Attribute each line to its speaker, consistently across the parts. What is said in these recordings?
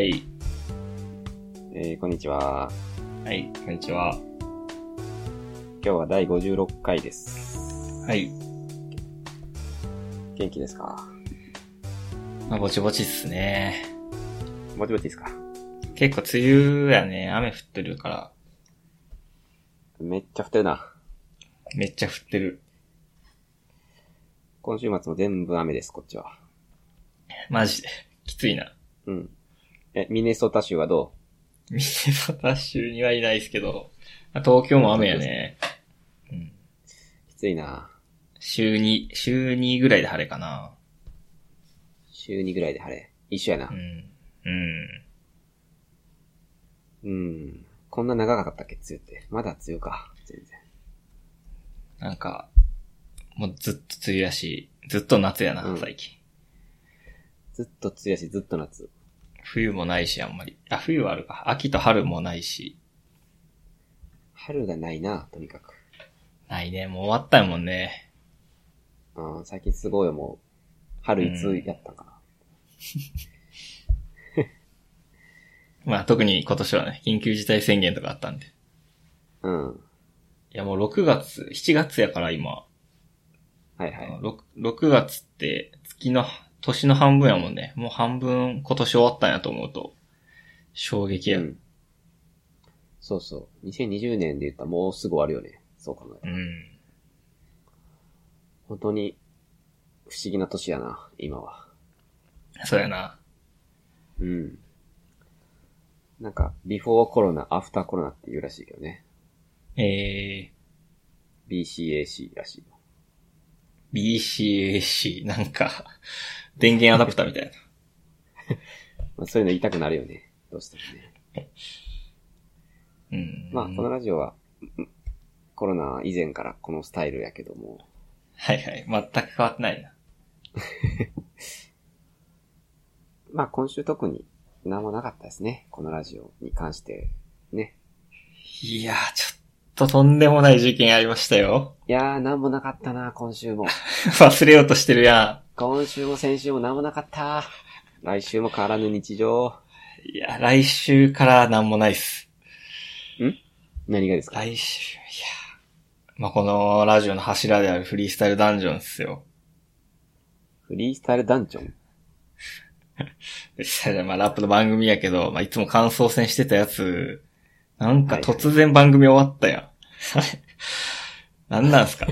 Speaker 1: 。
Speaker 2: こんにちは。
Speaker 1: はい、こんにちは。
Speaker 2: 今日は第56回です。
Speaker 1: はい。
Speaker 2: 元気ですか？
Speaker 1: まあ、ぼちぼちっすね。
Speaker 2: ぼちぼちですか？
Speaker 1: 結構梅雨やね。雨降ってるから。
Speaker 2: めっちゃ降ってるな。
Speaker 1: めっちゃ降ってる。
Speaker 2: 今週末も全部雨です、こっちは。
Speaker 1: マジで。きついな。
Speaker 2: うん。ミネソタ州はど
Speaker 1: ミネソタ州にはいないですけど、東京も雨やね。うん。
Speaker 2: きついな。
Speaker 1: 週2ぐらいで晴れかな。
Speaker 2: 週2ぐらいで晴れ。一緒やな。
Speaker 1: うん。
Speaker 2: こんな長かったっけ、梅雨って。まだ梅雨か、全然。
Speaker 1: なんか、もうずっと梅雨やし、ずっと夏やな、最近。
Speaker 2: ずっと梅雨やし、ずっと夏。
Speaker 1: 冬もないし、あんまり。冬はあるか。秋と春もないし。
Speaker 2: 春がないな、とにかく。
Speaker 1: ないね、もう終わったもんね。
Speaker 2: 最近すごいもう、春いつやったかな。
Speaker 1: まあ特に今年はね、緊急事態宣言とかあったんで。
Speaker 2: うん。
Speaker 1: いやもう7月やから今。
Speaker 2: はいはい。
Speaker 1: 6月って年の半分やもんね。もう半分今年終わったんやと思うと、衝撃や。
Speaker 2: うん。そうそう。2020年で言ったらもうすぐ終わるよね。そう考えたら。本当に不思議な年やな、今は。
Speaker 1: そうやな。
Speaker 2: うん。なんか、ビフォーコロナ、アフターコロナって言うらしいけどね。BCAC らしいよ。
Speaker 1: BCAC、なんか、電源アダプターみたいな。
Speaker 2: まあ、そういうの言いたくなるよね。どうしてもね。まあ、このラジオは、コロナ以前からこのスタイルやけども。
Speaker 1: はいはい。全く変わってないな。
Speaker 2: まあ、今週特に何もなかったですね。このラジオに関してね。
Speaker 1: いやー、ちょっととんでもない事件ありましたよ。
Speaker 2: いやー、何もなかったな、今週も。
Speaker 1: 忘れようとしてるや
Speaker 2: ん。今週も先週も何もなかった。来週も変わらぬ日常。
Speaker 1: いや、来週から何もないっす。
Speaker 2: 何がですか？
Speaker 1: 来週、いや。まあ、このラジオの柱であるフリースタイルダンジョンっすよ。
Speaker 2: フリースタイルダンジョン
Speaker 1: まあ、ラップの番組やけど、まあ、いつも感想戦してたやつ、なんか突然番組終わったやん。なんなんすか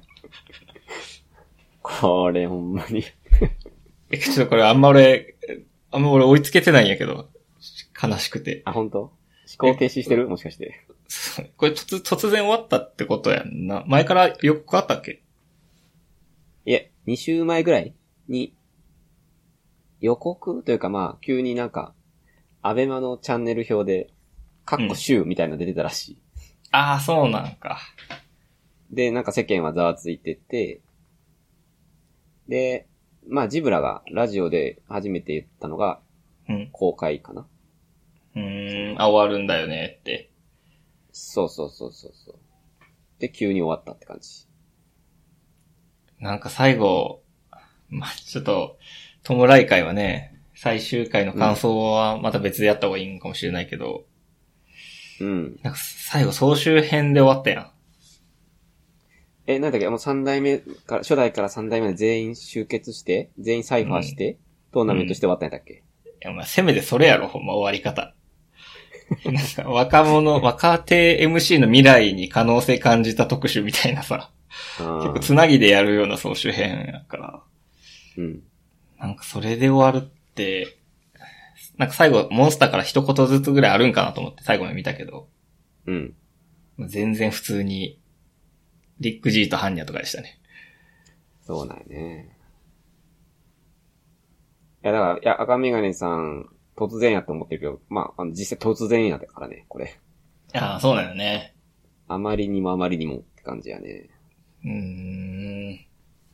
Speaker 2: これほんまに。
Speaker 1: ちょっとこれあんま俺追いつけてないんやけど。悲しくて。
Speaker 2: 本当？思考停止してる？もしかして。
Speaker 1: これ突然終わったってことやんな。前から予告あったっけ？
Speaker 2: いえ、2週前ぐらいに、予告というかまあ、急になんか、アベマのチャンネル表で、週みたいなの出てたらしい。
Speaker 1: そうなんか。
Speaker 2: で、なんか世間はざわついてて、で、まあジブラがラジオで初めて言ったのが、公開かな。
Speaker 1: 終わるんだよねって。
Speaker 2: そう。で、急に終わったって感じ。
Speaker 1: なんか最後、まあ、ちょっと、トムライ会はね、最終回の感想はまた別でやった方がいいんかもしれないけど、なんか最後総集編で終わったや
Speaker 2: ん。なんだっけ、もう3代目から、初代から3代目で全員集結して、全員サイファーして、トーナメントして終わったんだっけ？
Speaker 1: いや、まあ、せめてそれやろ、ほんま終わり方。なんか若手 MC の未来に可能性感じた特集みたいなさ、結構つなぎでやるような総集編やから。なんかそれで終わるって、なんか最後モンスターから一言ずつぐらいあるんかなと思って最後まで見たけど。全然普通に、リック・ジーとハンニャとかでしたね。
Speaker 2: そうなんよね。いや、だから、赤メガネさん、突然やと思ってるけど、まあ、実際突然やだからね、これ。
Speaker 1: そうだよね。
Speaker 2: あまりにもって感じやね。
Speaker 1: い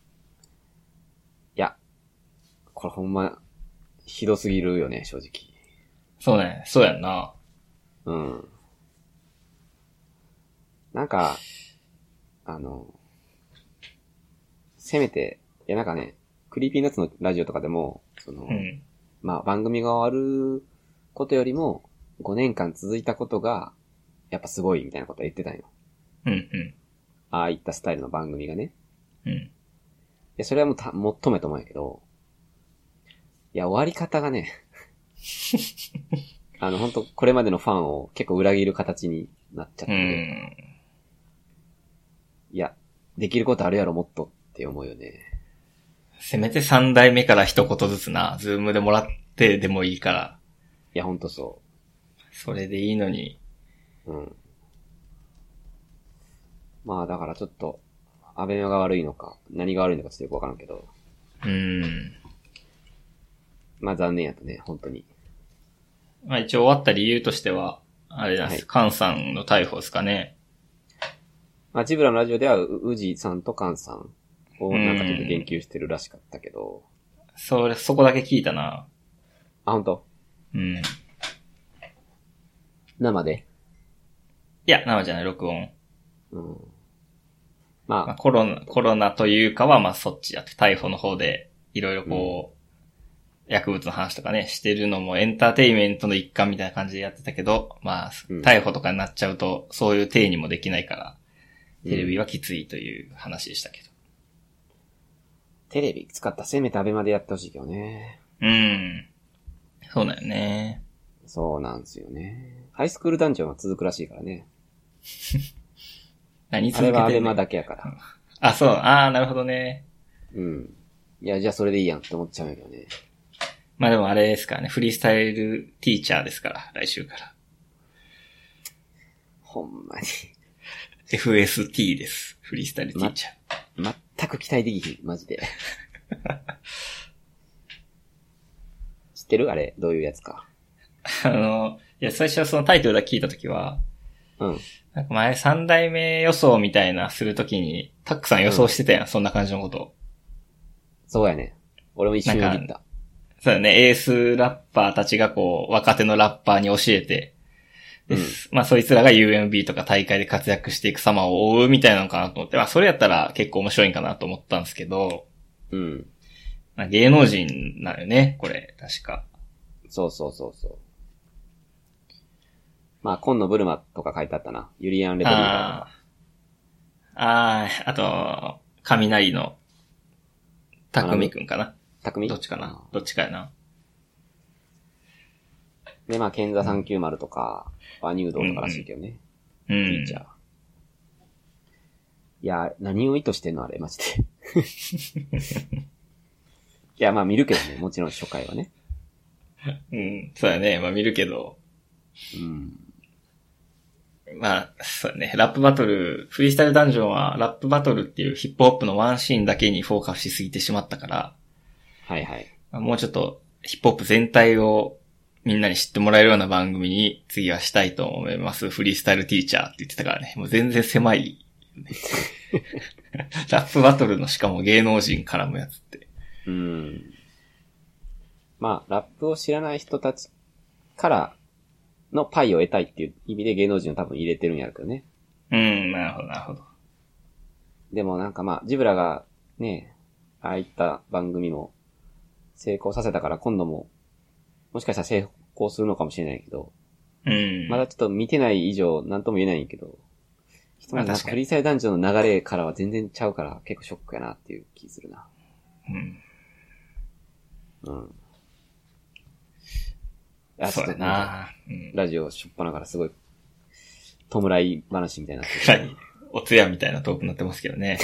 Speaker 2: や、これほんま、ひどすぎるよね、正直。
Speaker 1: そうね、そうやんな。
Speaker 2: なんか、せめて、なんかね、クリーピーナッツのラジオとかでも、まあ番組が終わることよりも、5年間続いたことが、やっぱすごいみたいなこと言ってたんよ。
Speaker 1: うん。
Speaker 2: ああいったスタイルの番組がね。
Speaker 1: うん。
Speaker 2: で、それはもっとめと思うんやけど、いや、終わり方がね、本当これまでのファンを結構裏切る形になっちゃってて、いや、できることあるやろ、もっとって思うよね。
Speaker 1: せめて3代目から一言ずつな、ズームでもらってでもいいから。
Speaker 2: いや、ほんとそう。
Speaker 1: それでいいのに。
Speaker 2: うん。まあ、だからちょっと、アベマが悪いのか、何が悪いのかちょっとよくわからんけど。まあ残念やとね、本当に。
Speaker 1: まあ一応終わった理由としては、あれなんです。カンさんの逮捕ですかね。
Speaker 2: まあジブラのラジオでは、ウジさんとカンさんをなんかちょっと言及してるらしかったけど。
Speaker 1: そこだけ聞いたな。
Speaker 2: あ、本当？
Speaker 1: うん。
Speaker 2: 生で？
Speaker 1: いや、生じゃない、録音。
Speaker 2: うん。まあ、
Speaker 1: コロナというかは、まあそっちやって、逮捕の方で、いろいろこう、薬物の話とかね、してるのもエンターテインメントの一環みたいな感じでやってたけど、まあ、逮捕とかになっちゃうと、そういう体にもできないから、テレビはきついという話でしたけど。
Speaker 2: テレビ使ったらせめてアベマでやってほしいけどね。
Speaker 1: そうだよね。
Speaker 2: そうなんですよね。ハイスクールダンジョンは続くらしいからね。
Speaker 1: 何続けてんの？
Speaker 2: あれはアベマだけやから。
Speaker 1: あ、そう。なるほどね。
Speaker 2: うん。いや、じゃあそれでいいやんって思っちゃうんやけどね。
Speaker 1: まあでもあれですからね、フリースタイルティーチャーですから、来週から。
Speaker 2: ほんまに。
Speaker 1: FST です。フリースタイルティーチャ
Speaker 2: ー。全く期待できひん、マジで。知ってる？あれ、どういうやつか。
Speaker 1: いや、最初はそのタイトルだけ聞いたときは、
Speaker 2: うん。
Speaker 1: なんか前3代目予想みたいなするときに、タックさん予想してたやん、そんな感じのこと。
Speaker 2: そうやね。俺も一瞬言った。
Speaker 1: そうだね、エースラッパーたちがこう、若手のラッパーに教えて、まあそいつらが UMB とか大会で活躍していく様を追うみたいなのかなと思って、まあそれやったら結構面白いんかなと思ったんですけど、まあ、芸能人なのよね、これ、確か。
Speaker 2: そう。まあ、今野ブルマとか書いてあったな。ユリアン・レトリーバーとか。
Speaker 1: あと、雷の、たくみくんかな。
Speaker 2: たくみ？
Speaker 1: どっちかやな。
Speaker 2: で、まあ、ケンザ390とか、バニュードとからしいけどね。ピーチャー。いや、何を意図してんのあれ、マジで。いや、まあ見るけどね、もちろん初回はね。
Speaker 1: そうだね、まあ見るけど。まあ、そうだね、ラップバトル、フリースタイルダンジョンはラップバトルっていうヒップホップのワンシーンだけにフォーカスしすぎてしまったから。
Speaker 2: はいはい。
Speaker 1: もうちょっとヒップホップ全体をみんなに知ってもらえるような番組に次はしたいと思います。フリースタイルティーチャーって言ってたからね。もう全然狭い、ね。ラップバトルのしかも芸能人絡むやつって。
Speaker 2: まあ、ラップを知らない人たちからのパイを得たいっていう意味で芸能人を多分入れてるんやるけどね。
Speaker 1: なるほど。
Speaker 2: でもなんかまあ、ジブラがね、ああいった番組も成功させたから今度も、もしかしたら成功するのかもしれないけど、まだちょっと見てない以上なんとも言えないんやけど、ひとまずなんかフリースタイルダンジョンの流れからは全然ちゃうから結構ショックやなっていう気するな。
Speaker 1: そうだな、
Speaker 2: ラジオしょっぱなからすごい、弔い話みたいになってる。
Speaker 1: お通夜みたいなトークになってますけどね。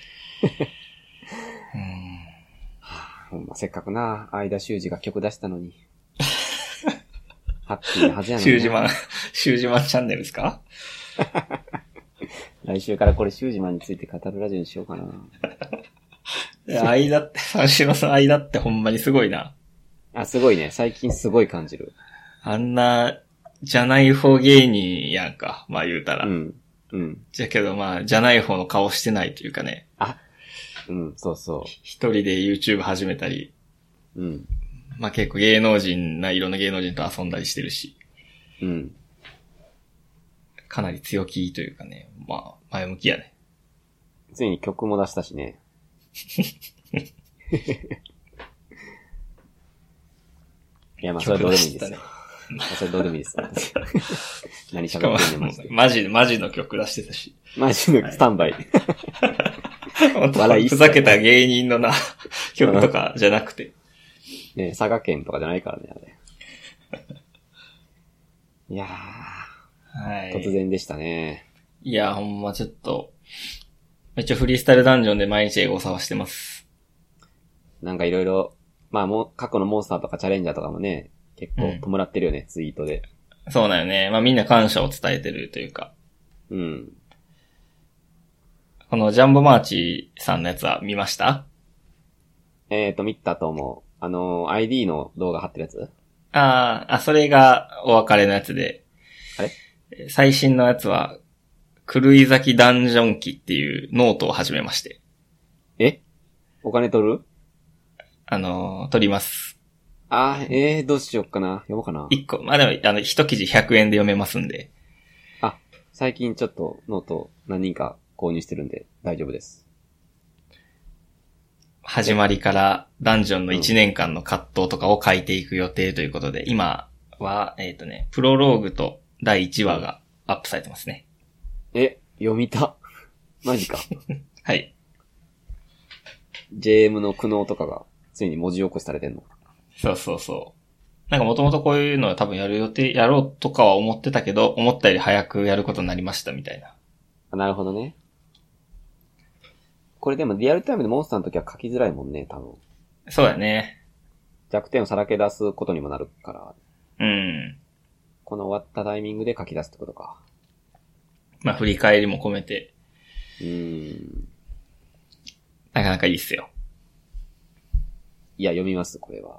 Speaker 2: ほんま、せっかくな、相田修二が曲出したのに。ハッピーなはずやのに。
Speaker 1: 修二マンチャンネルですか？
Speaker 2: 来週からこれ修二マンについて語るラジオにしようかな。
Speaker 1: 三四郎さん間ってほんまにすごいな。
Speaker 2: すごいね。最近すごい感じる。
Speaker 1: あんな、じゃない方芸人やんか。まあ言うたら。じゃけどまあ、じゃない方の顔してないというかね。
Speaker 2: そうそう。
Speaker 1: 一人で YouTube 始めたり。まあ結構いろんな芸能人と遊んだりしてるし。かなり強気というかね。まあ、前向きやね。
Speaker 2: ついに曲も出したしね。いや、まあそれはどうでもいいですよ。 それどうでもいいです。何
Speaker 1: しかも
Speaker 2: 喋ってんねん、マジで。
Speaker 1: マジの曲出してたし。
Speaker 2: マジのスタンバイ。
Speaker 1: 本当
Speaker 2: 笑い一切
Speaker 1: ふざけた芸人のな、曲とかじゃなくて。
Speaker 2: ね、佐賀県とかじゃないからね、あれ。いや
Speaker 1: はい。
Speaker 2: ー、突然でしたね。
Speaker 1: いや、ほんまちょっと、一応フリースタイルダンジョンで毎日エゴサはしてます。
Speaker 2: なんかいろいろ、まあもう、過去のモンスターとかチャレンジャーとかもね、結構弔ってるよね、ツイートで。
Speaker 1: そうだよね。まあみんな感謝を伝えてるというか。
Speaker 2: うん。
Speaker 1: このジャンボマーチさんのやつは見ました？
Speaker 2: 見たと思う。ID の動画貼ってるやつ？
Speaker 1: それがお別れのやつで。
Speaker 2: あれ？
Speaker 1: 最新のやつは、狂い咲きダンジョン記っていうノートを始めまして。
Speaker 2: お金取る？
Speaker 1: 取ります。
Speaker 2: どうしよっかな。読もうかな。
Speaker 1: 一個、まあでも、一記事100円で読めますんで。
Speaker 2: 最近ちょっとノート何人か購入してるんで大丈夫です。
Speaker 1: 始まりからダンジョンの1年間の葛藤とかを書いていく予定ということで、今は、プロローグと第1話がアップされてますね。
Speaker 2: 読みた。マジか。
Speaker 1: はい。
Speaker 2: JM の苦悩とかがついに文字起こしされてんの？
Speaker 1: そうそうそう。なんかもともとこういうのは多分やろうとかは思ってたけど、思ったより早くやることになりましたみたいな。
Speaker 2: なるほどね。これでもリアルタイムでモンスターの時は書きづらいもんね、多分。
Speaker 1: そうだね。
Speaker 2: 弱点をさらけ出すことにもなるから。
Speaker 1: うん。
Speaker 2: この終わったタイミングで書き出すってことか。
Speaker 1: まあ振り返りも込めて。なかなかいいっすよ。
Speaker 2: いや、読みます、これは。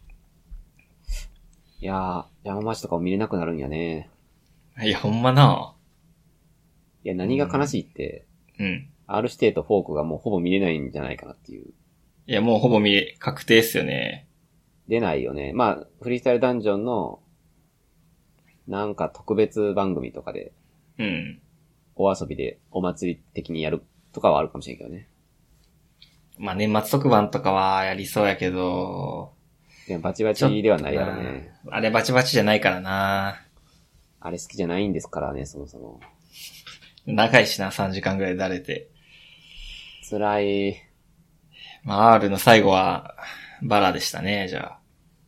Speaker 2: いやー、山町とかも見れなくなるんやね。
Speaker 1: いや、ほんまな。
Speaker 2: いや、何が悲しいって、R 指定とフォークがもうほぼ見れないんじゃないかなっていう。
Speaker 1: いや、もうほぼ確定っすよね。
Speaker 2: 出ないよね。まあ、フリースタイルダンジョンの、なんか特別番組とかで、お遊びでお祭り的にやるとかはあるかもしれんけどね。
Speaker 1: まあ、年末特番とかはやりそうやけど、
Speaker 2: でもバチバチではないやろね。
Speaker 1: あれバチバチじゃないからな。
Speaker 2: あれ好きじゃないんですからね、そもそも。
Speaker 1: 長いしな、3時間ぐらいだれて。
Speaker 2: 辛い。
Speaker 1: まあ、R の最後は、バラでしたね、じゃあ。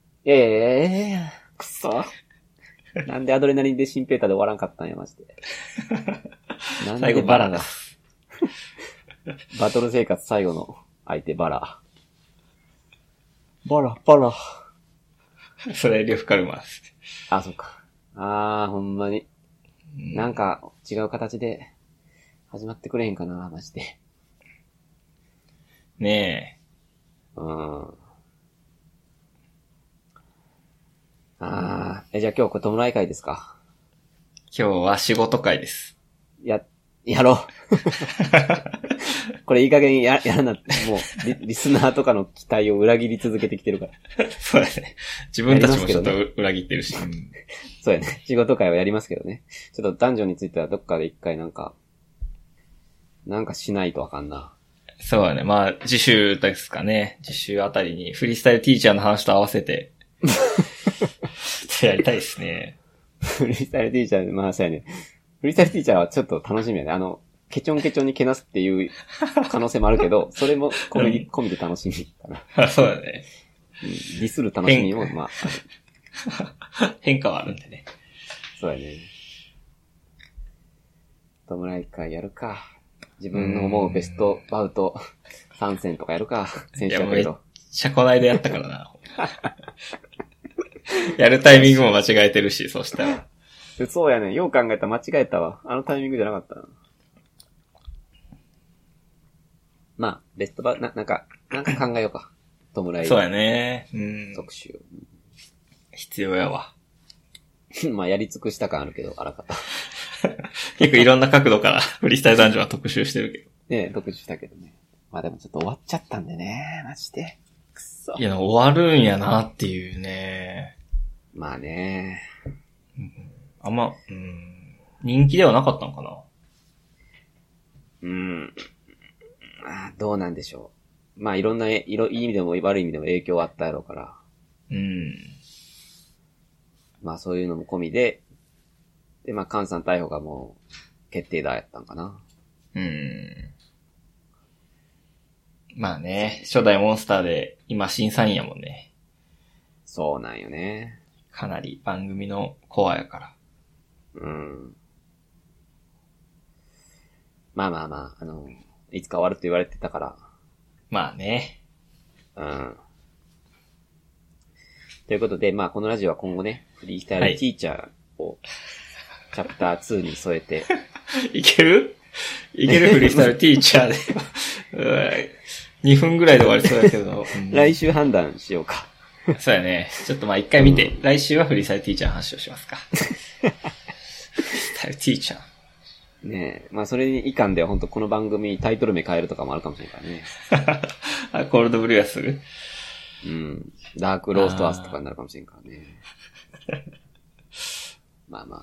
Speaker 2: くそ。なんでアドレナリンでシンペーターで終わらんかったんや、マジで。なんで
Speaker 1: 最後バラだ。
Speaker 2: バトル生活最後の相手、バラ。
Speaker 1: それ、呂布カルマです。
Speaker 2: そっか。ほんまに。なんか、違う形で、始まってくれへんかな、マジで。
Speaker 1: ね
Speaker 2: え。じゃあ今日これ弔い会ですか？
Speaker 1: 今日は仕事会です。
Speaker 2: やろう。これいい加減やらなって、もうリスナーとかの期待を裏切り続けてきてるから。
Speaker 1: そうだね。自分たちもちょっと裏切ってるし。
Speaker 2: そうやね。仕事会はやりますけどね。ちょっとダンジョンについてはどっかで一回なんかしないとあかんな。
Speaker 1: そうだね。まあ、次週ですかね。次週あたりにフリースタイルティーチャーの話と合わせて、やりたいですね。
Speaker 2: フリースタイルティーチャー、まあそうやね。フリースタイルティーチャーはちょっと楽しみやね。ケチョンケチョンにけなすっていう可能性もあるけど、それも込みで楽しみかな。
Speaker 1: そうだね。
Speaker 2: ディスる楽しみも、ま
Speaker 1: あ変化はあるんでね。
Speaker 2: そうやね。弔い会やるか。自分の思うベストバウト参戦とかやるか。選手やけど。
Speaker 1: めっちゃこないでやったからな。やるタイミングも間違えてるし、そうしたら。
Speaker 2: そうやね。よう考えたら間違えたわ。あのタイミングじゃなかったな。まあ、ベストバウト、なんか考えようか。弔い。
Speaker 1: そうやね。
Speaker 2: 特集。
Speaker 1: 必要やわ。
Speaker 2: まあ、やり尽くした感あるけど、あらかた。
Speaker 1: 結構いろんな角度からフリースタイルダンジョンは特集してるけど。
Speaker 2: ねえ、特集したけどね。まあでもちょっと終わっちゃったんでね、マジで。くそ。
Speaker 1: いや、終わるんやなっていうね。
Speaker 2: まあね。
Speaker 1: あんま、人気ではなかったのかな。
Speaker 2: どうなんでしょう。まあいろんな、いい意味でも悪い意味でも影響はあったやろうから。 まあそういうのも込みで、で、まあ菅さん逮捕がもう決定だやったんかな。
Speaker 1: まあね、初代モンスターで今審査員やもんね。
Speaker 2: そうなんよね。
Speaker 1: かなり番組のコアやから。
Speaker 2: まあ、いつか終わると言われてたから。
Speaker 1: まあね。
Speaker 2: ということで、まあこのラジオは今後ね、フリースタイルティーチャーをチャプター2に添えて。
Speaker 1: いけるフリースタイルティーチャーで。2分ぐらいで終わりそうだけど。
Speaker 2: 来週判断しようか。
Speaker 1: そうやね。ちょっとまあ一回見て、来週はフリースタイルティーチャーの話をしますか。フリースタイルティーチャー。
Speaker 2: ねえ。まあそれに以下では本当この番組タイトル名変えるとかもあるかもしれないからね。
Speaker 1: コールドブリュアする？
Speaker 2: ダークローストアースとかになるかもしれんからね。まあ。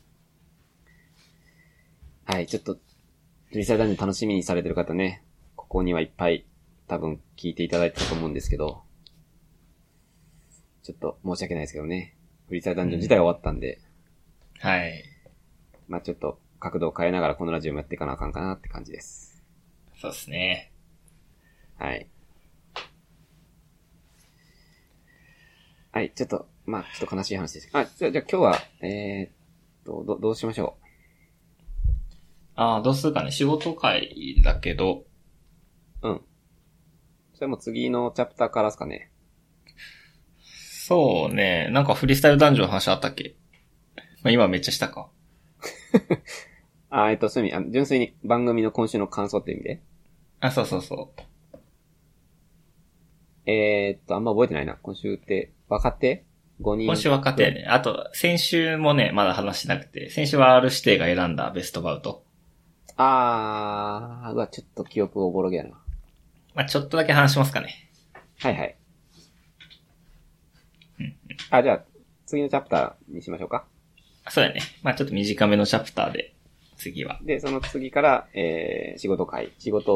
Speaker 2: はい、ちょっと、フリースタイルダンジョン楽しみにされてる方ね、ここにはいっぱい多分聞いていただいてたと思うんですけど、ちょっと申し訳ないですけどね。フリースタイルダンジョン自体は終わったんで、
Speaker 1: はい。
Speaker 2: まあちょっと角度を変えながらこのラジオもやっていかなあかんかなって感じです。
Speaker 1: そうですね。
Speaker 2: はい。はい、ちょっと悲しい話です。じゃあ今日は、どうしましょ
Speaker 1: う。どうするかね。仕事会だけど。
Speaker 2: それも次のチャプターからですかね。
Speaker 1: そうね。なんかフリースタイルダンジョンの話あったっけ？まあ、今めっちゃしたか。
Speaker 2: そういう意味、純粋に番組の今週の感想って意味で。
Speaker 1: そう。
Speaker 2: あんま覚えてないな。今週って、若手 ?5 人。
Speaker 1: 今週若手ね。あと、先週もね、まだ話してなくて、先週は R 指定が選んだベストバウト。
Speaker 2: ちょっと記憶おぼろげやな。
Speaker 1: まあ、ちょっとだけ話しますかね。
Speaker 2: はい。じゃあ、次のチャプターにしましょうか。
Speaker 1: そうだね。まあ、ちょっと短めのチャプターで、次は。
Speaker 2: で、その次から、仕事会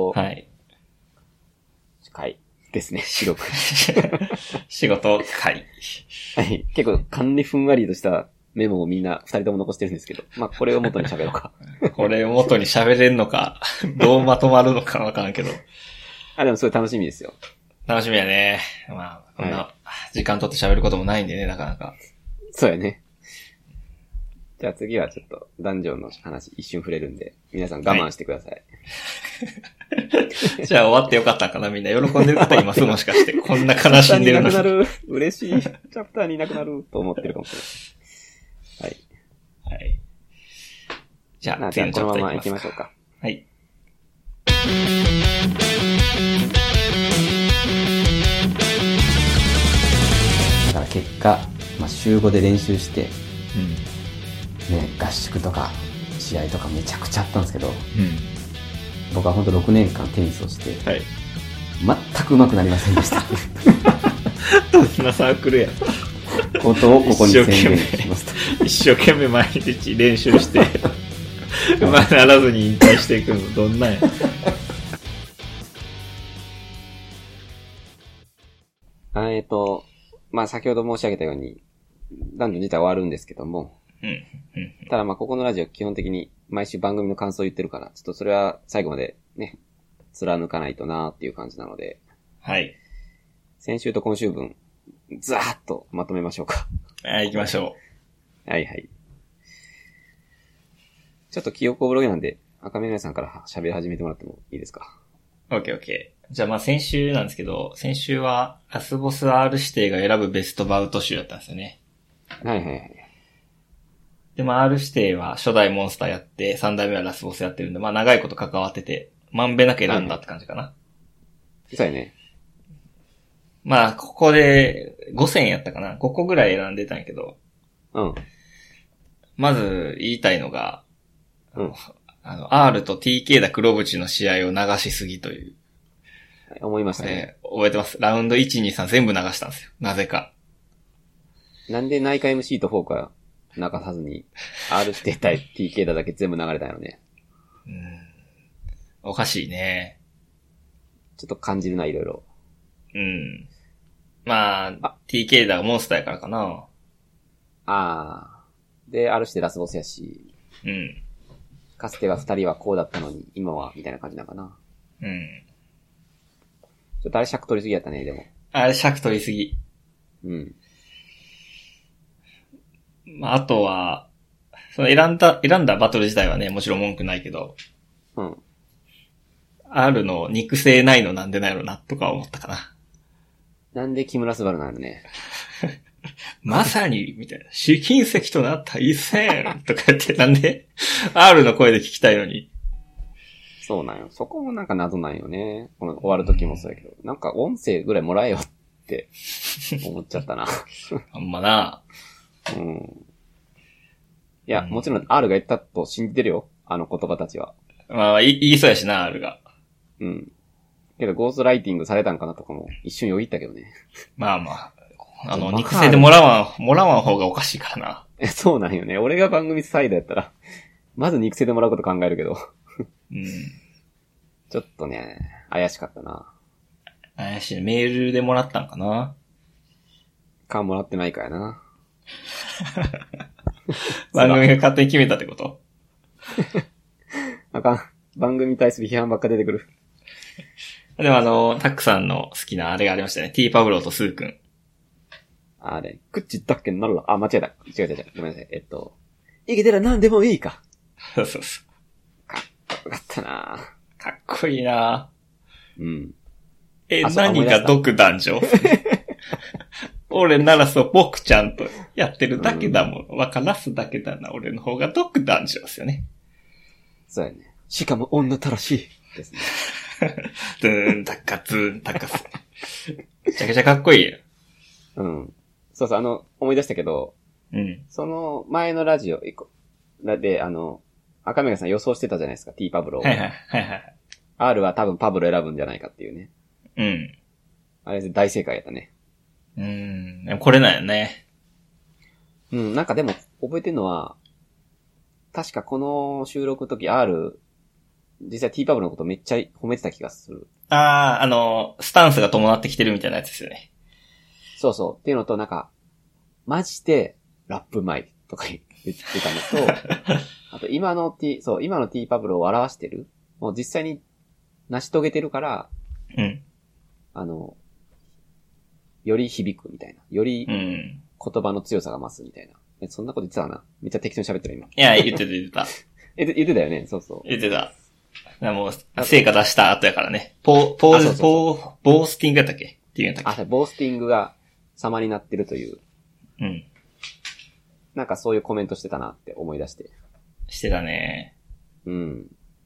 Speaker 2: ですね、白く。
Speaker 1: 仕事会。
Speaker 2: はい。結構、管理ふんわりとしたメモをみんな二人とも残してるんですけど、まあ、これを元に喋ろうか。
Speaker 1: これを元に喋れんのか、どうまとまるのかわからんけど。
Speaker 2: でもそれ楽しみですよ。
Speaker 1: 楽しみやね。まあ、こんな、時間取って喋ることもないんでね、なかなか。
Speaker 2: そうやね。じゃあ次はちょっと、ダンジョンの話一瞬触れるんで、皆さん我慢してください。
Speaker 1: じゃあ終わってよかったかな、みんな喜んでる方いますもしかして。こんな悲しんでるのに。
Speaker 2: チャプターにいなくなる。嬉しい。チャプターにいなくなると思ってるかもしれない。はい。
Speaker 1: じゃあ、次のチャプター
Speaker 2: このまま行きましょうか。
Speaker 1: はい。
Speaker 2: だから結果、週5で練習して、合宿とか試合とかめちゃくちゃあったんですけど、僕は本当6年間テニスをして、全く上手くなりませんでした。
Speaker 1: どんなサークルや。
Speaker 2: ことをここに宣言しますと。
Speaker 1: 一生懸命毎日練習して、上手くならずに引退していくの、どんなんや。
Speaker 2: 先ほど申し上げたように、ダンジョン自体終わるんですけども、ただここのラジオ基本的に毎週番組の感想を言ってるから、ちょっとそれは最後までね、貫かないとなーっていう感じなので、
Speaker 1: はい。
Speaker 2: 先週と今週分、ざーっとまとめましょうか。
Speaker 1: はい、行きましょ
Speaker 2: う。はい。ちょっと記憶おぼろげなんで、赤目がさんから喋り始めてもらってもいいですか？
Speaker 1: オッケー。じゃあ先週なんですけど、先週はラスボス R 指定が選ぶベストバウト集だったんですよね。
Speaker 2: はい。
Speaker 1: で、R 指定は初代モンスターやって、3代目はラスボスやってるんで、長いこと関わってて、まんべんなく選んだって感じかな。
Speaker 2: そうやね。
Speaker 1: ここで5選やったかな。5個ぐらい選んでたんやけど。まず言いたいのが、R と TK だ黒渕の試合を流しすぎという。
Speaker 2: 思いましたね。
Speaker 1: 覚えてます。ラウンド1、2、3全部流したんですよ。なぜか。
Speaker 2: なんで内科 MC と4か流さずに、R 指定対 TK だけ全部流れたんやろね。
Speaker 1: おかしいね。
Speaker 2: ちょっと感じるな、いろいろ。
Speaker 1: TK だがモンスターやからかな。
Speaker 2: あー。で、R してラスボスやし、
Speaker 1: うん。
Speaker 2: かつては二人はこうだったのに、今は、みたいな感じなのかな。
Speaker 1: うん。
Speaker 2: ちょっとあれ尺取りすぎやったね、でも。
Speaker 1: あれ尺取りすぎ。
Speaker 2: うん。
Speaker 1: まあ、あとは、その選んだバトル自体はね、もちろん文句ないけど、
Speaker 2: うん。
Speaker 1: R の肉声ないのなんでないのな、とか思ったかな。
Speaker 2: なんで木村昴なのね。
Speaker 1: まさに、みたいな。試金石となった一戦とか言って、なんで R の声で聞きたいのに。
Speaker 2: そうなんよ。そこもなんか謎なんよね。この終わる時もそうやけど。なんか音声ぐらいもらえよって思っちゃったな。
Speaker 1: あんまな。
Speaker 2: うん。いや、もちろん R が言ったと信じてるよ。あの言葉たちは。
Speaker 1: まあ、言いそうやしな、R が。
Speaker 2: うん。けどゴーストライティングされたんかなとかも一瞬よぎったけどね。
Speaker 1: まあまあ。肉声でもらわん方がおかしいからな。
Speaker 2: そうなんよね。俺が番組サイドやったら、まず肉声でもらうこと考えるけど。
Speaker 1: うん。
Speaker 2: ちょっとね、怪しかったな。
Speaker 1: 怪しい。メールでもらったんかな。
Speaker 2: かもらってないかやな。
Speaker 1: 番組が勝手に決めたってこと？
Speaker 2: あかん。番組に対する批判ばっか出てくる。
Speaker 1: でもタックさんの好きなあれがありましたね。T パブローとスー君。
Speaker 2: あれ、クッチだっけなる間違えた。違う。ごめんなさい。いけたら何でもいいか。
Speaker 1: そうそうそう。
Speaker 2: かっこよかったな。
Speaker 1: かっこいいな。
Speaker 2: うん。
Speaker 1: 何が毒男女俺ならそう、僕ちゃんとやってるだけだもん。わからすだけだな。俺の方が毒男女ですよね。
Speaker 2: そうやね。しかも女たらしいですね。
Speaker 1: ズーンタッカツーンタッカス。めちゃくちゃかっこいいよ。
Speaker 2: うん。そうそう、思い出したけど、
Speaker 1: うん。
Speaker 2: その前のラジオ、で、赤目さん予想してたじゃないですか、T パブロを。
Speaker 1: はいはい。
Speaker 2: R は多分パブロ選ぶんじゃないかっていうね。
Speaker 1: うん。
Speaker 2: あれで大正解やったね。
Speaker 1: でもこれなんよね。
Speaker 2: うん、なんかでも覚えてるのは、確かこの収録の時 R、実際 T パブロのことめっちゃ褒めてた気がする。
Speaker 1: スタンスが伴ってきてるみたいなやつですよね。
Speaker 2: そうそう。っていうのとなんか、マジでラップ前とか言ってたのと、あと今の T パブロを表してる。もう実際に成し遂げてるから、
Speaker 1: うん。
Speaker 2: より響くみたいな。より
Speaker 1: 言
Speaker 2: 葉の強さが増すみたいな。そんなこと言ってたかな。めっちゃ適当に喋ってる今。
Speaker 1: いや、言ってた。
Speaker 2: 言ってたよね。そうそう。
Speaker 1: 言ってた。もう、成果出した後やからね。ボースティングやったっけっていうんだっけ。
Speaker 2: ボースティングが様になってるという。
Speaker 1: うん。
Speaker 2: なんかそういうコメントしてたなって思い出して。
Speaker 1: してたね。
Speaker 2: うん。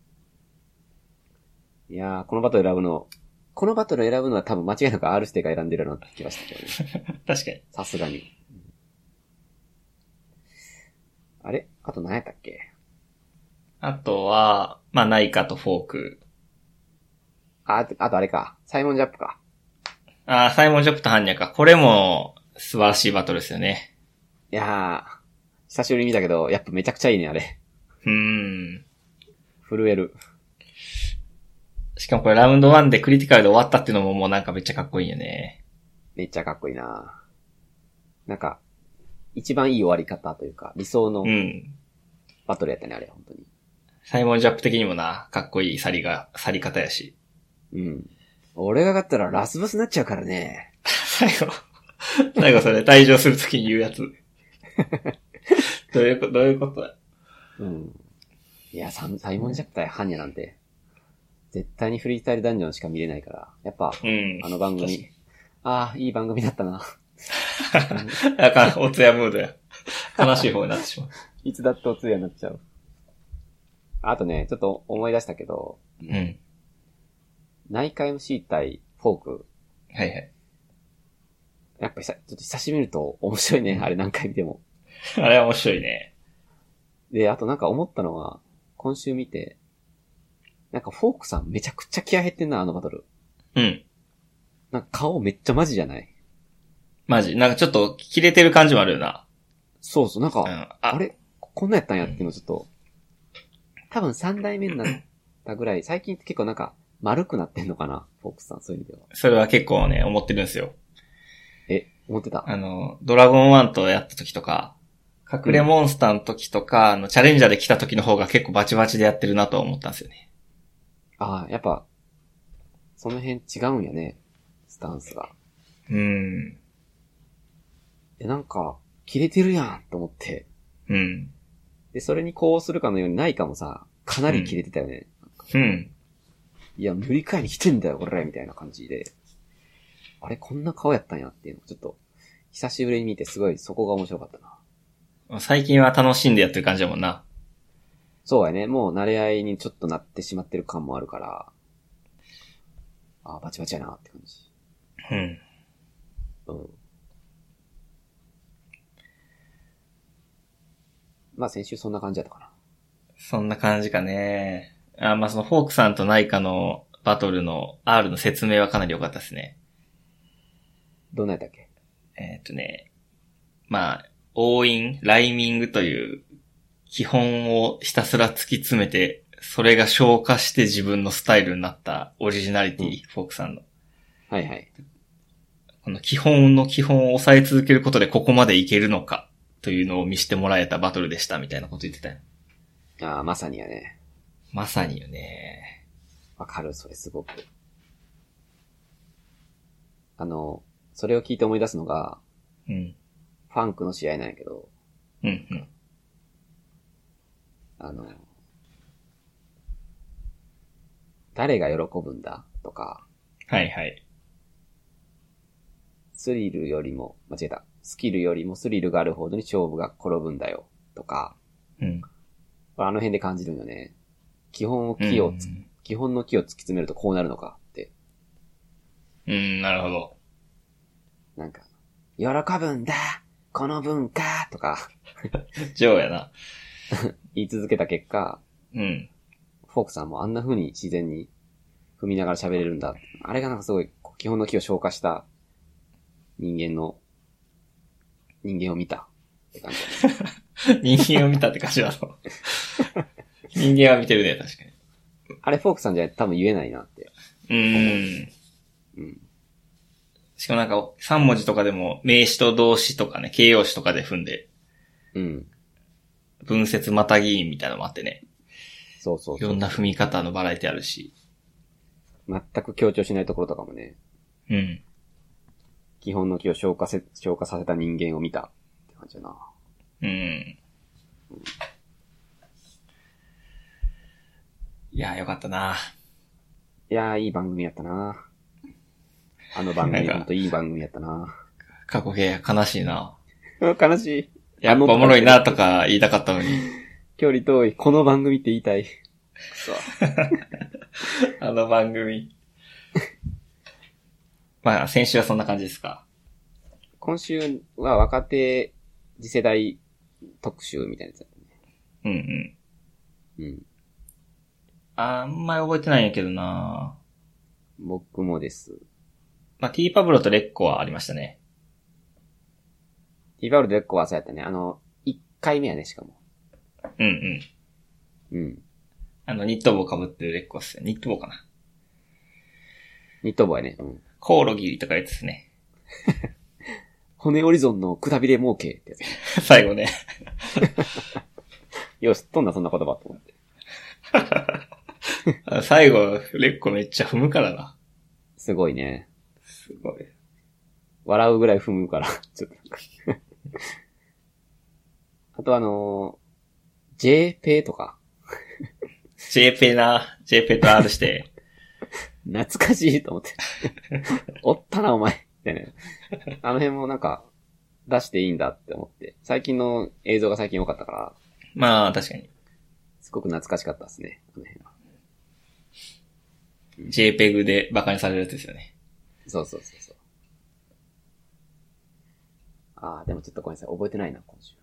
Speaker 2: いやー、このバトル選ぶのは多分間違いなく R 指定が選んでるような気がしたけどね。
Speaker 1: 確かに。
Speaker 2: さすがに。あれあと何やったっけ？
Speaker 1: あとは、まあ、ナイカとフォーク。
Speaker 2: あとあれか。サイモンジャップか。
Speaker 1: サイモンジャップとハンニャか。これも素晴らしいバトルですよね。
Speaker 2: いやー、久しぶりに見たけど、やっぱめちゃくちゃいいね、あれ。震える。
Speaker 1: しかもこれラウンド1でクリティカルで終わったっていうのももうなんかめっちゃかっこいいよね。
Speaker 2: めっちゃかっこいいな。なんか、一番いい終わり方というか、理想のバトルやったね、あれ、本当に。
Speaker 1: サイモンジャップ的にもな、かっこいい去り方やし。
Speaker 2: うん。俺が勝ったらラスボスになっちゃうからね。
Speaker 1: 最後それ退場するときに言うやつ。どういうことだ？
Speaker 2: うん。いや、サイモンジャップ対ハンニャなんて、絶対にフリースタイルダンジョンしか見れないから、やっぱ、あの番組、いい番組だったな。
Speaker 1: あかん、おつやムードや。悲しい方になってしまう。
Speaker 2: いつだっておつやになっちゃう。あとね、ちょっと思い出したけど、内科 MC 対フォーク。
Speaker 1: はいはい。
Speaker 2: やっぱちょっと久しぶり見ると面白いね、あれ何回見ても。
Speaker 1: あれは面白いね。
Speaker 2: で、あとなんか思ったのは、今週見て、なんかフォークさんめちゃくちゃ気合入ってんな、あのバトル。
Speaker 1: うん。
Speaker 2: なんか顔めっちゃマジじゃない？
Speaker 1: マジ。なんかちょっと切れてる感じもあるよな。
Speaker 2: そうそう、なんか、あれこんなやったんやっていうのちょっと、多分3代目になったぐらい、最近って結構なんか丸くなってんのかな、フォークさん、そういう意味では。
Speaker 1: それは結構ね、思ってるんですよ。
Speaker 2: 思ってた？
Speaker 1: ドラゴン1とやった時とか、 隠れモンスターの時とか、チャレンジャーで来た時の方が結構バチバチでやってるなとは思ったんですよね。
Speaker 2: ああ、やっぱ、その辺違うんやね。スタンスが。なんか、切れてるやんと思って。で、それにこうするかのようにないかもさ、かなり切れてたよね。いや、塗り替えに来てんだよ、これみたいな感じで。あれ、こんな顔やったんやっていうのをちょっと、久しぶりに見てすごいそこが面白かった
Speaker 1: な。最近は楽しんでやってる感じだもんな。
Speaker 2: そうやね。もう慣れ合いにちょっとなってしまってる感もあるから、ああ、バチバチやなって感じ。まあ先週そんな感じだったかな。
Speaker 1: そんな感じかね。まあそのフォークさんとナイカのバトルの R の説明はかなり良かったですね。
Speaker 2: どんなやったっけ？
Speaker 1: まあ、押印、ライミングという基本をひたすら突き詰めて、それが消化して自分のスタイルになったオリジナリティ、フォークさんの。
Speaker 2: はいはい。
Speaker 1: この基本の基本を抑え続けることでここまでいけるのかというのを見せてもらえたバトルでしたみたいなこと言ってたよ。
Speaker 2: ああ、まさにやね。
Speaker 1: まさによね。
Speaker 2: わかる、それすごく。それを聞いて思い出すのが、ファンクの試合なんやけど、誰が喜ぶんだとか、
Speaker 1: はいはい。
Speaker 2: スリルよりも、間違えた。スキルよりもスリルがあるほどに勝負が転ぶんだよ。とか、あの辺で感じるんよね。基本の木を突き詰めるとこうなるのかって。
Speaker 1: なるほど。
Speaker 2: なんか、喜ぶんだこの文化とか。
Speaker 1: ジョーやな。
Speaker 2: 言い続けた結果、フォークさんもあんな風に自然に踏みながら喋れるんだ。あれがなんかすごい基本の木を消化した人間を見たって感
Speaker 1: じ。人間を見たって感じだろ。人間は見てるね、確かに。
Speaker 2: あれフォークさんじゃ多分言えないなって。
Speaker 1: しかもなんか3文字とかでも名詞と動詞とかね、形容詞とかで踏んで。文節またぎみたいなのもあってね。
Speaker 2: そう。
Speaker 1: いろんな踏み方のバラエティあるし。
Speaker 2: 全く強調しないところとかもね。基本の木を消化させた人間を見たって感じだな。
Speaker 1: いやーよかったな。
Speaker 2: いやーいい番組やったな。あの番組ほんといい番組やったな。
Speaker 1: 過去形悲しいな。
Speaker 2: 悲しい。
Speaker 1: やっぱおもろいなとか言いたかったのに。
Speaker 2: 距離遠い。この番組って言いたい。くそ。
Speaker 1: あの番組。まあ、先週はそんな感じですか。
Speaker 2: 今週は若手次世代特集みたいなやつだったね。
Speaker 1: あんまり覚えてないんやけどな。
Speaker 2: 僕もです。
Speaker 1: まあ、T パブロとレッコはありましたね。
Speaker 2: T パブロとレッコはそうやったね。1回目やね、しかも。
Speaker 1: ニット帽被ってるレッコっすよ。ニット帽かな。
Speaker 2: ニット帽やね。
Speaker 1: コオロギとかやつですね。
Speaker 2: 骨オリゾンのくたびれ儲けってや
Speaker 1: つ。最後ね。
Speaker 2: よし、とんだそんな言葉と思って。
Speaker 1: 最後、レッコめっちゃ踏むからな。
Speaker 2: すごいね。
Speaker 1: すごい。
Speaker 2: 笑うぐらい踏むから、ちょっとなんか。あとJP とか。
Speaker 1: JP な。JP と R して。
Speaker 2: 懐かしいと思って。おったな、お前。ってね。あの辺もなんか、出していいんだって思って。最近の映像が最近多かったから。
Speaker 1: まあ、確かに。
Speaker 2: すごく懐かしかったですね。あの辺は。
Speaker 1: JPEG でバカにされるやつですよね。
Speaker 2: そう。ああ、でもちょっとごめんなさい。覚えてないな、今週。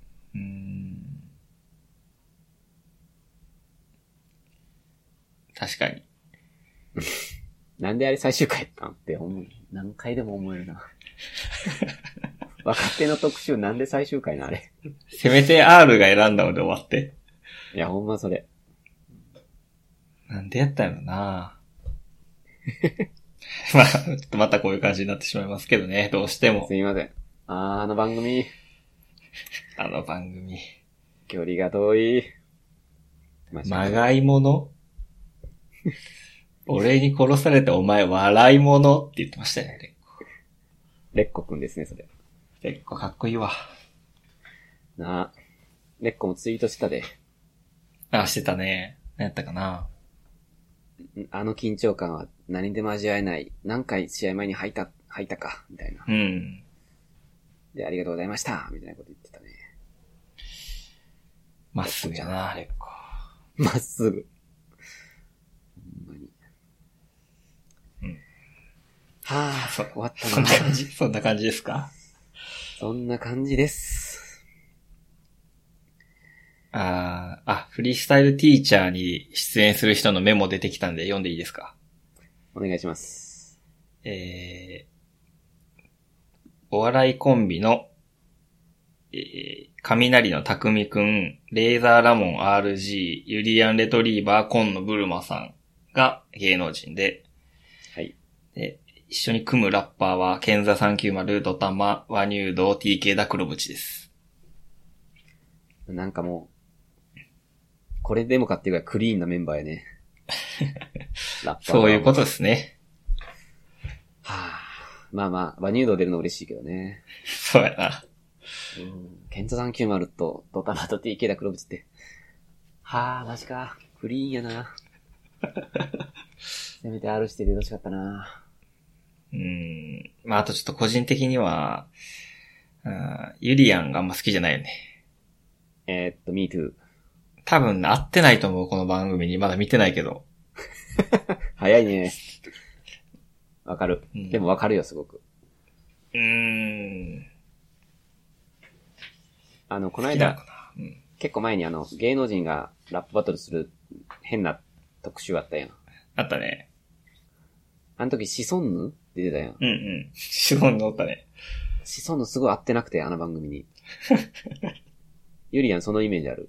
Speaker 1: 確かに。
Speaker 2: なんであれ最終回やったんって何回でも思えるな。若手の特集なんで最終回なあれ。
Speaker 1: せめて R が選んだので終わって。
Speaker 2: いや、ほんまそれ。
Speaker 1: なんでやったんやろなまあ、ちょっとまたこういう感じになってしまいますけどね。どうしても。
Speaker 2: すいません。あの番組。
Speaker 1: あの番組。
Speaker 2: 距離が遠い。
Speaker 1: まがいもの俺に殺されてお前笑い物って言ってましたよね、
Speaker 2: レッコくんですね、それ。
Speaker 1: 結構かっこいいわ。
Speaker 2: なあ。レッコもツイートしたで。
Speaker 1: あ、してたね。何やったかな。
Speaker 2: あの緊張感は何にでも味わえない。何回試合前に吐いたか、みたいな。
Speaker 1: うん。
Speaker 2: で、ありがとうございました、みたいなこと言ってたね。
Speaker 1: まっすぐやな、レッコ。
Speaker 2: まっすぐ。ほんまに。
Speaker 1: うん。
Speaker 2: はぁ、終わったな。
Speaker 1: そんな感じそんな感じですか？
Speaker 2: そんな感じです。
Speaker 1: フリースタイルティーチャーに出演する人のメモ出てきたんで読んでいいですか？
Speaker 2: お願いします。
Speaker 1: お笑いコンビの、雷の匠くん、レーザーラモン RG、ユリアンレトリーバー、コンのブルマさんが芸能人で、
Speaker 2: はい。
Speaker 1: で、一緒に組むラッパーは、ケンザ390、ドタマ、ワニュード、TK ダ黒淵です。
Speaker 2: なんかもう、これでもかっていうぐらいクリーンなメンバーやね。
Speaker 1: ラッパーそういうことですね。
Speaker 2: はぁ。まあまあ、ワニュード出るの嬉しいけどね。
Speaker 1: そうやな。
Speaker 2: ケンザ390とドタマと TK ダ黒淵って。はぁ、マジか。クリーンやな。せめて R して出てほしかったな。
Speaker 1: まああとちょっと個人的には、ユリアンがあんま好きじゃないよね。
Speaker 2: me too。
Speaker 1: 多分合ってないと思う、この番組に。まだ見てないけど。
Speaker 2: 早いね。わかる。でもわかるよ、すごく。この間、結構前に芸能人がラップバトルする変な特集あったやん。
Speaker 1: あったね。
Speaker 2: あの時シソンヌ出てたやん。
Speaker 1: シソンヌおったね。
Speaker 2: シソンヌすごい合ってなくて、あの番組に。ユリアンそのイメージある。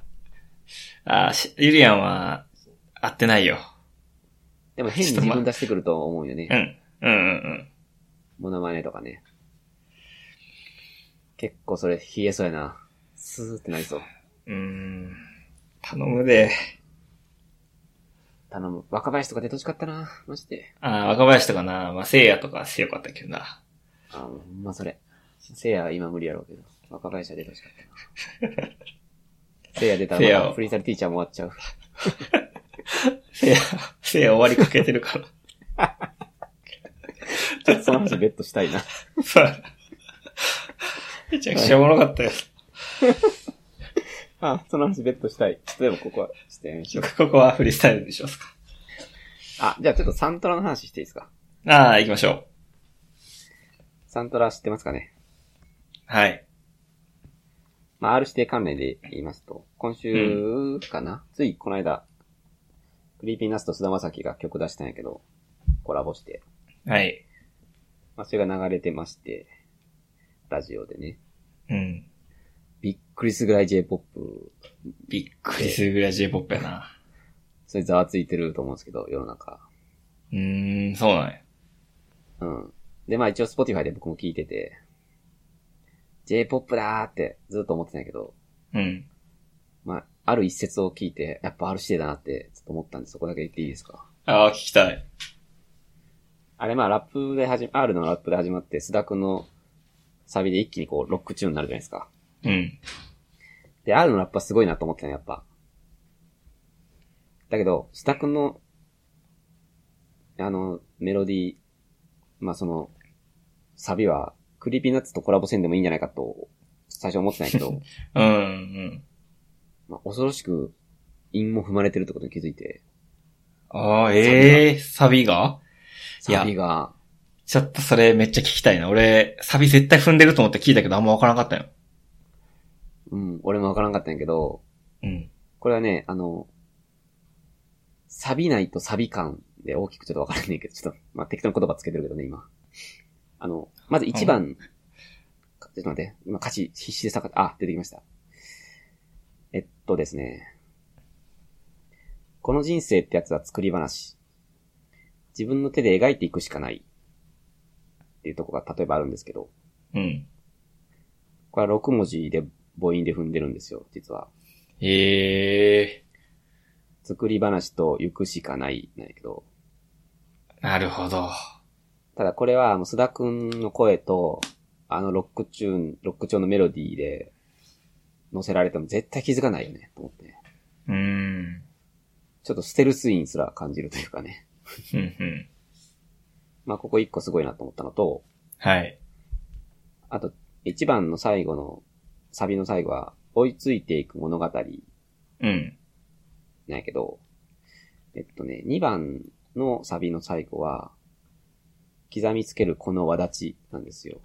Speaker 1: ユリアンは合ってないよ。
Speaker 2: でも変に自分出してくると思うよね。モノマネとかね。結構それ冷えそうやな。スーってなりそう。
Speaker 1: 頼むで。
Speaker 2: 頼む。若林とか出てほしかったな。マジで。
Speaker 1: 若林とかな。まあ、聖夜とか強かったけどな。
Speaker 2: ほんまそれ。聖夜は今無理やろうけど。若林は出てほしかったな。聖夜出たらまたフリースタイルティーチャーも終わっちゃう。
Speaker 1: 聖夜終わりかけてるから。
Speaker 2: ちょっとその話ベットしたいな。
Speaker 1: めちゃくちゃおもろかったよ。
Speaker 2: その話ベットしたい。ちょっとでもここはしてみましょう。
Speaker 1: ここはフリースタイルにしますか。
Speaker 2: じゃあちょっとサントラの話していいですか？
Speaker 1: 行きましょう。
Speaker 2: サントラ知ってますかね？
Speaker 1: はい。
Speaker 2: R 指定関連で言いますと、今週かな、ついこの間、クリーピーナッツと菅田将暉が曲出したんやけど、コラボして。
Speaker 1: はい。
Speaker 2: それが流れてまして、ラジオでね。びっくりするぐらい J-POP。
Speaker 1: びっくりするぐらい J-POP やな。
Speaker 2: それざわついてると思うんですけど、世の中。
Speaker 1: そうなんや。
Speaker 2: で、一応 Spotify で僕も聞いてて、J-POP だーってずっと思ってたんやけど、ある一節を聞いて、やっぱ R 指定だなってちょっと思ったんで、そこだけ言っていいですか？
Speaker 1: 聞きたい。
Speaker 2: あれラップでR のラップで始まって、須田くんのサビで一気にこう、ロックチューンになるじゃないですか。で、R のラップはすごいなと思ってたね、やっぱ。だけど、須田くんの、メロディー、サビは、クリーピーナッツとコラボせんでもいいんじゃないかと、最初思ってないけど、恐ろしく、韻も踏まれてるってことに気づいて。
Speaker 1: サビが
Speaker 2: サビが。
Speaker 1: ちょっとそれめっちゃ聞きたいな。俺、サビ絶対踏んでると思って聞いたけどあんまわからなかったよ。
Speaker 2: 俺もわからなかったんやけど、これはね、サビないとサビ感で大きくちょっとわからんねんけど、ちょっと、適当な言葉つけてるけどね、今。まず1番、ちょっと待って、今歌詞必死で出てきました。ですね。この人生ってやつは作り話。自分の手で描いていくしかない。っていうとこが例えばあるんですけど。これは6文字で母音で踏んでるんですよ、実は。作り話と行くしかないなんやけど。
Speaker 1: なるほど。
Speaker 2: ただこれは、須田くんの声と、ロック調のメロディーで乗せられても絶対気づかないよね、と思って。ちょっとステルスインすら感じるというかね。まあ、ここ一個すごいなと思ったのと、
Speaker 1: はい。
Speaker 2: あと、1番の最後の、サビの最後は、追いついていく物語。なんやけど、2番のサビの最後は、刻みつけるこの輪立ちなんですよ。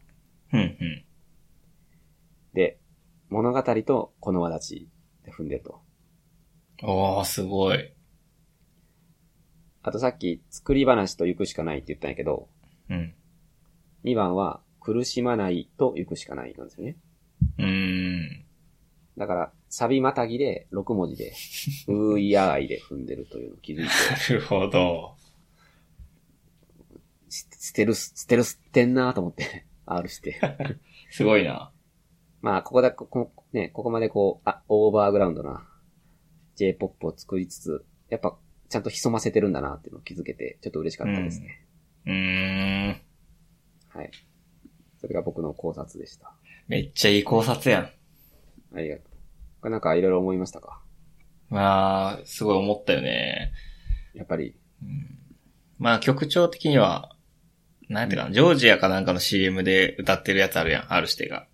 Speaker 2: で、物語とこの輪立ちで踏んでると。
Speaker 1: おー、すごい。
Speaker 2: あとさっき、作り話と行くしかないって言ったんやけど、2番は、苦しまないと行くしかないなんですよね。だから、サビまたぎで6文字で、うーいやーいで踏んでるというのを気づいて。
Speaker 1: なるほど。
Speaker 2: 捨てってんなーと思って、R して。
Speaker 1: すごいな。
Speaker 2: まあ、ここまでオーバーグラウンドな J-POP を作りつつ、やっぱ、ちゃんと潜ませてるんだなっていうのを気づけて、ちょっと嬉しかったですね。はい。それが僕の考察でした。
Speaker 1: めっちゃいい考察やん。
Speaker 2: ありがとう。これなんかいろいろ思いましたか？
Speaker 1: まあ、すごい思ったよね。
Speaker 2: やっぱり。
Speaker 1: まあ曲調的には、なんていうかな、ジョージアかなんかの CM で歌ってるやつあるやん、R指定が。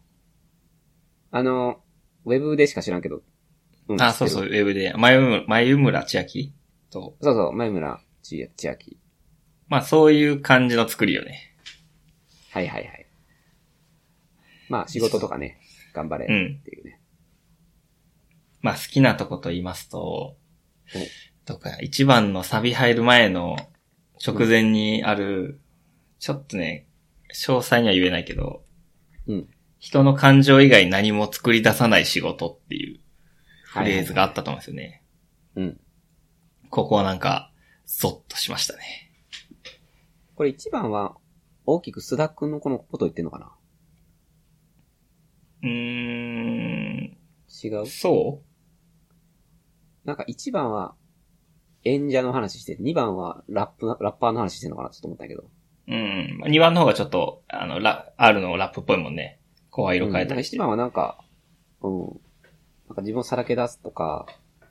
Speaker 2: ウェブでしか知らんけど。
Speaker 1: そうそう、ウェブで。眉村千秋と。
Speaker 2: そうそう、眉村千秋。
Speaker 1: まあそういう感じの作りよね。
Speaker 2: はいはいはい。まあ仕事とかね、頑張れっていうね。
Speaker 1: まあ好きなとこと言いますと、とか、一番のサビ入る前の直前にある、ちょっとね、詳細には言えないけど、人の感情以外何も作り出さない仕事っていうフレーズがあったと思うんですよね。ここはなんか、ゾッとしましたね。
Speaker 2: これ一番は、大きく須田くんのこのことを言ってんのかな？違う？そうなんか一番は、演者の話して、2番はラッパーの話してんのかなちょっと思ったけど。
Speaker 1: 2番の方がちょっと、R のラップっぽいもんね。声色変えたりして。
Speaker 2: 1番はなんか、なんか自分をさらけ出すとか、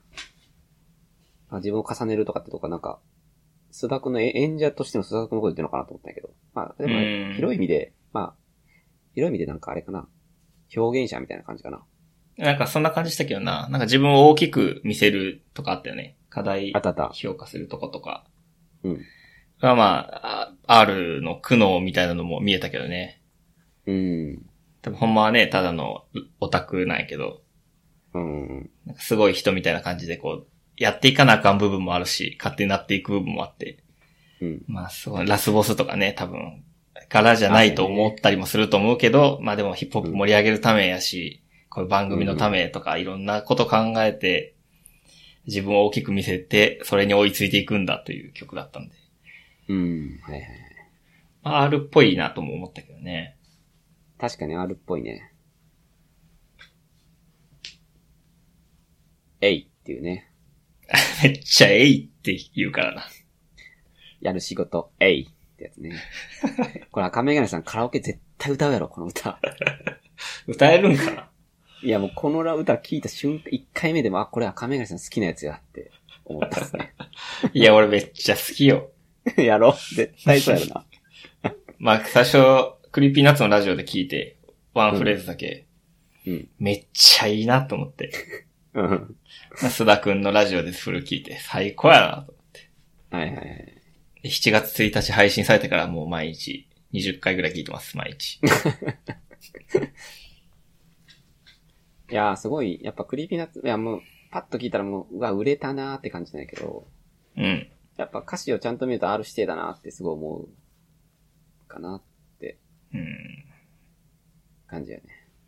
Speaker 2: 自分を重ねるとかってとか、なんか、須田くんの演者としての須田くんのこと言ってるのかなと思ったんやけど。まあ、でも、広い意味でなんかあれかな。表現者みたいな感じかな。
Speaker 1: なんかそんな感じしたけどな。なんか自分を大きく見せるとかあったよね。課題評価するとことか。まあ、R の苦悩みたいなのも見えたけどね。多分ほんまはね、ただのオタクなんやけど。なんかすごい人みたいな感じでこう、やっていかなあかん部分もあるし、勝手になっていく部分もあって。まあ、すごい、ラスボスとかね、多分、からじゃないと思ったりもすると思うけど、まあでもヒップホップ盛り上げるためやし、こういう番組のためとかいろんなこと考えて、自分を大きく見せて、それに追いついていくんだという曲だったんで。
Speaker 2: はいはい。
Speaker 1: まあ、R っぽいなとも思ったけどね。
Speaker 2: 確かに R っぽいね。えいっていうね。
Speaker 1: めっちゃえいって言うからな。
Speaker 2: やる仕事、えいってやつね。これ赤メガネさんカラオケ絶対歌うやろ、この歌。
Speaker 1: 歌えるんかな？
Speaker 2: いやもうこの歌聞いた瞬間、1回目でも、これ赤メガネさん好きなやつやって思ったですね。
Speaker 1: いや、俺めっちゃ好きよ。
Speaker 2: やろ？絶対そうやろな。
Speaker 1: まあ、最初、クリーピーナッツのラジオで聞いて、ワンフレーズだけ、めっちゃいいなと思って。須田くんのラジオでフル聞いて、最高やなと思って。
Speaker 2: はいはいはい。
Speaker 1: 7月1日配信されてからもう毎日、20回ぐらい聞いてます、毎日。
Speaker 2: いやーすごい、やっぱクリーピーナッツ、いやもう、パッと聞いたらもう、売れたなーって感じなんやけど、やっぱ歌詞をちゃんと見ると R 指定だなってすごい思う、かなって、感じやね。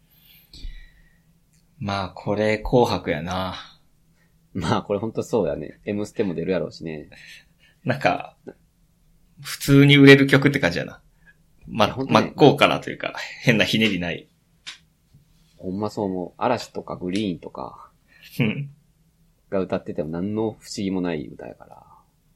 Speaker 1: まあ、これ、紅白やな。
Speaker 2: まあ、これほんとそうやね。M ステも出るやろうしね。
Speaker 1: なんか、普通に売れる曲って感じやな。真っ向からというか、変なひねりない。
Speaker 2: ほんまそう思う。嵐とかグリーンとか
Speaker 1: うん。
Speaker 2: が歌ってても何の不思議もない歌やから。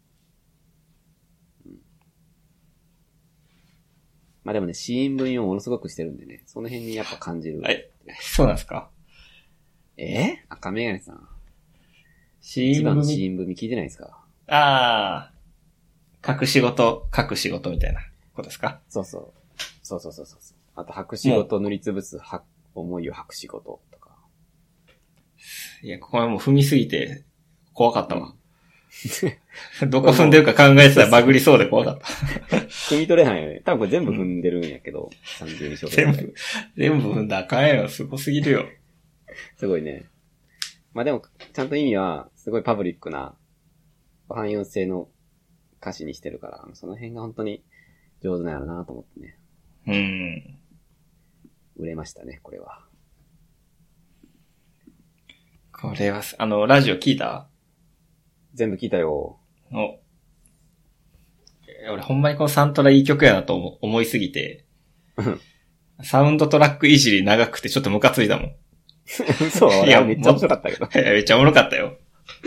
Speaker 2: まあでもね、子音分をものすごくしてるんでね、その辺にやっぱ感じる。
Speaker 1: そうなんですか？
Speaker 2: 赤メガネさん。
Speaker 1: シーン
Speaker 2: 一番の
Speaker 1: 組。
Speaker 2: 子音組聞いてないですか？
Speaker 1: ああ。隠し事みたいなことですか？
Speaker 2: そう。あと、白仕事塗りつぶす思いを白仕事とか。
Speaker 1: いや、ここはもう踏みすぎて怖かったわ。どこ踏んでるか考えてたらバグりそうで怖かった。
Speaker 2: 踏み取れないよね。多分これ全部踏んでるんやけど、32小節。
Speaker 1: 全部踏んだらあかんよ。すごすぎるよ。
Speaker 2: すごいね。まあでも、ちゃんと意味は、すごいパブリックな、汎用性の歌詞にしてるから、その辺が本当に上手なんやろなと思ってね。売れましたね、これは。
Speaker 1: これは、ラジオ聞いた？
Speaker 2: 全部聞いたよ。
Speaker 1: 俺ほんまにこのサントラいい曲やなと思いすぎて、サウンドトラックいじり長くてちょっとムカついたもん。
Speaker 2: そう、いや、めっちゃ面白かったけど。
Speaker 1: めっちゃおもろかったよ。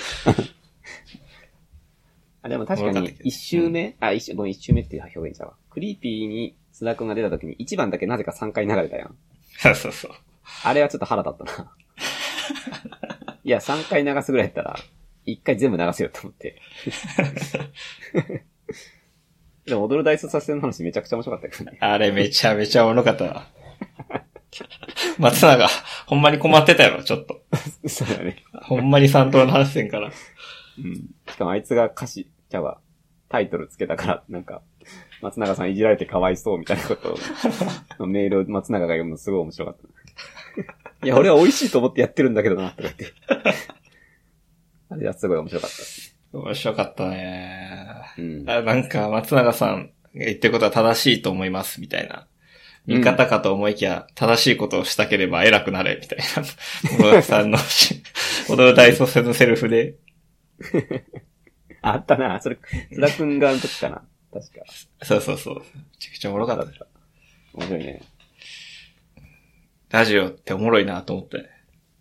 Speaker 2: でも確かに、一周目っていう表現じゃわ。クリーピーに須田くんが出た時に1番だけなぜか3回流れたやん。
Speaker 1: そう。
Speaker 2: あれはちょっと腹立ったな。いや、3回流すぐらいやったら、1回全部流せよと思って。でも踊る大捜査線の話めちゃくちゃ面白かったけどね。
Speaker 1: あれめちゃめちゃおもろかったな。松永、ほんまに困ってたやろ、ちょっと。
Speaker 2: そうだね。
Speaker 1: ほんまにサントラの話せんから。
Speaker 2: うん。しかもあいつがタイトルつけたから、なんか、松永さんいじられてかわいそうみたいなことを、メールを松永が読むのすごい面白かった。いや、俺は美味しいと思ってやってるんだけどな、とか言って。あれはすごい面白かった。
Speaker 1: 面白かったね。
Speaker 2: うん。
Speaker 1: なんか、松永さんが言ってることは正しいと思います、みたいな。見方かと思いきや、正しいことをしたければ偉くなれ、みたいな。小田さんの、踊る大捜査のセルフで。
Speaker 2: あったな。それ、津田くんがの時かな。確か。
Speaker 1: そう。めちゃくちゃおもろかった。
Speaker 2: 面白いね。
Speaker 1: ラジオっておもろいなと思って。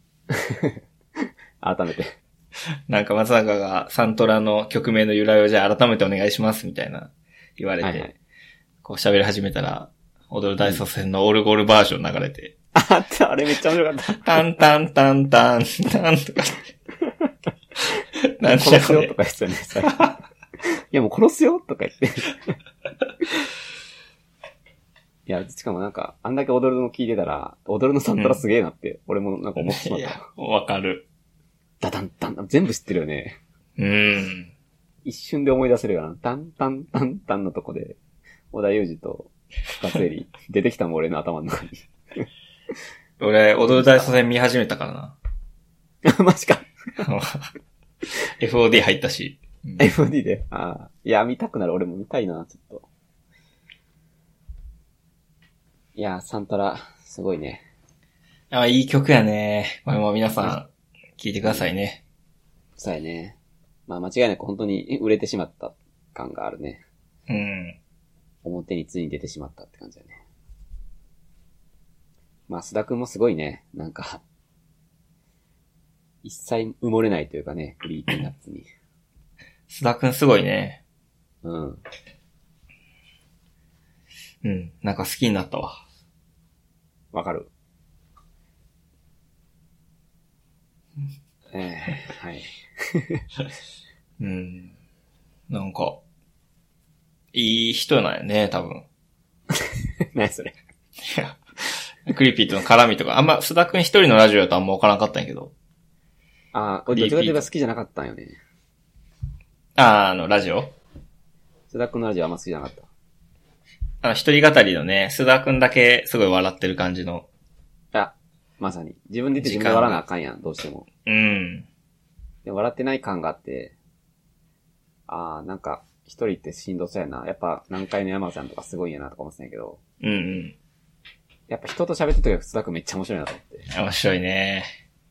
Speaker 2: 改めて。
Speaker 1: なんか松永がサントラの曲名の由来をじゃあ改めてお願いしますみたいな言われて、こう喋り始めたら、踊る大捜査線のオルゴールバージョン流れて。
Speaker 2: あった、あれめっちゃ面白かった。
Speaker 1: タンタンタンタンタンとか。
Speaker 2: なん殺すよとか言ってたね、最初。いやもう殺すよとか言って。いや、しかもなんか、あんだけ踊るの聞いてたら、踊るのサントラすげえなって、俺もなんか思ってしまった。いや、
Speaker 1: わかる。
Speaker 2: ダダンタン、全部知ってるよね。一瞬で思い出せるよな。タンタンタンタンのとこで、小田裕二と深津絵里出てきたもん、俺の頭の中に。
Speaker 1: 俺、踊る大捜査線見始めたから
Speaker 2: な。マジか。
Speaker 1: FOD 入ったし。
Speaker 2: FOD で。いや、見たくなる。俺も見たいな、ちょっと。いや、サントラ、すごいね。
Speaker 1: いい曲やね。これも皆さん、聴いてくださいね。
Speaker 2: そうやね。まあ間違いなく本当に売れてしまった感があるね。表についに出てしまったって感じだね。まあ須田くんもすごいね。なんか、一切埋もれないというかね、クリーピーナッツに。
Speaker 1: 須田くんすごいね。なんか好きになったわ。
Speaker 2: わかる。はい。
Speaker 1: なんか、いい人なんやね、多分。
Speaker 2: 何それ。
Speaker 1: いや、クリーピーとの絡みとか、あんま、須田くん一人のラジオだとあんま分からなかったんやけど。
Speaker 2: 俺どっちかといえば好きじゃなかったんよね。
Speaker 1: ラジオ？
Speaker 2: 須田くんのラジオあんま好きじゃなかった。
Speaker 1: 一人語りのね、須田くんだけすごい笑ってる感じの。
Speaker 2: まさに。自分で言って自分で笑わなあかんやん、どうしても。で笑ってない感があって、なんか、一人ってしんどそうやな。やっぱ、南海の山ちゃんとかすごいんやなとか思ってたんやけど。やっぱ人と喋ってる時は須田くんめっちゃ面白いなと思って。
Speaker 1: 面白いね。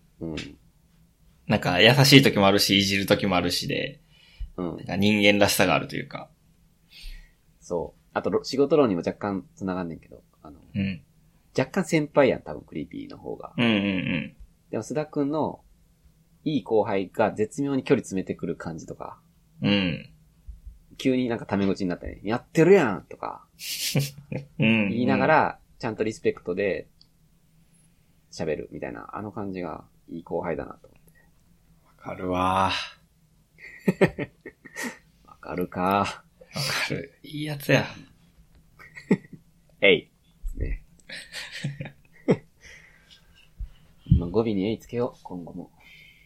Speaker 1: なんか、優しい時もあるし、いじる時もあるしで、なんか人間らしさがあるというか。
Speaker 2: そう。あと、仕事論にも若干繋がんねんけど、 若干先輩やん、多分クリーピーの方が。
Speaker 1: うんうんうん。
Speaker 2: でも須田くんのいい後輩が絶妙に距離詰めてくる感じとか。
Speaker 1: うん。
Speaker 2: 急になんかタメ口になったり、やってるやんとか。言いながら、ちゃんとリスペクトで喋るみたいな、あの感じがいい後輩だなと思って。
Speaker 1: わかるわ。
Speaker 2: わかるか。
Speaker 1: わかる。いいやつや。
Speaker 2: えい。ですね。まあ語尾にえいつけよう、今後も。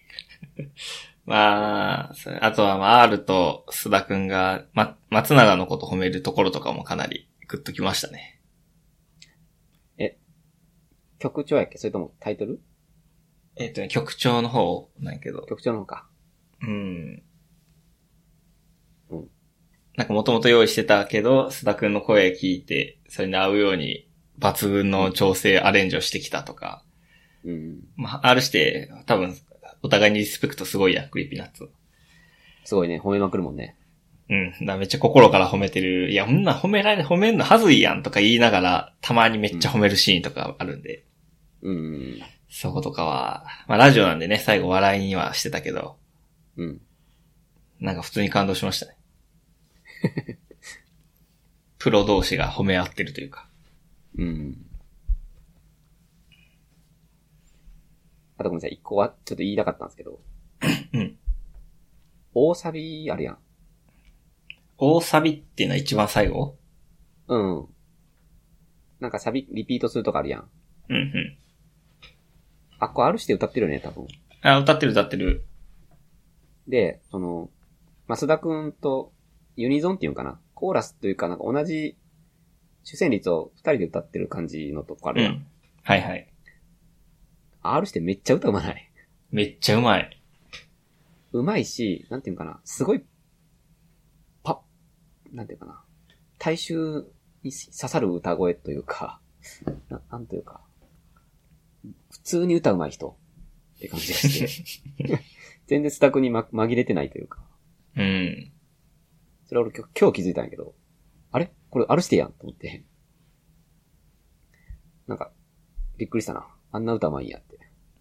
Speaker 1: まあ、あとはまあ R と須田くんが、松永のこと褒めるところとかもかなりグッときましたね。
Speaker 2: 曲調やっけそれともタイトル？
Speaker 1: 曲調の方なんやけど。
Speaker 2: 曲調の方か。
Speaker 1: うん。なんかもともと用意してたけど、須田くんの声聞いて、それに合うように抜群の調整アレンジをしてきたとか。
Speaker 2: うん。
Speaker 1: まあ、R して多分、お互いにリスペクトすごいやん、クリーピーナッツ。
Speaker 2: すごいね、褒めまくるもんね。
Speaker 1: うん。めっちゃ心から褒めてる。いや、こんな褒めんのはずいやんとか言いながら、たまにめっちゃ褒めるシーンとかあるんで。
Speaker 2: うん。
Speaker 1: そことかは、まあラジオなんでね、最後笑いにはしてたけど。
Speaker 2: うん。
Speaker 1: なんか普通に感動しましたね。プロ同士が褒め合ってるというか。
Speaker 2: うん。あとごめんなさい、一個はちょっと言いたかったんですけど。
Speaker 1: うん。
Speaker 2: 大サビあるやん。
Speaker 1: 大サビっていうのは一番最後？
Speaker 2: うん。なんかサビリピートするとかあるやん。
Speaker 1: うんうん。
Speaker 2: あ、これあるして歌ってるよね、多分。
Speaker 1: あ、歌ってる。
Speaker 2: で、増田くんとユニゾンっていうんかな。コーラスというかなんか同じ主旋律を二人で歌ってる感じのとこあるやん。
Speaker 1: うん。はいはい。
Speaker 2: R してめっちゃ歌うまない？
Speaker 1: めっちゃうまい。
Speaker 2: うまいし、なんていうかな。すごい、なんていうかな。大衆に刺さる歌声というか、なんというか、普通に歌うまい人って感じがして。全然スタックに紛れてないというか。
Speaker 1: うん。
Speaker 2: それ俺今日気づいたんやけど、あれこれ R してやんと思って。なんか、びっくりしたな。あんな歌うまいんやって。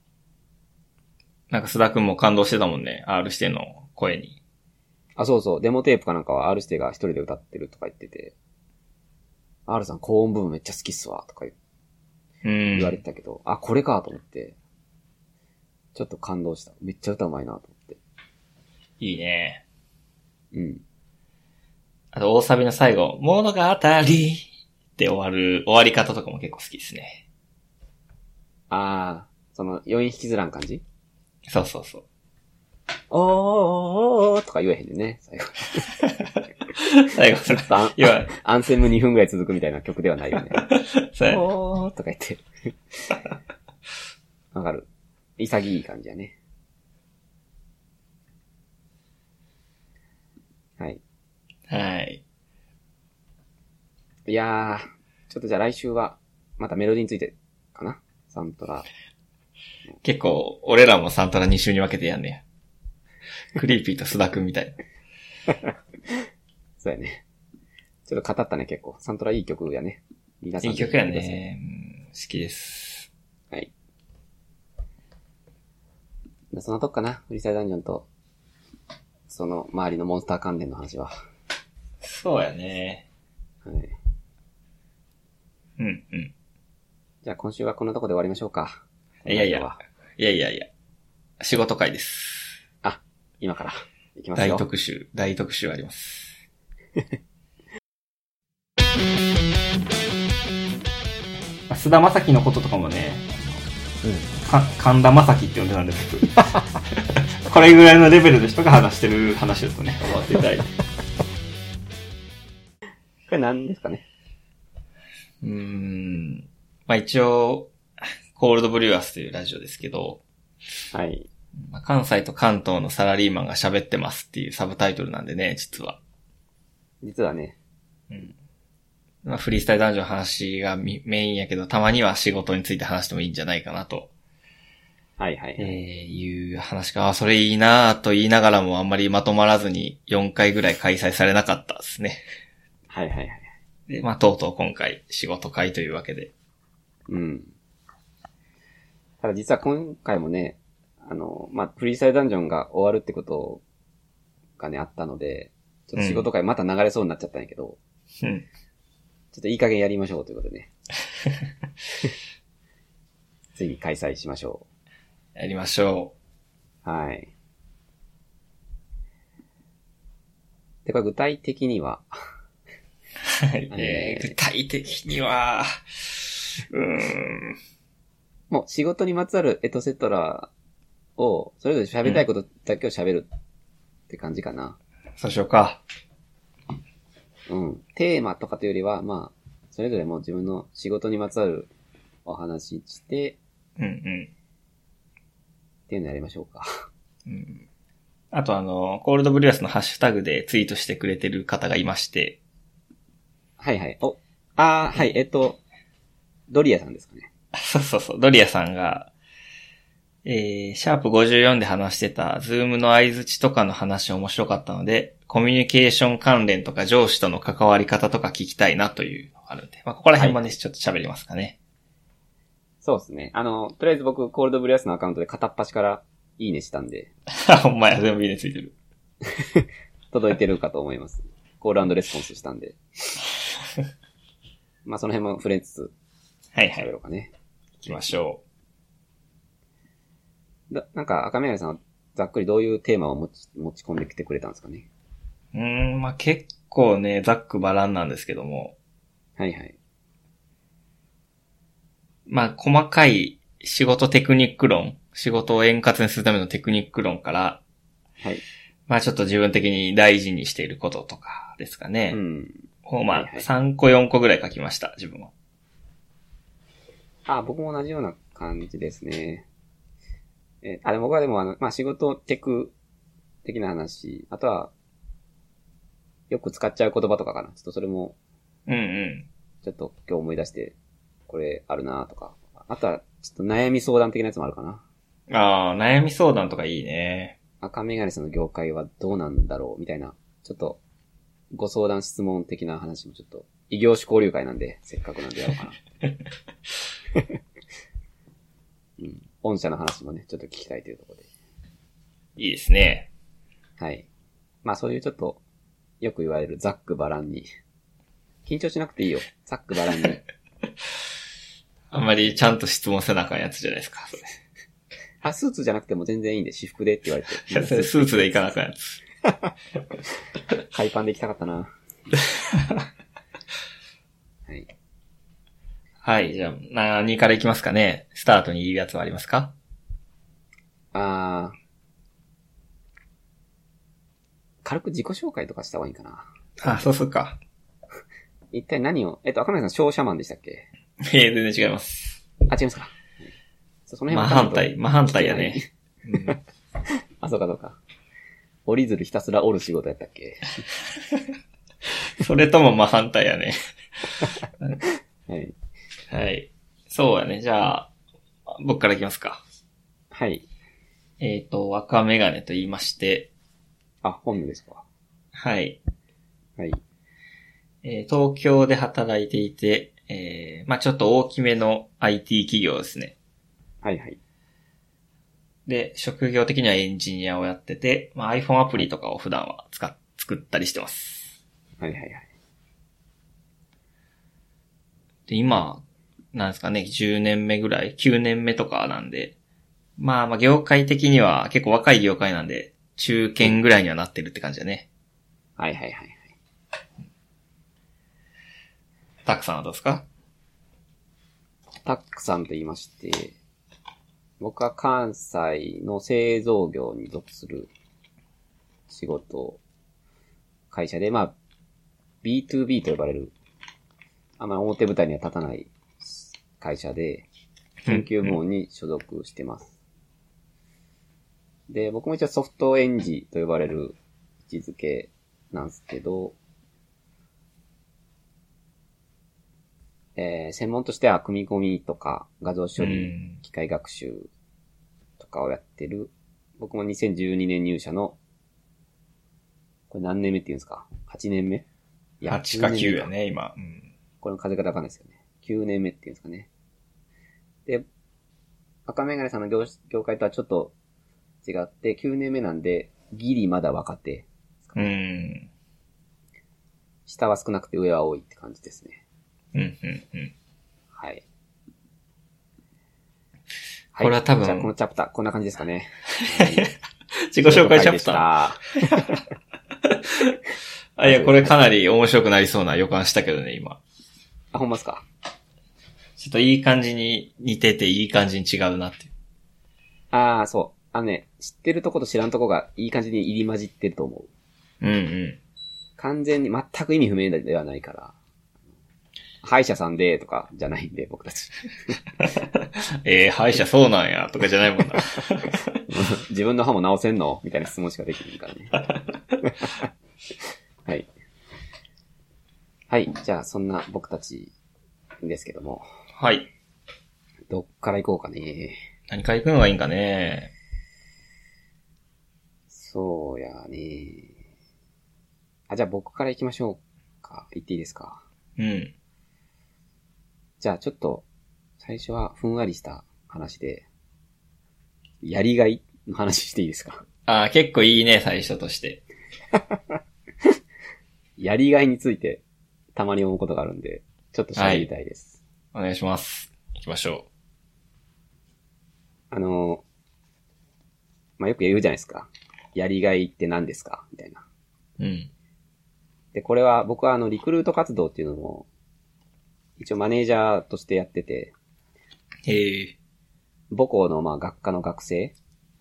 Speaker 1: なんか須田くんも感動してたもんね。R しての声に。
Speaker 2: あ、そうそう。デモテープかなんかは R してが一人で歌ってるとか言ってて、R さん高音部分めっちゃ好きっすわ、とか言われてたけど、あ、これかと思って、ちょっと感動した。めっちゃ歌うまいなと思って。
Speaker 1: いいね。
Speaker 2: うん。
Speaker 1: あと大サビの最後、物語って終わり方とかも結構好きですね。
Speaker 2: あー、その余韻引きずらん感じ？
Speaker 1: そうそうそう。
Speaker 2: おーとか言えへんね、最後。
Speaker 1: 最後
Speaker 2: ちょっとアンセム2分くらい続くみたいな曲ではないよね。おーとか言って。わかる。潔い感じやね。はい。
Speaker 1: はい。
Speaker 2: いやー、ちょっとじゃあ来週は、またメロディーについて、かな？サントラ。
Speaker 1: 結構、俺らもサントラ2週に分けてやんねや。クリーピーと須田くんみたいな。
Speaker 2: そうやね。ちょっと語ったね、結構。サントラいい曲やね。皆さん
Speaker 1: いい曲やね。好きです。
Speaker 2: はい。そのとこかな。フリースタイルダンジョンと、その周りのモンスター関連の話は。
Speaker 1: そうやね。
Speaker 2: はい。
Speaker 1: うんうん。
Speaker 2: じゃあ今週はこんなとこで終わりましょうか。
Speaker 1: いや。仕事会です。
Speaker 2: あ、今から。いきますよ。
Speaker 1: 大特集あります。須田正樹のこととかもね、神田正樹って呼んでたんですけど、これぐらいのレベルの人が話してる話だとね、思っていただいて。
Speaker 2: これ何ですかね。
Speaker 1: まあ一応、コールドブリュアスというラジオですけど、
Speaker 2: はい。
Speaker 1: 関西と関東のサラリーマンが喋ってますっていうサブタイトルなんでね、実は。
Speaker 2: 実はね。
Speaker 1: まあ、フリースタイルダンジョンの話がメインやけど、たまには仕事について話してもいいんじゃないかなと。
Speaker 2: はいはい。
Speaker 1: いう話が、それいいなぁと言いながらもあんまりまとまらずに4回ぐらい開催されなかったですね。
Speaker 2: はい。
Speaker 1: で、まあ、とうとう今回仕事会というわけで。
Speaker 2: うん。ただ実は今回もね、フリースタイルダンジョンが終わるってことがね、あったので、ちょっと仕事会また流れそうになっちゃったんやけど、
Speaker 1: うん。
Speaker 2: ちょっといい加減やりましょうということでね。次開催しましょ
Speaker 1: やりましょ
Speaker 2: う。はい。で、これ具体的には、
Speaker 1: う。はい。具体的には、
Speaker 2: もう仕事にまつわるエトセトラを、それぞれ喋りたいことだけを喋るって感じかな。
Speaker 1: そうしようか。
Speaker 2: うん。テーマとかというよりは、まあ、それぞれもう自分の仕事にまつわるお話して、
Speaker 1: うんうん。
Speaker 2: っていうのやりましょうか。
Speaker 1: うん、あとコールドブリュアスのハッシュタグでツイートしてくれてる方がいまして。
Speaker 2: はいはい。はい、ドリアさんですかね。
Speaker 1: そうそうそう、ドリアさんが、シャープ54で話してた、ズームの相槌とかの話面白かったので、コミュニケーション関連とか上司との関わり方とか聞きたいなというのがあるんで、まあ、ここら辺もね、ちょっと喋りますかね。
Speaker 2: そうですね。とりあえず僕、コールドブリュアスのアカウントで片っ端からいいねしたんで。
Speaker 1: ほんまや、全部いいねついてる。
Speaker 2: 届いてるかと思います。コール&レスポンスしたんで。まあその辺も触れつつ、
Speaker 1: はいはい。
Speaker 2: 喋ろうかね。
Speaker 1: 行きましょ
Speaker 2: なんか赤目がさんはざっくりどういうテーマを持ち込んできてくれたんですかね。
Speaker 1: まあ結構ね、ざっくばらんなんですけども。
Speaker 2: はいはい。
Speaker 1: まあ細かい仕事テクニック論、仕事を円滑にするためのテクニック論から、
Speaker 2: はい。
Speaker 1: まあちょっと自分的に大事にしていることとかですかね。
Speaker 2: うん。
Speaker 1: まあ3個4個ぐらい書きました、自分は。
Speaker 2: 僕も同じような感じですね。僕はでもまあ仕事テク的な話、あとは、よく使っちゃう言葉とかかな。ちょっとそれも、
Speaker 1: うんうん。
Speaker 2: ちょっと今日思い出して、これあるなとか。あとは、ちょっと悩み相談的なやつもあるかな。
Speaker 1: 悩み相談とかいいね。
Speaker 2: 赤メガネさんの業界はどうなんだろうみたいな、ちょっと、ご相談質問的な話もちょっと、異業種交流会なんで、せっかくなんでやろうかな。うん。御社の話もね、ちょっと聞きたいというところで。
Speaker 1: いいですね。
Speaker 2: はい。まあそういうちょっと、よく言われるザックバランに。緊張しなくていいよ。ザックバランに。
Speaker 1: あんまりちゃんと質問せなあかんやつじゃないですか、それ。
Speaker 2: スーツじゃなくても全然いいんで、私服でって言われて。
Speaker 1: いや、それスーツで行かなあかんやつ。
Speaker 2: 海パンで行きたかったな。はい。
Speaker 1: はい、じゃあ、何から行きますかね。スタートにいいやつはありますか？
Speaker 2: 軽く自己紹介とかした方がいいかな。
Speaker 1: そうするか。
Speaker 2: 一体何を、赤嶺さん、商社マンでしたっけ？
Speaker 1: 全然違います。
Speaker 2: 違いますか。その辺は
Speaker 1: 真反対やね。
Speaker 2: うん、そうか。折り鶴ひたすら折る仕事やったっけ？
Speaker 1: それとも真反対やね。
Speaker 2: はい。
Speaker 1: はい。そうやね。じゃあ、僕からいきますか。
Speaker 2: はい。
Speaker 1: 赤メガネと言いまして。
Speaker 2: 本名ですか。
Speaker 1: はい。
Speaker 2: はい。
Speaker 1: 東京で働いていて、まあちょっと大きめの IT 企業ですね。
Speaker 2: はいはい。
Speaker 1: で、職業的にはエンジニアをやってて、まあ iPhone アプリとかを普段は作ったりしてます。
Speaker 2: はいはいはい。
Speaker 1: で、今、なんですかね、10年目ぐらい ?9 年目とかなんで、まあ業界的には結構若い業界なんで、中堅ぐらいにはなってるって感じだね。
Speaker 2: はいはいはい。
Speaker 1: タックさんはどうですか？
Speaker 2: タックさんと言いまして、僕は関西の製造業に属する仕事、会社で、まあ、B2B と呼ばれる、あんまり表舞台には立たない会社で、研究部門に所属してます。で、僕も一応ソフトエンジと呼ばれる位置づけなんですけど、専門としては組み込みとか画像処理、機械学習とかをやってる、僕も2012年入社の、これ何年目って言うんですか？ 8 年目？
Speaker 1: 8か9やね、今。
Speaker 2: これの数え方わかんないですよね。9年目って言うんですかね。 で、赤メガネさんの業界とはちょっと違って、9年目なんで、ギリまだ若手。下は少なくて上は多いって感じですね。はい。
Speaker 1: これは多分。
Speaker 2: じゃあこのチャプター、こんな感じですかね。
Speaker 1: 自己紹介チャプター。いや、これかなり面白くなりそうな予感したけどね、今。
Speaker 2: あ、ほんまっすか。
Speaker 1: ちょっといい感じに似てていい感じに違うなって。
Speaker 2: ああ、そう。知ってるとこと知らんとこがいい感じに入り混じってると思
Speaker 1: う。
Speaker 2: 完全に全く意味不明ではないから。歯医者さんでとかじゃないんで、僕たち。
Speaker 1: 歯医者そうなんやとかじゃないもんな。
Speaker 2: 自分の歯も治せんのみたいな質問しかできないからね。はい。はい。じゃあ、そんな僕たちですけども。
Speaker 1: はい。
Speaker 2: どっから行こうかね。
Speaker 1: 何から行くのがいいんかね。
Speaker 2: そうやね。じゃあ僕から行きましょうか。行っていいですか。じゃあちょっと、最初はふんわりした話で、やりがいの話していいですか。
Speaker 1: 結構いいね、最初として。
Speaker 2: やりがいについて、たまに思うことがあるんで、ちょっと喋りたいです。
Speaker 1: はい、お願いします。行きましょ
Speaker 2: う。よく言うじゃないですか。やりがいって何ですかみたいな。で、これは、僕はリクルート活動っていうのも、一応マネージャーとしてやってて、母校の学科の学生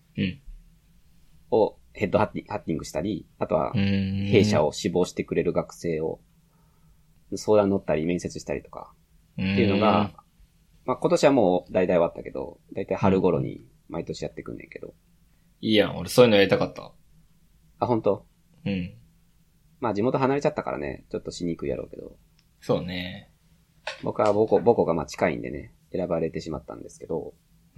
Speaker 2: をヘッドハッティングしたり、あとは弊社を志望してくれる学生を相談乗ったり面接したりとかっていうのが、今年はもう大体終わったけど、大体春頃に毎年やってくんねんけど。
Speaker 1: いいやん、俺そういうのやりたかった。
Speaker 2: 本当？地元離れちゃったからね、ちょっとしにくいやろうけど。
Speaker 1: そうね。
Speaker 2: 僕は母校が近いんでね、選ばれてしまったんですけど、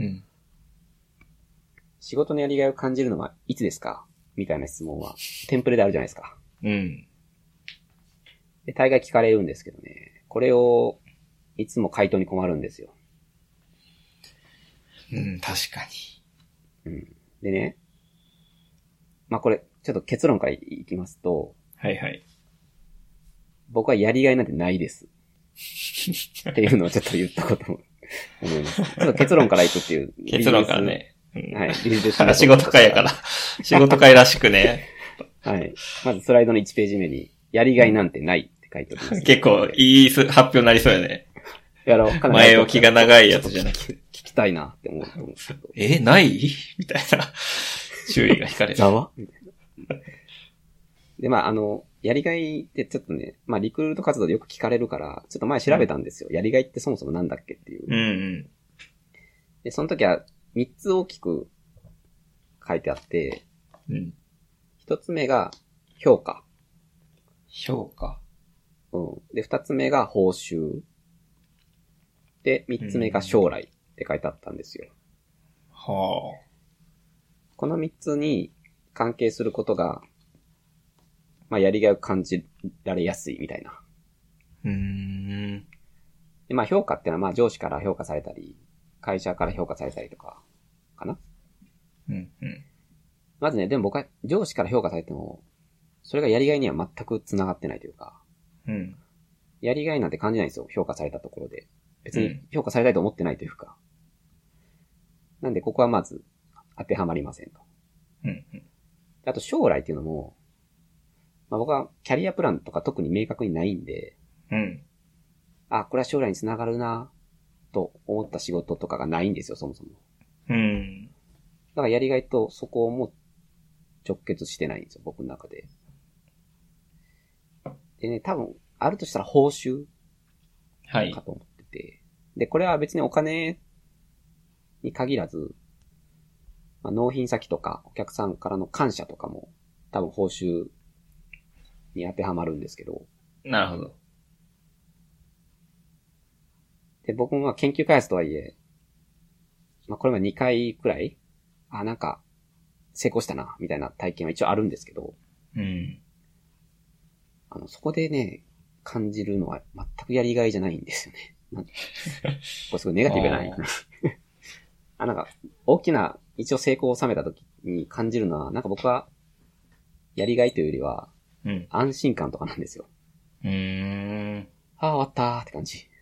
Speaker 2: 仕事のやりがいを感じるのはいつですかみたいな質問は、テンプレであるじゃないですか。で、大概聞かれるんですけどね、これを、いつも回答に困るんですよ。
Speaker 1: 確か
Speaker 2: に。でね、これ、ちょっと結論からいきますと、僕はやりがいなんてないです。っていうのをちょっと言ったことも思います。ちょっと結論からいくっていう。
Speaker 1: 結論からね。
Speaker 2: はい。
Speaker 1: 仕事会やから。仕事会らしくね。
Speaker 2: はい。まずスライドの1ページ目に、やりがいなんてないって書いてあります、
Speaker 1: 結構いい発表になりそうやね。
Speaker 2: やろう。
Speaker 1: 前置きが長いやつじゃなくて。
Speaker 2: 聞きたいなって思うと思うんですけど。
Speaker 1: ないみたいな。注意が引かれる。
Speaker 2: ざわみたいな。で、やりがいってちょっとね、リクルート活動でよく聞かれるから、ちょっと前調べたんですよ。やりがいってそもそもなんだっけっていう。で、その時は3つ大きく書いてあって、1つ目が評価。で、2つ目が報酬。で、3つ目が将来って書いてあったんですよ。この3つに関係することが、やりがいを感じられやすいみたいな。で、評価ってのは上司から評価されたり、会社から評価されたりとか、かな。まずね、でも僕は上司から評価されても、それがやりがいには全く繋がってないというか、やりがいなんて感じないんですよ、評価されたところで。別に評価されたいと思ってないというか。なんでここはまず当てはまりませんと。あと将来っていうのも、僕はキャリアプランとか特に明確にないんで、これは将来につながるなと思った仕事とかがないんですよ、そもそも。だからやりがいとそこも直結してないんですよ、僕の中で。でね、多分、あるとしたら報酬かと思ってて。で、これは別にお金に限らず、納品先とかお客さんからの感謝とかも多分報酬に当てはまるんですけど。
Speaker 1: なるほど。
Speaker 2: で、僕も研究開発とはいえ、これは2回くらい、なんか、成功したな、みたいな体験は一応あるんですけど、そこでね、感じるのは全くやりがいじゃないんですよね。 これすごいネガティブじゃないなんか、大きな、一応成功を収めた時に感じるのは、なんか僕は、やりがいというよりは、安心感とかなんですよ。ああ、終わったーって感じ。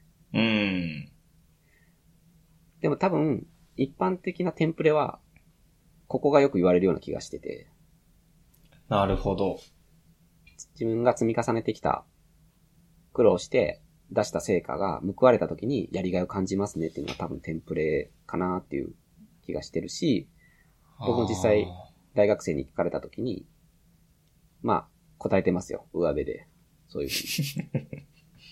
Speaker 2: でも多分、一般的なテンプレは、ここがよく言われるような気がしてて。
Speaker 1: なるほど。
Speaker 2: 自分が積み重ねてきた、苦労して出した成果が報われた時にやりがいを感じますねっていうのは多分テンプレかなっていう気がしてるし、僕も実際大学生に聞かれた時に、まあ、答えてますよ。上辺で。そういうふうに。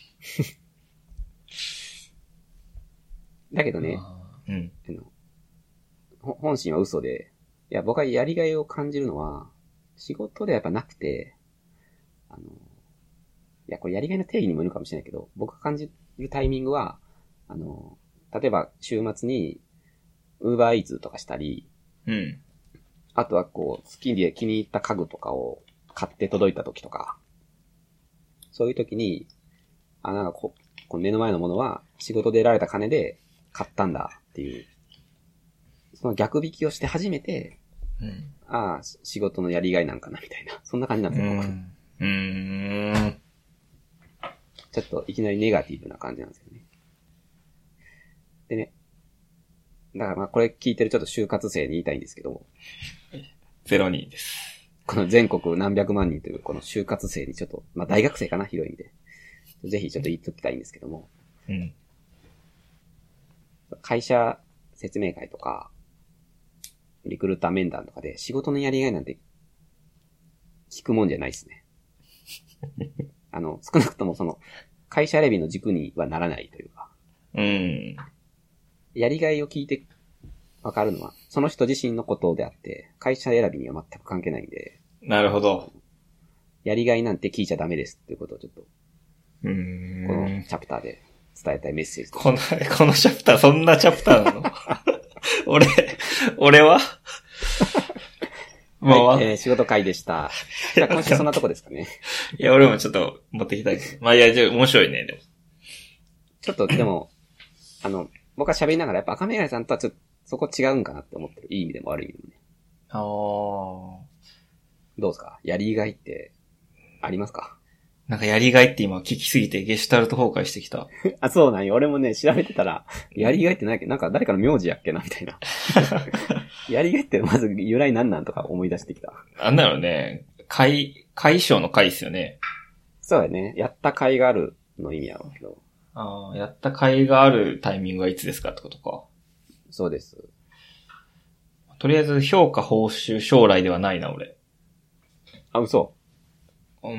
Speaker 2: だけどね、本心は嘘で、いや、僕はやりがいを感じるのは、仕事ではやっぱなくて、いや、これやりがいの定義にもよるかもしれないけど、僕が感じるタイミングは、例えば週末に、ウーバーイーツとかしたり、あとはこう、好きで気に入った家具とかを買って届いた時とか、そういう時に、なんかこの目の前のものは仕事で得られた金で買ったんだっていう、その逆引きをして初めて、仕事のやりがいなんかなみたいな、そんな感じなんですよ、僕。ちょっといきなりネガティブな感じなんですよね。でね、だからまあこれ聞いてるちょっと就活生に言いたいんですけど、
Speaker 1: 0人です。
Speaker 2: この全国何百万人というこの就活生にちょっと、まあ大学生かな、広い意味で。ぜひちょっと言っときたいんですけども。会社説明会とか、リクルーター面談とかで仕事のやりがいなんて聞くもんじゃないですね。少なくともその、会社選びの軸にはならないというか。やりがいを聞いてわかるのは、その人自身のことであって、会社選びには全く関係ないんで。
Speaker 1: なるほど。
Speaker 2: やりがいなんて聞いちゃダメですっていうことをちょっと、このチャプターで伝えたいメッセージ。
Speaker 1: このチャプター、そんなチャプターなの俺は
Speaker 2: はい、仕事会でした。じゃあ今週そんなとこですかね。
Speaker 1: いや、俺もちょっと持ってきたいけど。まあいや、じゃあ面白いね、でも。
Speaker 2: ちょっと、でも、僕は喋りながらやっぱ赤メガネさんとはちょっとそこ違うんかなって思ってる。いい意味でも悪い意味でもね。どうですか？やりがいってありますか？
Speaker 1: なんかやりがいって今聞きすぎてゲシュタルト崩壊してきた。
Speaker 2: そうなんよ。俺もね、調べてたら、やりがいってなんか誰かの名字やっけなみたいな。やりがいってまず由来なんなんとか思い出してきた。
Speaker 1: なんだろうね。解消の解ですよね。
Speaker 2: そうやね。やった甲斐があるの意味やろうけど。
Speaker 1: やった甲斐があるタイミングはいつですかってことか。
Speaker 2: そうです。
Speaker 1: とりあえず評価報酬将来ではないな、俺。
Speaker 2: 嘘。強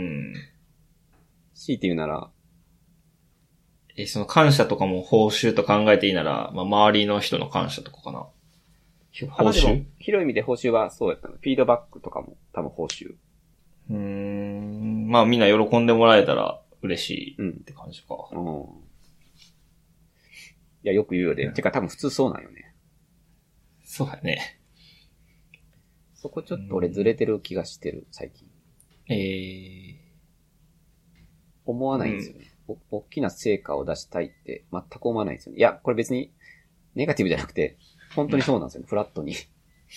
Speaker 2: いて言うなら。
Speaker 1: その感謝とかも報酬と考えていいなら、まあ、周りの人の感謝とかかな。
Speaker 2: 報酬？広い意味で報酬はそうやったの。フィードバックとかも多分報酬。
Speaker 1: まあみんな喜んでもらえたら嬉しいって感じか。
Speaker 2: いや、よく言うよね。てか多分普通そうなんよね。
Speaker 1: そうやね。
Speaker 2: そこちょっと俺ずれてる気がしてる、最近。思わないんですよね。大きな成果を出したいって全く思わないんですよね。いや、これ別にネガティブじゃなくて、本当にそうなんですよね、フラットに。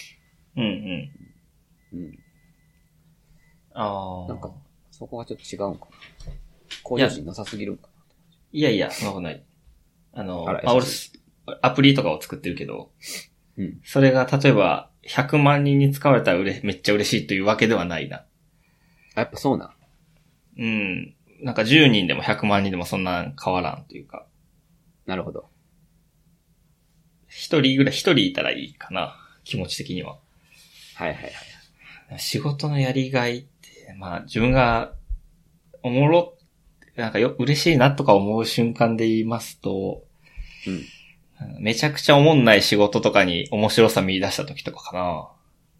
Speaker 2: なんか、そこがちょっと違うんかな。向上心なさすぎるんかな。
Speaker 1: いや、そんなことない。俺、アプリとかを作ってるけど、それが例えば100万人に使われたらめっちゃ嬉しいというわけではないな。
Speaker 2: やっぱそうな。
Speaker 1: なんか10人でも100万人でもそんな変わらんというか。
Speaker 2: なるほど。
Speaker 1: 一人いたらいいかな。気持ち的には。
Speaker 2: はいはいはい。
Speaker 1: 仕事のやりがいって、まあ自分がなんか嬉しいなとか思う瞬間で言いますと、めちゃくちゃおもんない仕事とかに面白さ見出した時とかか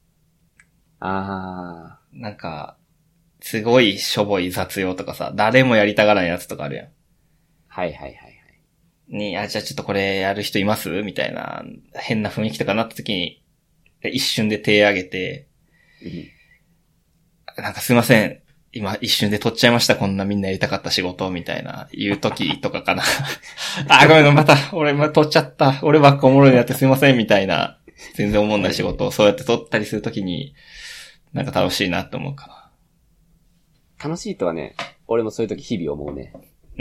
Speaker 1: な。なんか、すごいしょぼい雑用とかさ、誰もやりたがらんやつとかあるやん。
Speaker 2: はいはいはいはい。
Speaker 1: じゃあちょっとこれやる人いますみたいな、変な雰囲気とかなった時に、一瞬で手挙げて、なんかすいません、 今一瞬で取っちゃいました、こんなみんなやりたかった仕事、みたいな、言う時とかかな。あ、ごめん、また、俺取っちゃった。俺ばっかおもろいのやってすいません、みたいな、全然思んない仕事をそうやって取ったりするときに、なんか楽しいなって思うかな。
Speaker 2: 楽しいとはね、俺もそういう時日々思うね。
Speaker 1: うん。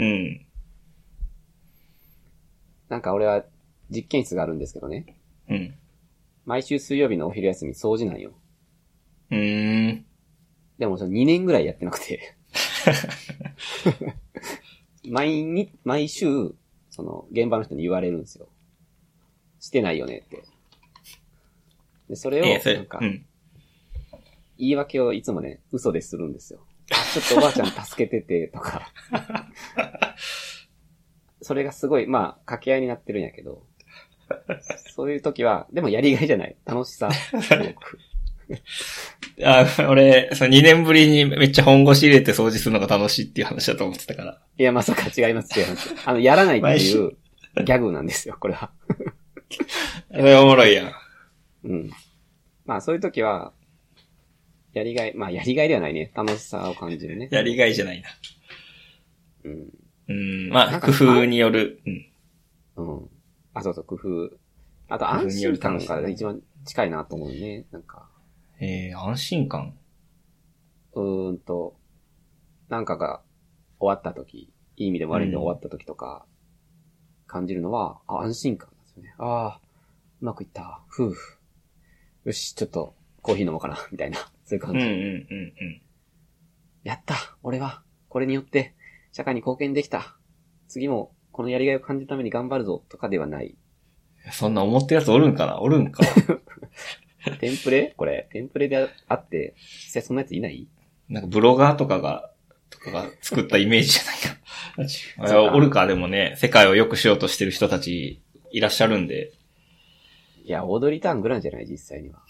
Speaker 2: なんか俺は実験室があるんですけどね。
Speaker 1: うん。
Speaker 2: 毎週水曜日のお昼休み掃除なんよ。でもその2年ぐらいやってなくて。毎週、その現場の人に言われるんですよ。してないよねって。で、それを、なんか、言い訳をいつもね、嘘でするんですよ。ちょっとおばあちゃん助けてて、とか。それがすごい、まあ、掛け合いになってるんやけど、そういう時は、でもやりがいじゃない。楽しさ。すごく。
Speaker 1: 俺、2年ぶりにめっちゃ本腰入れて掃除するのが楽しいっていう話だと思ってたから。
Speaker 2: いや、まさか違います。やらないっていうギャグなんですよ、これは。
Speaker 1: それおもろいやん。
Speaker 2: うん。まあ、そういう時は、やりがいではないね。楽しさを感じるね。
Speaker 1: やりがいじゃないな。
Speaker 2: うん。
Speaker 1: まあ、工夫による。
Speaker 2: うん。あ、そうそう、工夫。あと、安心感が一番近いなと思うね。なんか。
Speaker 1: 安心感
Speaker 2: なんかが終わった時、いい意味でも悪い意味で終わった時とか、感じるのは、安心感なんですよね。ああ、うまくいった。ふう。よし、ちょっと、コーヒー飲もうかな、みたいな。そういう感じ。やった俺は、これによって、社会に貢献できた。次も、このやりがいを感じるために頑張るぞ、とかではない。
Speaker 1: そんな思ってるやつおるんかな。
Speaker 2: テンプレこれ、テンプレであって、実際そんなやついない？
Speaker 1: なんかブロガーとかが作ったイメージじゃないか。おるか、でもね、世界を良くしようとしてる人たちいらっしゃるんで。
Speaker 2: いや、オードリー・ターンぐらいじゃない実際には。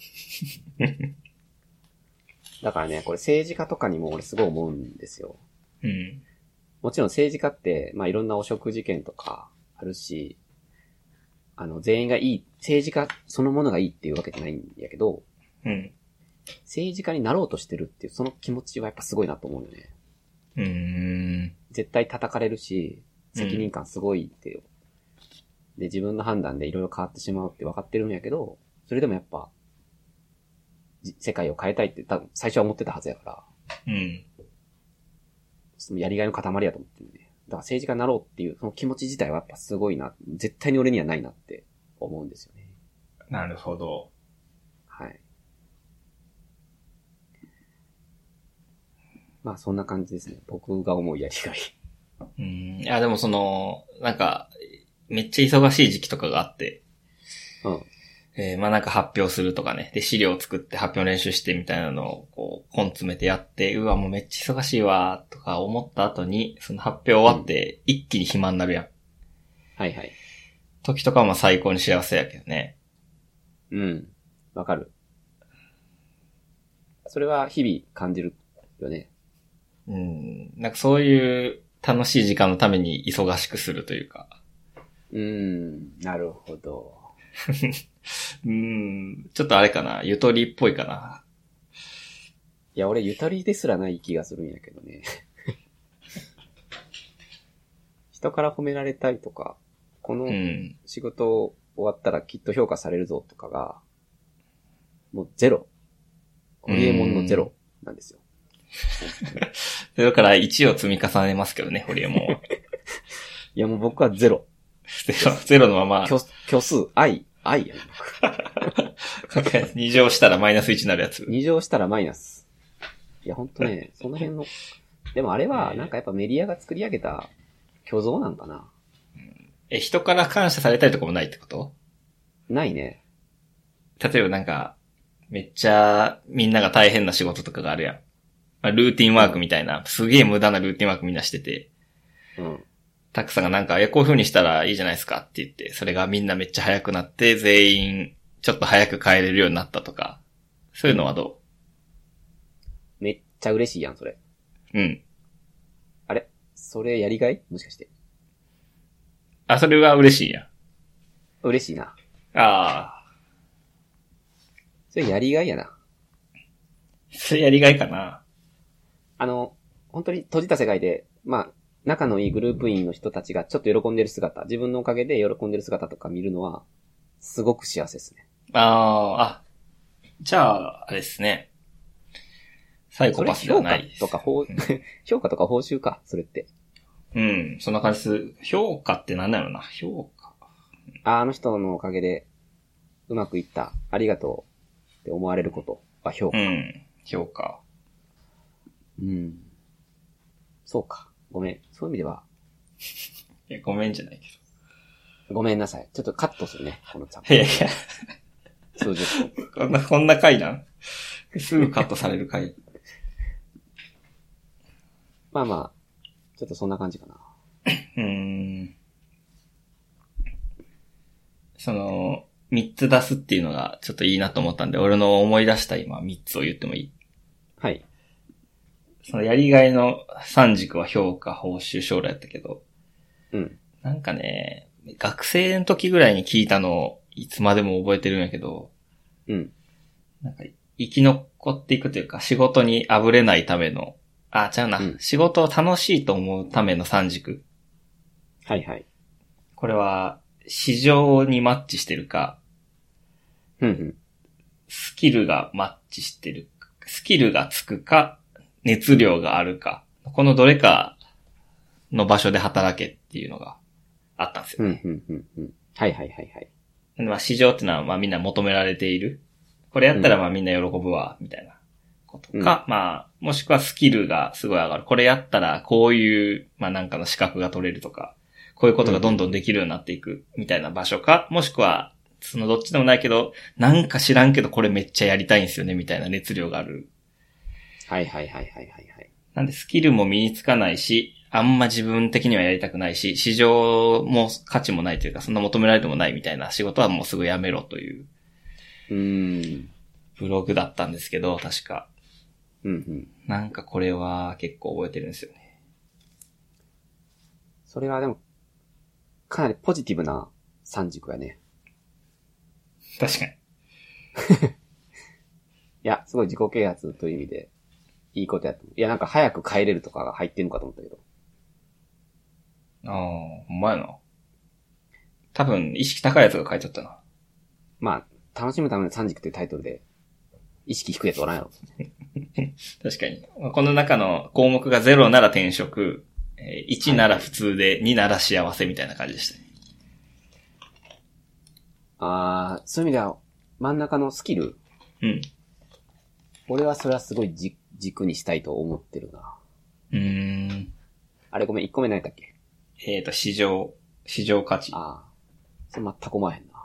Speaker 2: だからね、これ政治家とかにも俺すごい思うんですよ。
Speaker 1: うん。
Speaker 2: もちろん政治家って、まあいろんな汚職事件とかあるし、全員がいい、政治家そのものがいいっていうわけじゃないんやけど、
Speaker 1: うん。
Speaker 2: 政治家になろうとしてるっていうその気持ちはやっぱすごいなと思うよね。絶対叩かれるし、責任感すごいってよ。で、自分の判断でいろいろ変わってしまうって分かってるんやけど、それでもやっぱ、世界を変えたいって多分最初は思ってたはずやから、そのやりがいの塊やと思ってるんで。だから政治家になろうっていうその気持ち自体はやっぱすごいな。絶対に俺にはないなって思うんですよね。
Speaker 1: なるほど。
Speaker 2: はい。まあそんな感じですね。僕が思うやりがい。
Speaker 1: いやでもなんか、めっちゃ忙しい時期とかがあって。まあなんか発表するとかね。で、資料を作って発表練習してみたいなのを、こう、根詰めてやって、うわ、もうめっちゃ忙しいわ、とか思った後に、その発表終わって、一気に暇になるやん。
Speaker 2: はいはい。
Speaker 1: 時とかも最高に幸せやけどね。
Speaker 2: わかる。それは日々感じるよね。
Speaker 1: なんかそういう楽しい時間のために忙しくするというか。
Speaker 2: なるほど。
Speaker 1: ちょっとあれかな、ゆとりっぽいかな。
Speaker 2: いや、俺ゆとりですらない気がするんやけどね。人から褒められたいとか、この仕事終わったらきっと評価されるぞとかが、もうゼロ。ホリエモンのゼロなんですよ。
Speaker 1: それから1を積み重ねますけどね、ホリエモンは。
Speaker 2: いやもう僕はゼロ。
Speaker 1: ゼロのまま。
Speaker 2: 虚数、愛やね。
Speaker 1: 2乗したらマイナス1になるやつ。
Speaker 2: 2乗したらマイナス。いやほんとね、その辺の、でもあれはなんかやっぱメディアが作り上げた虚像なんかな。
Speaker 1: 人から感謝されたいとかもないってこと？
Speaker 2: ないね。
Speaker 1: 例えばなんか、めっちゃみんなが大変な仕事とかがあるやん。まあ、ルーティンワークみたいな、すげえ無駄なルーティンワークみんなしてて。タクさんがなんか、こういう風にしたらいいじゃないですかって言って、それがみんなめっちゃ早くなって、全員ちょっと早く帰れるようになったとか。そういうのはど
Speaker 2: う？めっちゃ嬉しいやん、それ。あれ？それやりがい？もしかして。
Speaker 1: それは嬉しいやん。
Speaker 2: 嬉しいな。それやりがいやな。
Speaker 1: それやりがいかな。
Speaker 2: 本当に閉じた世界で、まあ、仲のいいグループ員の人たちがちょっと喜んでる姿、自分のおかげで喜んでる姿とか見るのは、すごく幸せですね。
Speaker 1: じゃあ、あれですね。サイコパスではないです。
Speaker 2: 評価とか報酬か、それって。
Speaker 1: うん、そんな感じする。評価ってなんだろうな、評価。
Speaker 2: あの人のおかげで、うまくいった、ありがとうって思われることは評価。
Speaker 1: うん、評価。
Speaker 2: うん。そうか。ごめん。そういう意味では。
Speaker 1: いや、ごめんじゃないけ
Speaker 2: ごめんなさい。ちょっとカットするね、このチャン
Speaker 1: ど。いやいや。
Speaker 2: 数十
Speaker 1: こんな回なんすぐカットされる回。
Speaker 2: まあまあ、ちょっとそんな感じかな。
Speaker 1: 3つ出すっていうのがちょっといいなと思ったんで、俺の思い出した今3つを言ってもいい？
Speaker 2: はい。
Speaker 1: そのやりがいの3軸は評価、報酬、将来やったけど、
Speaker 2: うん。
Speaker 1: なんかね、学生の時ぐらいに聞いたのをいつまでも覚えてるんやけど、
Speaker 2: うん。
Speaker 1: なんか生き残っていくというか仕事にあぶれないための、違うな、仕事を楽しいと思うための3軸。
Speaker 2: はいはい。
Speaker 1: これは市場にマッチしてるか、スキルがマッチしてる、スキルがつくか、熱量があるか、このどれかの場所で働けっていうのがあったんですよね。
Speaker 2: はいはいはいはい。
Speaker 1: まあ市場ってのはまあみんな求められている。これやったらまあみんな喜ぶわ、みたいなことか、まあ、もしくはスキルがすごい上がる。これやったらこういう、まあなんかの資格が取れるとか、こういうことがどんどんできるようになっていくみたいな場所か、もしくは、そのどっちでもないけど、なんか知らんけどこれめっちゃやりたいんですよね、みたいな熱量がある。
Speaker 2: はいはいはいはいはいはい。
Speaker 1: なんでスキルも身につかないし、あんま自分的にはやりたくないし、市場も価値もないというか、そんな求められてもないみたいな仕事はもうすぐやめろという。ブログだったんですけど、確か。なんかこれは結構覚えてるんですよね。
Speaker 2: それはでも、かなりポジティブな3軸やね。
Speaker 1: 確かに。
Speaker 2: いや、すごい自己啓発という意味で、いいことやと思う。いや、なんか早く帰れるとかが入ってんのかと思ったけど。
Speaker 1: ほんまやな。多分、意識高いやつが書いてあったな。
Speaker 2: まあ、楽しむための3軸っていうタイトルで、意識低いやつおらんやろ。
Speaker 1: 確かに。この中の項目が0なら転職、1なら普通で、2なら幸せみたいな感じでしたね。
Speaker 2: そういう意味では、真ん中のスキル。俺はそれはすごい軸にしたいと思ってるな。あれごめん、1個目何やったっけ？
Speaker 1: 市場価値。
Speaker 2: それ全く思わへんな。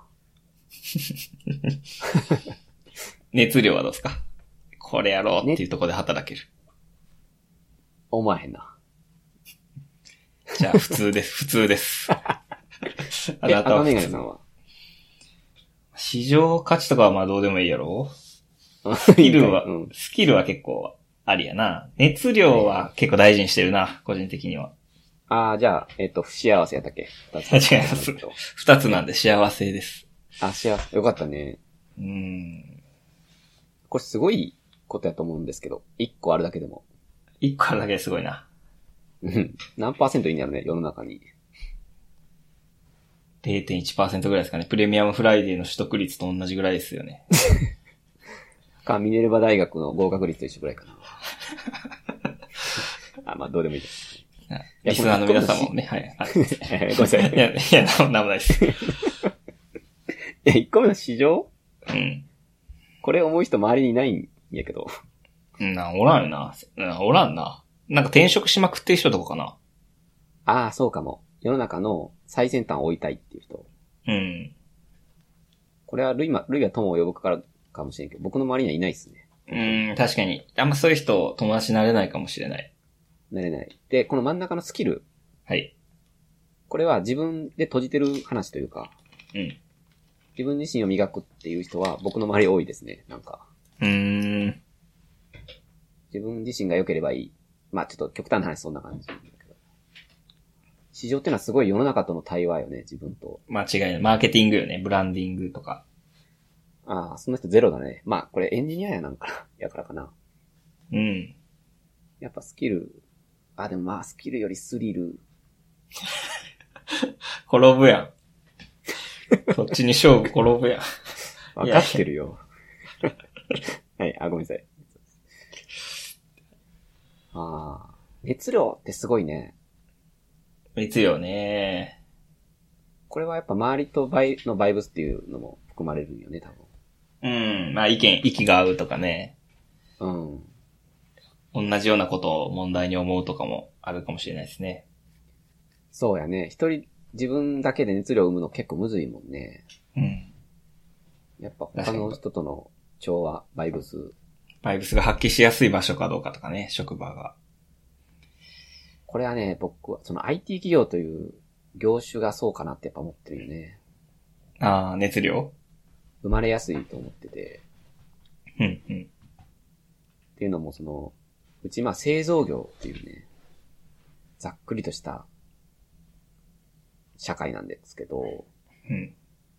Speaker 1: 熱量はどうですか？これやろうっていうところで働ける。
Speaker 2: 思わへんな。
Speaker 1: じゃあ普通です。普通です。あなたは普通。さんは市場価値とかはまあどうでもいいやろ？スキルは結構ありやな。熱量は結構大事にしてるな、個人的には。
Speaker 2: じゃあ、不幸せやったっけ？
Speaker 1: 違います。2つなんで幸せです。
Speaker 2: 幸せ。よかったね。これすごいことやと思うんですけど、1個あるだけでも。
Speaker 1: 1個あるだけですごいな。
Speaker 2: 何%いいんやろね、世の中に。
Speaker 1: 0.1% ぐらいですかね。プレミアムフライデーの取得率と同じぐらいですよね。
Speaker 2: ミネルバ大学の合格率と一緒ぐらいかな。まあ、どうでもいいです。
Speaker 1: リスナーの皆さんもね、はい。
Speaker 2: ごめんなさい。
Speaker 1: いや、なんもないです。
Speaker 2: 1個目の市場？これ思う人周りにいないんやけど。
Speaker 1: おらんよな。おらんな。なんか転職しまくってる人とかか
Speaker 2: な。そうかも。世の中の最先端を追いたいっていう人。これはルイは友を呼ぶからかもしれんけど、僕の周りにはいないっすね。
Speaker 1: 確かに。あんまそういう人、友達になれないかもしれない。
Speaker 2: なれない。で、この真ん中のスキル。
Speaker 1: はい。
Speaker 2: これは自分で閉じてる話というか。自分自身を磨くっていう人は僕の周り多いですね、なんか。自分自身が良ければいい。まあちょっと極端な話そんな感じ。市場ってのはすごい世の中との対話よね、自分と。
Speaker 1: 間違いない。マーケティングよね、ブランディングとか。
Speaker 2: その人ゼロだね。まあこれエンジニアやからかな。
Speaker 1: うん。
Speaker 2: やっぱスキルあ、でもまあ、スキルよりスリル。
Speaker 1: 転ぶやん。そっちに勝負転ぶやん。
Speaker 2: わかってるよ。はい、あ、ごめんなさい。ああ、熱量ってすごいね。
Speaker 1: 熱量ね。
Speaker 2: これはやっぱ周りとバイブスっていうのも含まれるよね、多
Speaker 1: 分。うん。まあ息が合うとかね。
Speaker 2: うん。
Speaker 1: 同じようなことを問題に思うとかもあるかもしれないですね。
Speaker 2: そうやね。自分だけで熱量を生むの結構むずいもんね。
Speaker 1: うん。
Speaker 2: やっぱ他の人との調和、バイブス
Speaker 1: が発揮しやすい場所かどうかとかね、職場が。
Speaker 2: これはね、僕は、その IT 企業という業種がそうかなってやっぱ思ってるよね。
Speaker 1: ああ、熱量
Speaker 2: 生まれやすいと思ってて。
Speaker 1: うんうん。
Speaker 2: っていうのもうち製造業っていうね、ざっくりとした社会なんですけど、
Speaker 1: うん。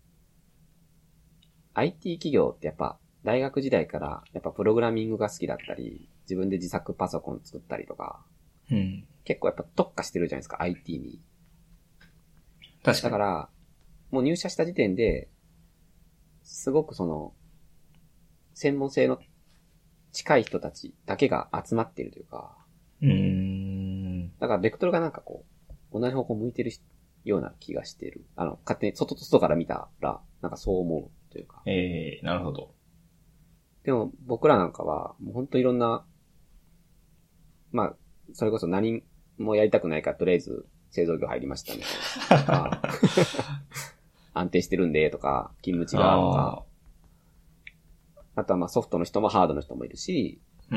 Speaker 2: IT 企業ってやっぱ大学時代からやっぱプログラミングが好きだったり、自分で自作パソコン作ったりとか、
Speaker 1: うん。
Speaker 2: 結構やっぱ特化してるじゃないですか、IT に。
Speaker 1: 確かに。
Speaker 2: だから、もう入社した時点で、すごく専門性の近い人たちだけが集まっているというか、だからベクトルがなんか同じ方向向いてるような気がしてる。勝手に外と外から見たら、なんかそう思うというか。
Speaker 1: なるほど。
Speaker 2: でも僕らなんかは、もうほんといろんな、まあ、それこそ何もやりたくないからとりあえず製造業入りましたみたいな。安定してるんでとか、勤務地がとか。あとはまあソフトの人もハードの人もいるし、
Speaker 1: うん。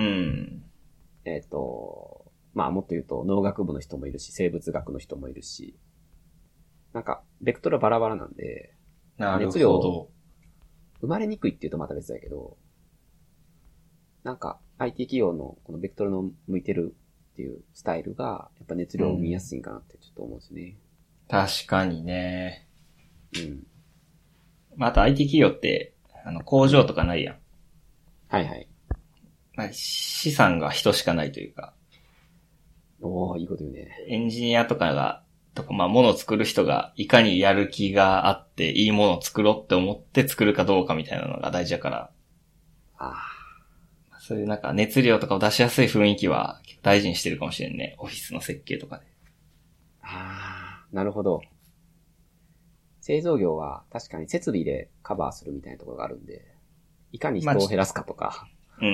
Speaker 2: まあもっと言うと農学部の人もいるし、生物学の人もいるし、なんか、ベクトルバラバラなんで、
Speaker 1: なるほど。
Speaker 2: 熱量生まれにくいって言うとまた別だけど、なんか IT 企業のこのベクトルの向いてるっていうスタイルが、やっぱ熱量を生みやすいんかなってちょっと思うんですね。
Speaker 1: 確かにね。
Speaker 2: うん。
Speaker 1: まあ、あと IT 企業って、工場とかないやん。
Speaker 2: はいはい。
Speaker 1: まあ、資産が人しかないというか。
Speaker 2: おー、いいこと言うね。
Speaker 1: エンジニアとかまあ、物を作る人がいかにやる気があって、いいものを作ろうって思って作るかどうかみたいなのが大事だから。
Speaker 2: あ
Speaker 1: あ。そういうなんか熱量とかを出しやすい雰囲気は大事にしてるかもしれんね。オフィスの設計とかで。
Speaker 2: あー、なるほど。製造業は確かに設備でカバーするみたいなところがあるんで、いかに人を減らすかとか、
Speaker 1: うんうん。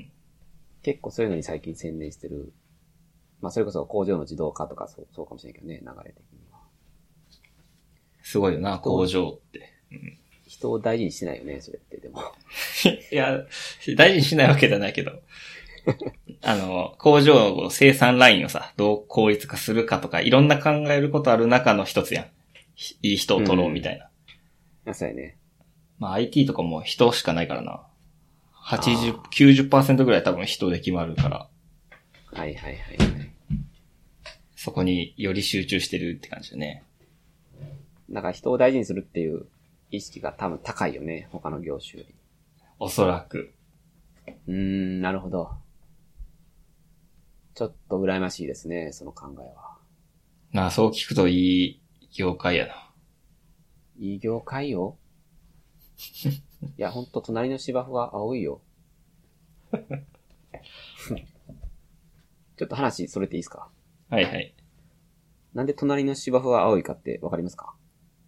Speaker 2: 結構そういうのに最近専念してる。まあそれこそ工場の自動化とかそうかもしれないけどね、流れ的には。
Speaker 1: すごいよな、工場って。
Speaker 2: うん、人を大事にしてないよね、それってでも。
Speaker 1: いや、大事にしないわけじゃないけど。工場の生産ラインをさ、どう効率化するかとか、いろんな考えることある中の一つやん。いい人を取ろうみたいな。
Speaker 2: そうやね。
Speaker 1: まあ IT とかも人しかないからな。80、90% ぐらい多分人で決まるから。
Speaker 2: はいはいはいはい。
Speaker 1: そこにより集中してるって感じだね。
Speaker 2: だから人を大事にするっていう意識が多分高いよね、他の業種より。
Speaker 1: おそらく。
Speaker 2: なるほど。ちょっと羨ましいですね、その考えは。
Speaker 1: なあ、そう聞くといい業界やな。
Speaker 2: いい業界よ。いや、ほんと隣の芝生は青いよ。ちょっと話それていいですか？
Speaker 1: はいはい。
Speaker 2: なんで隣の芝生は青いかってわかりますか？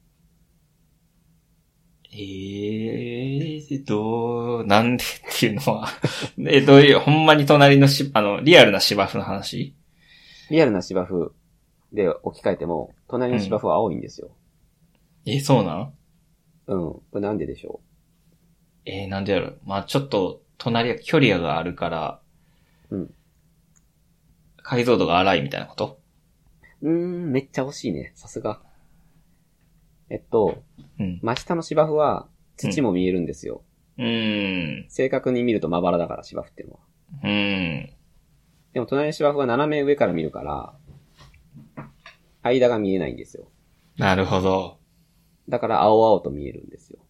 Speaker 1: なんでっていうのはどういう、ほんまに隣のリアルな芝生の話？
Speaker 2: リアルな芝生で置き換えても、隣の芝生は青いんですよ。
Speaker 1: そうなん？
Speaker 2: うん。これなんででしょ
Speaker 1: う？なんでやろ？まあちょっと、距離があるから、
Speaker 2: うん。
Speaker 1: 解像度が荒いみたいなこと？
Speaker 2: めっちゃ惜しいね。さすが。
Speaker 1: うん。
Speaker 2: 真下の芝生は土も見えるんですよ。正確に見るとまばらだから芝生っていうのは。でも隣の芝生は斜め上から見るから、間が見えないんですよ。
Speaker 1: なるほど。
Speaker 2: だから青々と見えるんですよ。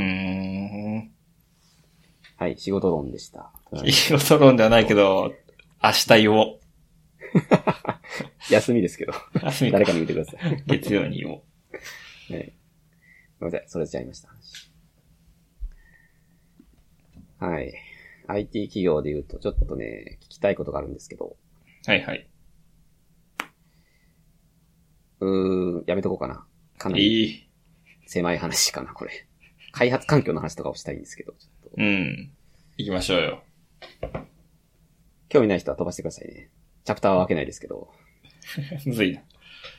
Speaker 2: はい、仕事論でした。
Speaker 1: 仕事論ではないけど、明日言おう。
Speaker 2: 休みですけど。
Speaker 1: 休み
Speaker 2: 誰かに見てください。
Speaker 1: 月曜に言おう。
Speaker 2: はい。ごめんなさい。それちゃいました。はい。IT 企業で言うと、ちょっとね、聞きたいことがあるんですけど。
Speaker 1: はいはい。
Speaker 2: やめとこうかな。かな
Speaker 1: い
Speaker 2: り
Speaker 1: い。
Speaker 2: 狭い話かな、これ。開発環境の話とかをしたいんですけど。ちょっと
Speaker 1: うん。行きましょうよ。
Speaker 2: 興味ない人は飛ばしてくださいね。チャプターは分けないですけど。
Speaker 1: むずいな。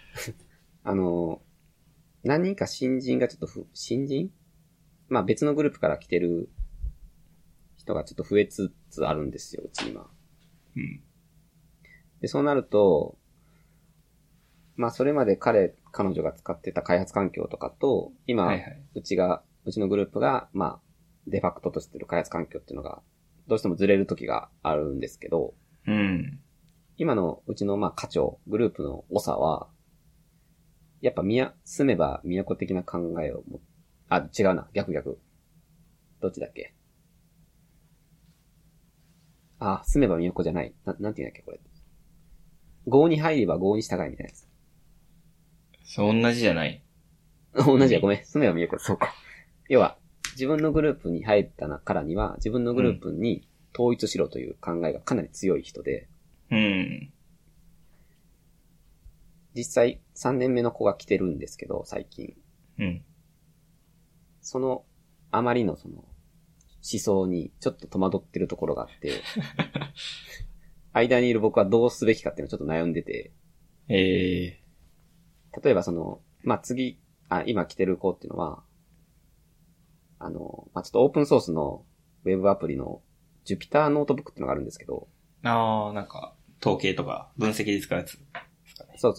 Speaker 2: 何人か新人がちょっと新人まあ別のグループから来てる人がちょっと増えつつあるんですよ、うち今。
Speaker 1: うん。
Speaker 2: で、そうなると、まあそれまで彼女が使ってた開発環境とかと、今、
Speaker 1: はいはい、
Speaker 2: うちのグループが、まあ、デファクトとしてる開発環境っていうのが、どうしてもずれる時があるんですけど、
Speaker 1: うん。
Speaker 2: 今のうちのまあ課長、グループの長は、やっぱ住めば都的な考えを違うな、逆。どっちだっけ住めば都じゃない。なんて言うんだっけ、これ。郷に入れば郷に従いみたいなやつ。
Speaker 1: そう、同じじゃない。
Speaker 2: 同じや、ごめん。住めば都、そうか。要は、自分のグループに入ったからには、自分のグループに統一しろという考えがかなり強い人で、
Speaker 1: うん。
Speaker 2: 実際3年目の子が来てるんですけど、最近。
Speaker 1: うん。
Speaker 2: あまりの思想にちょっと戸惑ってるところがあって、間にいる僕はどうすべきかっていうのをちょっと悩んでて、例えばまあ、今来てる子っていうのは、まあ、ちょっとオープンソースのウェブアプリの Jupyter ノートブックっていうのがあるんですけど、
Speaker 1: なんか、統計とか分析で使うやつですかね。
Speaker 2: そう。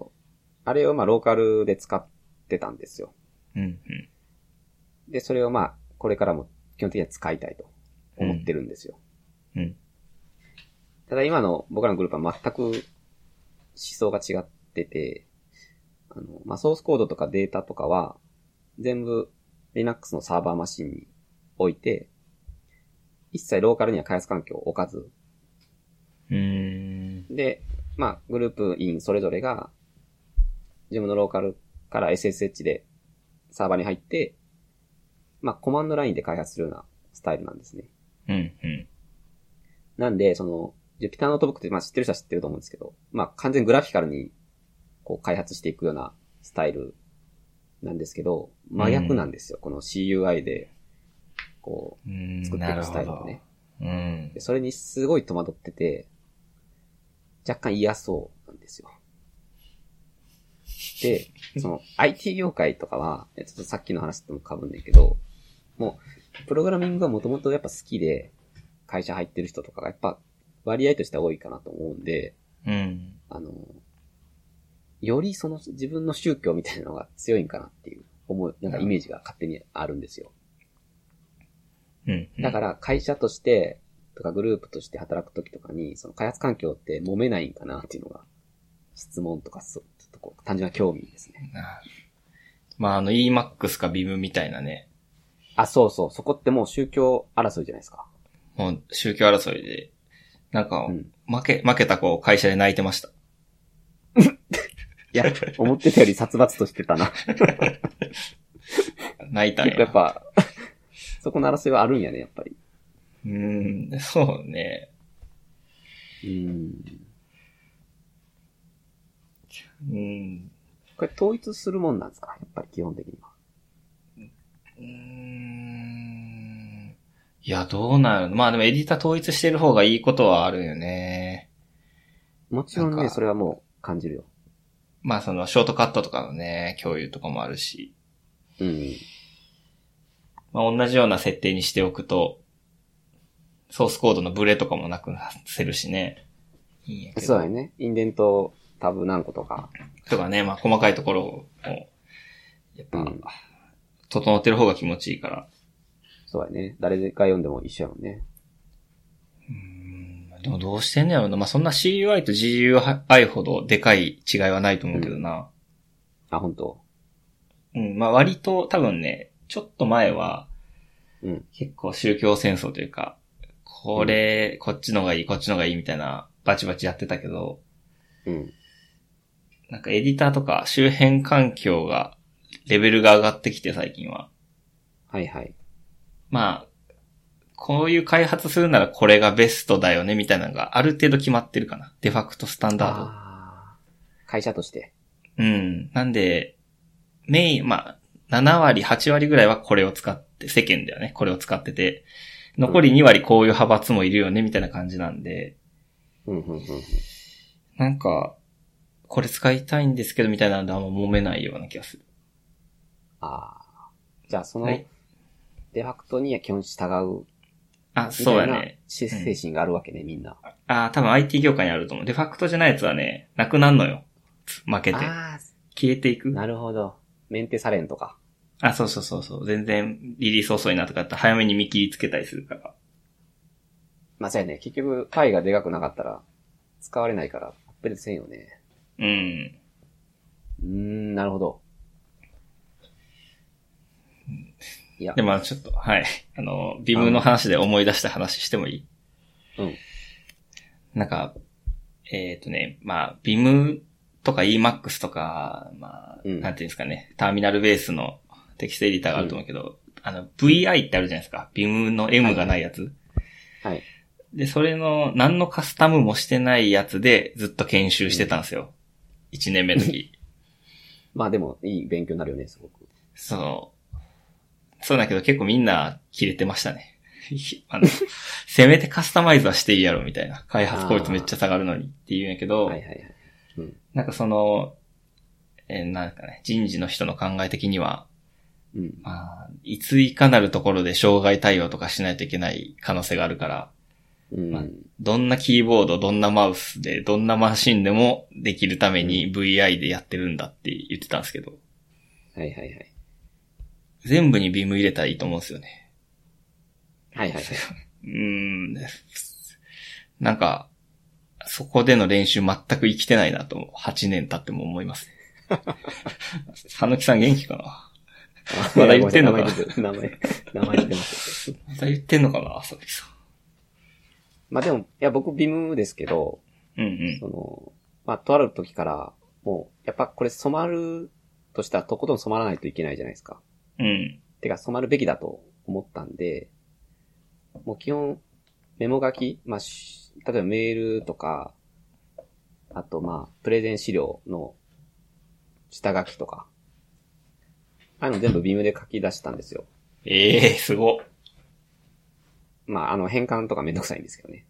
Speaker 2: あれをまあ、ローカルで使ってたんですよ。
Speaker 1: うん。
Speaker 2: で、それをまあ、これからも基本的には使いたいと思ってるんですよ。
Speaker 1: うん。
Speaker 2: ただ今の僕らのグループは全く思想が違ってて、まあ、ソースコードとかデータとかは、全部 Linux のサーバーマシンに置いて、一切ローカルには開発環境を置かず、で、まあ、グループ員それぞれが、自分のローカルから SSH でサーバーに入って、まあ、コマンドラインで開発するようなスタイルなんですね。なんで、Jupyter ノートブックって、まあ、知ってる人は知ってると思うんですけど、まあ、完全にグラフィカルに、開発していくようなスタイルなんですけど、真逆なんですよ。この CUI で、作っていくスタイルがね。でそれにすごい戸惑ってて、若干嫌そうなんですよ。で、IT 業界とかは、ちょっとさっきの話とも被んねんけど、もう、プログラミングがもともとやっぱ好きで、会社入ってる人とかがやっぱ割合としては多いかなと思うんで、より自分の宗教みたいなのが強いんかなっていうなんかイメージが勝手にあるんですよ。だから会社としてとかグループとして働くときとかに、開発環境って揉めないんかなっていうのが質問とかちょっと単純な興味ですね。
Speaker 1: まあEmacs か Vim みたいなね。
Speaker 2: そう。そこってもう宗教争いじゃないですか。
Speaker 1: もう宗教争いで、なんか、負けた子会社で泣いてました。
Speaker 2: いや、思ってたより殺伐としてたな。
Speaker 1: 泣いたんや。
Speaker 2: やっぱ、そこの争いはあるんやね、やっぱり。
Speaker 1: そうね。
Speaker 2: これ統一するもんなんですか、やっぱり基本的には。
Speaker 1: いや、どうなるの？まあでもエディター統一してる方がいいことはあるよね。
Speaker 2: もちろんね、それはもう感じるよ。
Speaker 1: まあショートカットとかのね、共有とかもあるし。まあ同じような設定にしておくと、ソースコードのブレとかもなくなせるしね。いいんやけど。
Speaker 2: そうだよね。インデントタブ何個とか。
Speaker 1: とかね、まあ細かいところを、やっぱ、整ってる方が気持ちいいから。
Speaker 2: そうだね。誰が読んでも一緒やもんね。
Speaker 1: でもどうしてんねやろな。まあ、そんな CUI と GUI ほどでかい違いはないと思うけどな。
Speaker 2: 本当？
Speaker 1: まあ割と多分ね、ちょっと前は、結構宗教戦争というか、こっちのがいい、こっちのがいいみたいなバチバチやってたけど、 なんかエディターとか周辺環境が、レベルが上がってきて最近は。
Speaker 2: はいはい。
Speaker 1: まあ、こういう開発するならこれがベストだよねみたいなのがある程度決まってるかな。デファクトスタンダード。
Speaker 2: 会社として。
Speaker 1: うん。なんで、メイン、まあ、7割、8割ぐらいはこれを使って、世間ではね、これを使ってて、残り2割こういう派閥もいるよねみたいな感じなんで、なんか、これ使いたいんですけどみたいなのであんま揉めないような気がする。
Speaker 2: じゃあその、デファクトには基本従う。
Speaker 1: そうだね。
Speaker 2: 精神があるわけね、みんな。
Speaker 1: 多分 IT 業界にあると思う。デファクトじゃないやつはね、なくなるのよ。負けて。消えていく。
Speaker 2: なるほど。メンテされんとか。
Speaker 1: そう。全然リリース遅いなとかって早めに見切りつけたりするから。
Speaker 2: まあそうやね。結局、パイがでかくなかったら、使われないから、アップデートせんよね。なるほど。
Speaker 1: いや。で、まあちょっと、はい。ビムの話で思い出した話してもいい？なんか、まあ、ビムとか Emacs とか、まあ、なんていうんですかね、ターミナルベースのテキストエディターがあると思うけど、VI ってあるじゃないですか。ビムの M がないやつ。
Speaker 2: はい。
Speaker 1: で、それの、何のカスタムもしてないやつでずっと研修してたんですよ。1年目の時。
Speaker 2: まあでも、いい勉強になるよね、すごく。
Speaker 1: そうだけど結構みんな切れてましたね。せめてカスタマイズはしていいやろみたいな。開発効率めっちゃ下がるのにって言うんやけど、なんかなんかね、人事の人の考え的には、まあ、いついかなるところで障害対応とかしないといけない可能性があるから、まあ、どんなキーボード、どんなマウスで、どんなマシンでもできるために VI でやってるんだって言ってたんですけど。全部にビーム入れたらいいと思うんですよね。なんか、そこでの練習全く生きてないなと、8年経っても思います。さぬきさん元気かな？まだ言ってんのかな？
Speaker 2: 名前言ってます。
Speaker 1: まだ言ってんのかな、さぬきさん。
Speaker 2: まあでも、いや僕ビムですけど、まあとある時から、もう、やっぱこれ染まるとしたらとことん染まらないといけないじゃないですか。てか染まるべきだと思ったんで、もう基本、メモ書き、まあ、例えばメールとか、あとまあ、プレゼン資料の下書きとか、ああいうの全部ビームで書き出したんですよ。
Speaker 1: すごっ。
Speaker 2: まあ、変換とかめんどくさいんですけどね。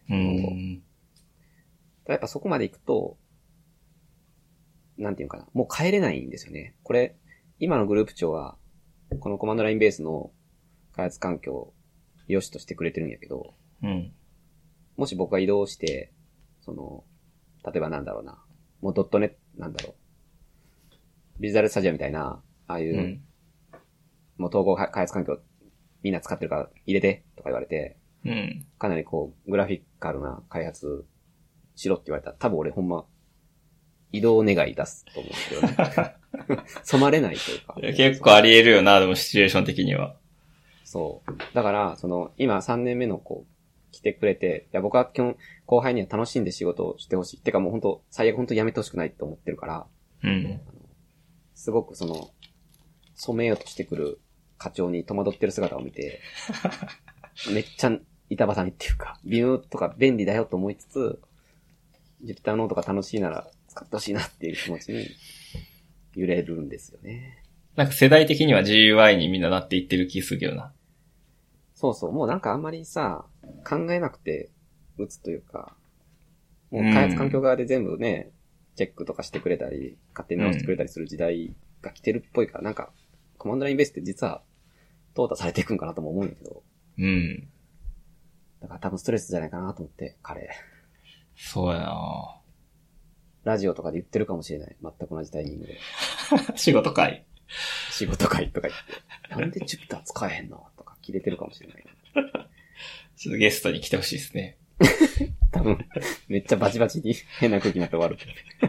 Speaker 2: やっぱそこまで行くと、なんていうかな、もう変えれないんですよね。これ、今のグループ長は、このコマンドラインベースの開発環境を良しとしてくれてるんやけど、もし僕が移動して、例えばなんだろうな、もうドットネットなんだろう、ビジュアルスタジオみたいな、ああいう、もう統合開発環境みんな使ってるから入れてとか言われて、かなりこう、グラフィカルな開発しろって言われたら、多分俺ほんま、移動願い出すと思うんですけどね。染まれないというか。
Speaker 1: 結構あり得るよな、でもシチュエーション的には。
Speaker 2: そう。だから、今3年目の子、来てくれて、いや、僕は基本、後輩には楽しんで仕事をしてほしい。てかもう本当最悪本当やめてほしくないと思ってるから、すごく染めようとしてくる課長に戸惑ってる姿を見て、めっちゃ板挟みっていうか、ビムとか便利だよと思いつつ、ジュピターノートが楽しいなら使ってほしいなっていう気持ちに揺れるんですよね。
Speaker 1: なんか世代的には GUI にみんななっていってる気するけどな。
Speaker 2: そうそう。もうなんかあんまりさ、考えなくて打つというか、もう開発環境側で全部ね、チェックとかしてくれたり、勝手に直してくれたりする時代が来てるっぽいから、なんか、コマンドラインベースって実は、淘汰されていくんかなとも思うんだけど。だから多分ストレスじゃないかなと思って、彼。
Speaker 1: そうやな
Speaker 2: ラジオとかで言ってるかもしれない。全く同じタイミングで。
Speaker 1: 仕事会
Speaker 2: とか言って。なんでジュピター使えへんのとか切れてるかもしれない。
Speaker 1: ちょっとゲストに来てほしいですね。
Speaker 2: 多分、めっちゃバチバチに変な空気になって終わる。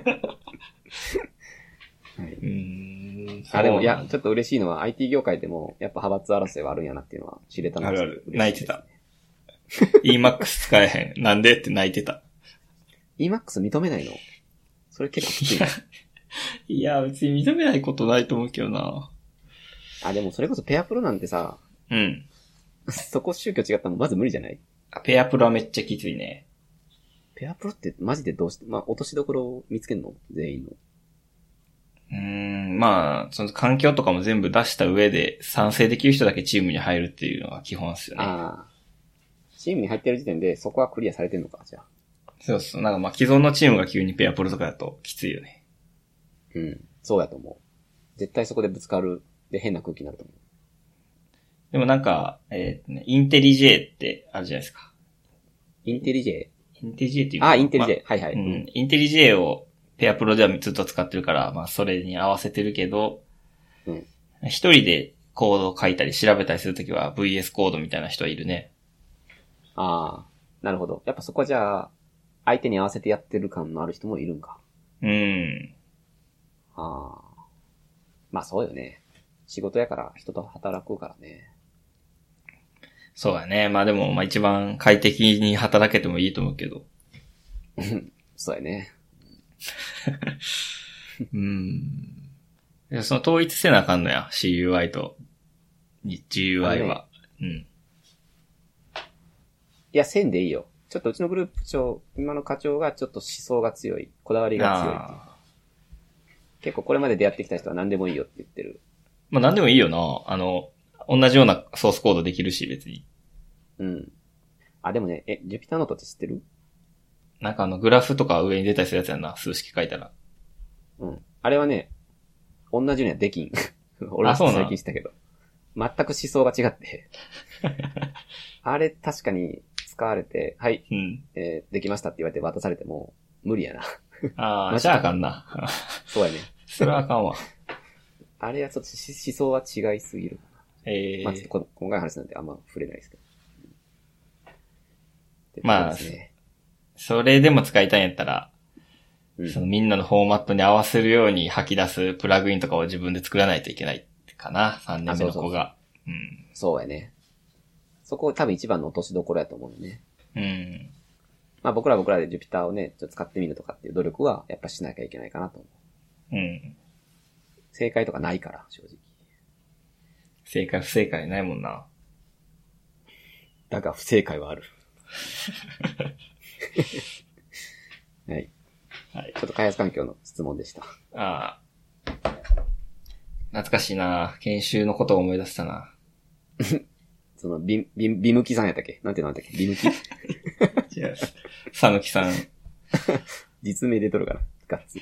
Speaker 2: はい、でも、いや、ちょっと嬉しいのは IT 業界でも、やっぱ派閥争いはあるんやなっていうのは知れたので、
Speaker 1: あるある。泣いてた。Emacs 使えへん。なんでって泣いてた。
Speaker 2: Emacs 認めないの？ それ結構きついな。
Speaker 1: いや、別に認めないことないと思うけどな。
Speaker 2: あ、でもそれこそペアプロなんてさ、
Speaker 1: うん。
Speaker 2: そこ宗教違ったらまず無理じゃない？
Speaker 1: ペアプロはめっちゃきついね。
Speaker 2: ペアプロってマジでどうして、まあ、落としどころを見つけんの？全員の。
Speaker 1: まあ、その環境とかも全部出した上で賛成できる人だけチームに入るっていうのが基本ですよね。
Speaker 2: ああ。チームに入ってる時点でそこはクリアされてんのか、じゃあ。
Speaker 1: そうそう。なんかまあ既存のチームが急にペアプロとかだときついよね。
Speaker 2: うん。そうやと思う。絶対そこでぶつかる。で、変な空気になると思う。
Speaker 1: でもなんか、インテリジェってあるじゃないですか。
Speaker 2: インテリジェ？
Speaker 1: インテリジェっていうか。
Speaker 2: あ、インテリジェ。はいはい。
Speaker 1: インテリジェをペアプロではずっと使ってるから、まあそれに合わせてるけど、一人でコードを書いたり調べたりするときは VS コードみたいな人はいるね。
Speaker 2: ああ、なるほど。やっぱそこはじゃあ、相手に合わせてやってる感のある人もいるんか。ああ。まあそうよね。仕事やから人と働くからね。
Speaker 1: そうだね。まあでも、まあ一番快適に働けてもいいと思うけど。
Speaker 2: そうやね。
Speaker 1: その統一せなあかんのや。CUI と GUI は。
Speaker 2: いや、せんでいいよ。ちょっとうちのグループ長、今の課長がちょっと思想が強い。こだわりが強いっていう。結構これまで出会ってきた人は何でもいいよって言ってる。
Speaker 1: まあ何でもいいよな。同じようなソースコードできるし、別に。
Speaker 2: うん。あ、でもね、ジュピターノートって知ってる？
Speaker 1: なんかグラフとか上に出たりするやつやんな。数式書いたら。
Speaker 2: うん。あれはね、同じようにはできん。俺は最近知ったけど。全く思想が違って。あれ確かに使われて、はい、できましたって言われて渡されても、無理やな。
Speaker 1: ああ、じゃああかんな。
Speaker 2: そうやね。
Speaker 1: それはあかんわ。
Speaker 2: あれはちょっと思想は違いすぎる。まあちょっと今回の話なんてあんま触れないですけど。
Speaker 1: まあ、それでも使いたいんやったら、そのみんなのフォーマットに合わせるように吐き出すプラグインとかを自分で作らないといけないかな。3年目の子が。
Speaker 2: そうやね。そこ多分一番の落としどころやと思うよね。まあ僕らで Jupyter をね、ちょっと使ってみるとかっていう努力はやっぱしなきゃいけないかなと思う。正解とかないから、正直。
Speaker 1: 正解不正解ないもんな。
Speaker 2: だが不正解はある。はい。はい。ちょっと開発環境の質問でした。
Speaker 1: ああ。懐かしいな。研修のことを思い出したな。
Speaker 2: その、ビムキさんやったっけ？なんてなんだっけ？ビムキ？
Speaker 1: 違う。さぬきさん。
Speaker 2: 実名出とるから。ガッツ。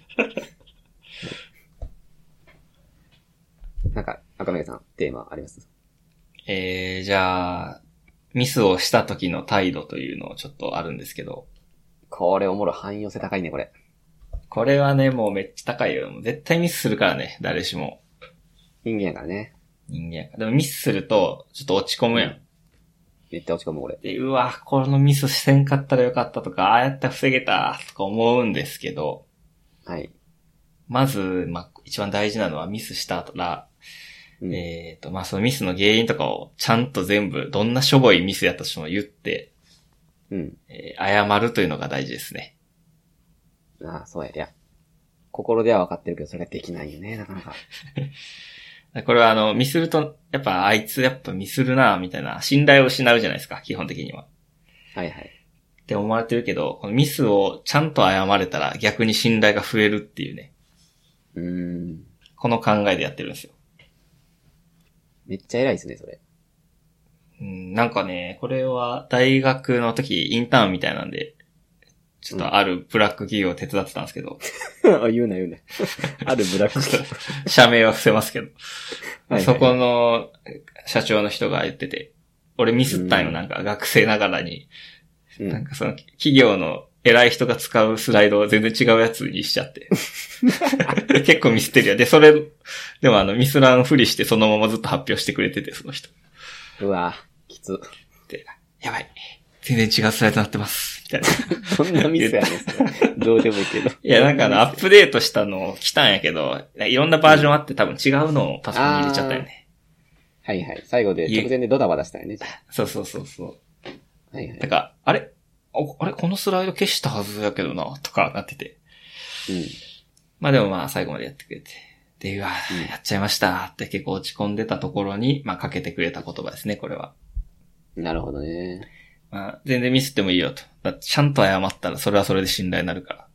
Speaker 2: なんか、赤目さん、テーマあります？
Speaker 1: じゃあ、ミスをした時の態度というのをちょっとあるんですけど。
Speaker 2: これおもろ、汎用性高いね、これ。
Speaker 1: これはね、もうめっちゃ高いよ。もう絶対ミスするからね、誰しも。
Speaker 2: 人間やからね。
Speaker 1: 人間やから。でもミスすると、ちょっと落ち込むやん。
Speaker 2: めっちゃ落ち込む、俺。
Speaker 1: で、うわ、このミスせんかったらよかったとか、ああやったら防げたとか思うんですけど。
Speaker 2: はい。
Speaker 1: まず、一番大事なのはミスした後ら、そのミスの原因とかをちゃんと全部、どんなしょぼいミスやったとしても言って、謝るというのが大事ですね。
Speaker 2: ああ、そうや。いや、心では分かってるけど、それができないよね、なかなか。
Speaker 1: これはミスると、やっぱあいつやっぱミスるな、みたいな、信頼を失うじゃないですか、基本的には。
Speaker 2: はいはい。
Speaker 1: って思われてるけど、このミスをちゃんと謝れたら逆に信頼が増えるっていうね。この考えでやってるんですよ。
Speaker 2: めっちゃ偉いですね、それ。
Speaker 1: なんかね、これは大学の時インターンみたいなんで、ちょっとあるブラック企業を手伝ってたんですけど。
Speaker 2: 言うな。あるブラック企
Speaker 1: 業。社名は伏せますけど。はいはい、そこの社長の人が言ってて、俺ミスったんよ、なんか学生ながらに。なんかその企業の偉い人が使うスライドを全然違うやつにしちゃって。結構ミスってるよ。で、でもミスらんふりしてそのままずっと発表してくれてて、その人。
Speaker 2: うわきつ。
Speaker 1: で、やばい。全然違うスライドになってます。みたいな。
Speaker 2: そんなミスやねん。どうでもいいけど。
Speaker 1: いや、なんかアップデートしたの来たんやけど、いろんなバージョンあって多分違うのをパソコンに入れちゃったよね。
Speaker 2: はいはい。最後で直前でドタバタしたよね。
Speaker 1: そう。はいはい。だから、あれこのスライド消したはずやけどな、とかなってて。 まあでもまあ最後までやってくれて。で、やっちゃいましたって結構落ち込んでたところに、まあかけてくれた言葉ですね、これは。
Speaker 2: なるほどね。
Speaker 1: まあ全然ミスってもいいよと。だってちゃんと謝ったらそれはそれで信頼になるから。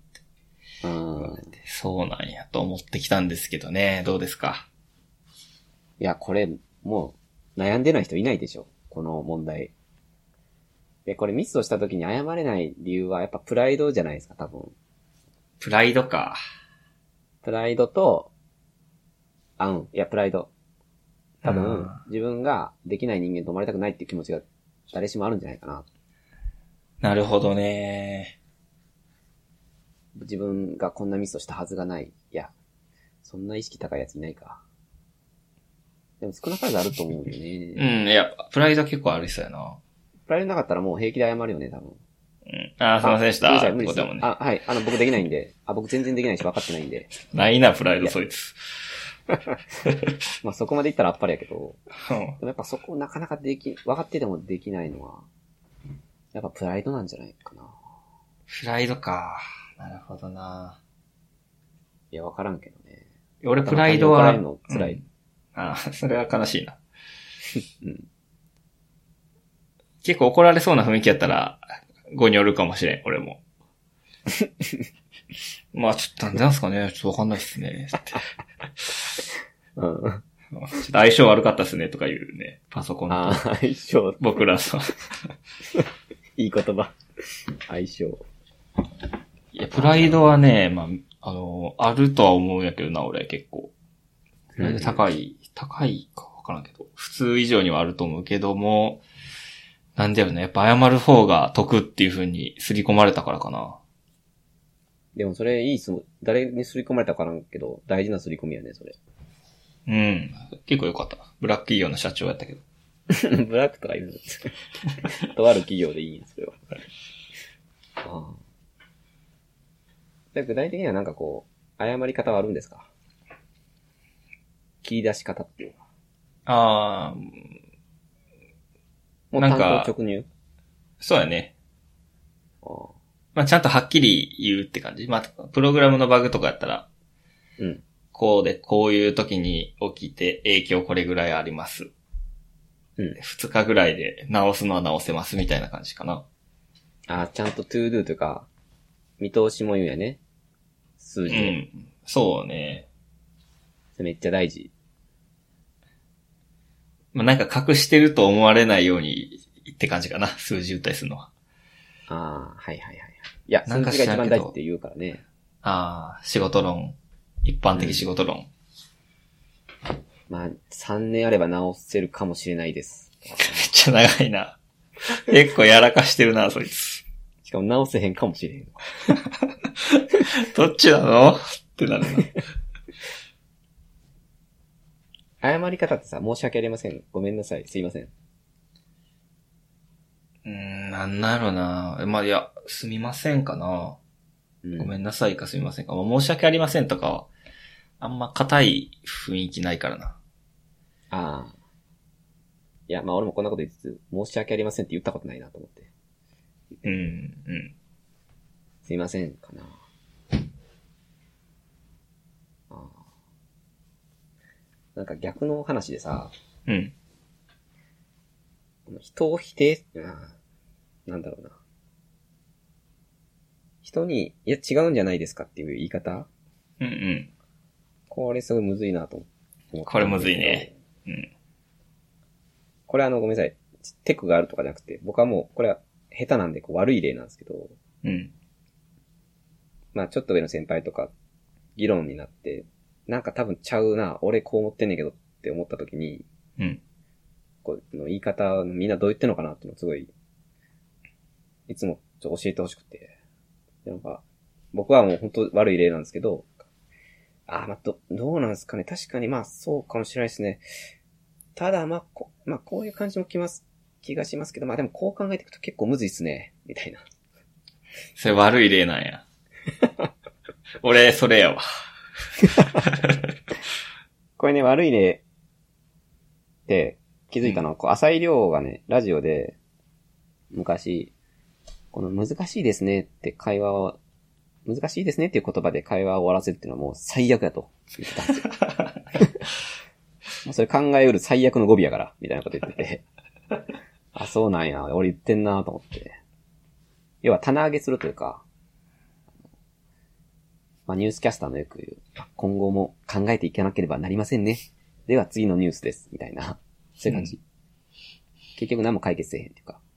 Speaker 1: そうなんやと思ってきたんですけどね。どうですか？
Speaker 2: いや、これ、もう、悩んでない人いないでしょ。この問題。で、これミスをした時に謝れない理由はやっぱプライドじゃないですか、多分。
Speaker 1: プライドか。
Speaker 2: プライドと、プライド。多分、自分ができない人間と思われたくないっていう気持ちが誰しもあるんじゃないかな。
Speaker 1: なるほどね。
Speaker 2: 自分がこんなミスをしたはずがない。いや、そんな意識高いやついないか。でも少なからずあると思うよね。
Speaker 1: いや、プライド結構ありそうやな。
Speaker 2: プライドなかったらもう平気で謝るよね、多分。
Speaker 1: すいませんでした。
Speaker 2: 無理です。はい。僕できないんで。僕全然できないし分かってないんで。
Speaker 1: ないな、プライド、そいつ。
Speaker 2: まあそこまで言ったらあっぱれやけど。でもやっぱそこなかなか分かっててもできないのは、やっぱプライドなんじゃないかな。
Speaker 1: プライドか。なるほどな。
Speaker 2: いや、分からんけどね。
Speaker 1: 俺プライドは、
Speaker 2: 辛い。
Speaker 1: それは悲しいな。結構怒られそうな雰囲気やったら、語によるかもしれん、俺も。まあちょっとなんすかね、ちょっとわかんないっすね、って。ちょっと相性悪かったっすね、とか言うね、パソコンと。
Speaker 2: 相性。
Speaker 1: 僕らの。
Speaker 2: いい言葉。相性。
Speaker 1: いや、プライドはね、まあ、あるとは思うんやけどな、俺結構。プライド高いかわからんけど、普通以上にはあると思うけども、なんだよね、やっぱ謝る方が得っていう風に刷り込まれたからかな。
Speaker 2: でもそれ誰に刷り込まれたかわからんけど、大事な刷り込みやね、それ。
Speaker 1: 結構良かった。ブラック企業の社長やったけど。
Speaker 2: ブラックとか言うのとある企業でいいんですよ。具体的にはなんかこう、謝り方はあるんですか？切り出し方っていうか。もう単刀直入？
Speaker 1: そうやね。まあちゃんとはっきり言うって感じ。まあプログラムのバグとかやったら、こういう時に起きて影響これぐらいあります。2日ぐらいで直すのは直せますみたいな感じかな。
Speaker 2: ちゃんと to do というか、見通しも言うんやね。数字。
Speaker 1: そうね。
Speaker 2: それめっちゃ大事。
Speaker 1: まあなんか隠してると思われないようにって感じかな。数字打ったりするのは。
Speaker 2: はい。いや、数字が一番大事って言うからね。
Speaker 1: 仕事論。一般的仕事論。
Speaker 2: まあ、3年あれば直せるかもしれないです。
Speaker 1: めっちゃ長いな。結構やらかしてるな、そいつ。
Speaker 2: しかも直せへんかもしれへん。
Speaker 1: どっちなのってなるな。
Speaker 2: 謝り方ってさ、申し訳ありません。ごめんなさい。すいません。
Speaker 1: なんだろうな。まあ、いや、すみませんかな。ごめんなさいかすみませんか。申し訳ありませんとかは、あんま硬い雰囲気ないからな。
Speaker 2: いや、まあ俺もこんなこと言いつつ、申し訳ありませんって言ったことないなと思って。すいませんかな。なんか逆の話でさ、人を否定、なんだろうな。人に、いや違うんじゃないですかっていう言い方？これすごいむずいなと思って。
Speaker 1: これむずいね。
Speaker 2: これごめんなさい。テクがあるとかじゃなくて、僕はもう、これは下手なんで悪い例なんですけど、まあちょっと上の先輩とか、議論になって、なんか多分ちゃうな、俺こう思ってんねんけどって思った時に、この言い方、みんなどう言ってんのかなっていうのをすごい、いつも教えてほしくて。なんか、僕はもう本当悪い例なんですけど、まあ、どうなんですかね。確かにまあそうかもしれないですね。ただまあこういう感じも気がしますけど、まあでもこう考えていくと結構むずいっすね。みたいな。
Speaker 1: それ悪い例なんや。俺、それやわ。
Speaker 2: これね、悪い例で気づいたのは、浅井亮がね、ラジオで、昔、この難しいですねって会話を難しいですねっていう言葉で会話を終わらせるっていうのはもう最悪だと言ってたんですよ。もうそれ考えうる最悪の語尾やから、みたいなこと言ってて。あ、そうなんや、俺言ってんなと思って。要は棚上げするというか、まあニュースキャスターのよく言う、今後も考えていかなければなりませんね。では次のニュースです、みたいな。そういう感じ。結局何も解決せえへんっていうか。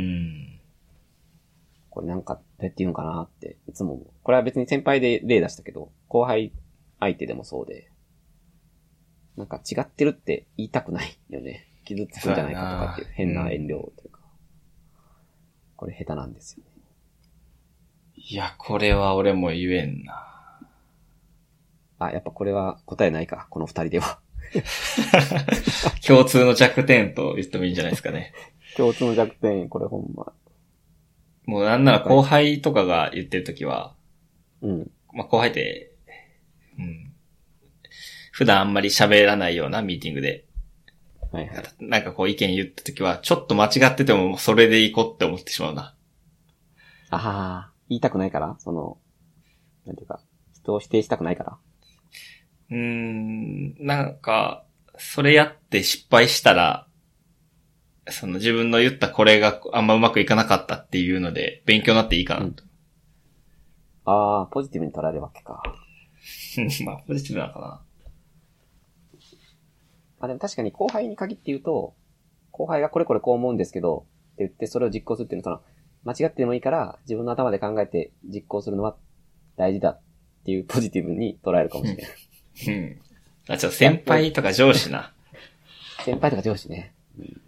Speaker 2: これなんか、どうやって言うんかなって、いつも思う。これは別に先輩で例出したけど、後輩相手でもそうで、なんか違ってるって言いたくないよね。傷つくんじゃないかとかっていう変な遠慮というか。これ下手なんですよね。
Speaker 1: いや、これは俺も言えんな。
Speaker 2: あ、やっぱこれは答えないか、この二人では。
Speaker 1: 共通の弱点と言ってもいいんじゃないですかね。
Speaker 2: 共通の弱点、これほんま。
Speaker 1: もうなんなら後輩とかが言ってるときは、
Speaker 2: うん。
Speaker 1: まあ後輩って、普段あんまり喋らないようなミーティングで、
Speaker 2: はいはい。
Speaker 1: なんかこう意見言ったときは、ちょっと間違っててもそれでいこうって思ってしまうな。
Speaker 2: ああ、言いたくないからなんていうか、人を否定したくないから。
Speaker 1: なんか、それやって失敗したら、その自分の言ったこれがあんまうまくいかなかったっていうので、勉強になっていいかなと。
Speaker 2: ああ、ポジティブに捉えるわけか。
Speaker 1: まあ、ポジティブなのかな。
Speaker 2: でも確かに後輩に限って言うと、後輩がこれこれこう思うんですけど、って言ってそれを実行するっていうのは、間違ってもいいから自分の頭で考えて実行するのは大事だっていうポジティブに捉えるかもしれない。
Speaker 1: あ、ちょっと先輩とか上司な。
Speaker 2: 先輩とか上司ね。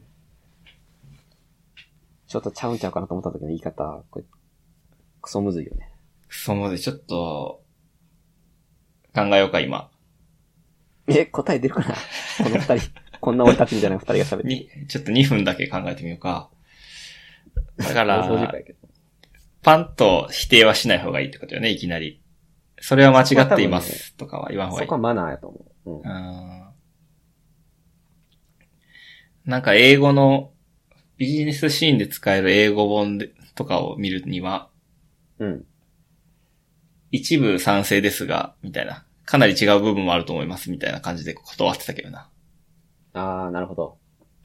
Speaker 2: ちょっとちゃうんちゃうかなと思った時の言い方、これ、クソむずいよね。
Speaker 1: クソむずい。ちょっと、考えようか、今。
Speaker 2: 答え出るかなこの二人。こんな俺たちみたいな二人が喋って。
Speaker 1: ちょっと2分だけ考えてみようか。だから、パンと否定はしない方がいいってことよね、いきなり。それは間違っていますとかは言わん方がいい。
Speaker 2: そこはマナーやと思う。
Speaker 1: なんか英語のビジネスシーンで使える英語本とかを見るには、一部賛成ですが、みたいな。かなり違う部分もあると思います、みたいな感じで断ってたけどな。
Speaker 2: ああ、なるほど。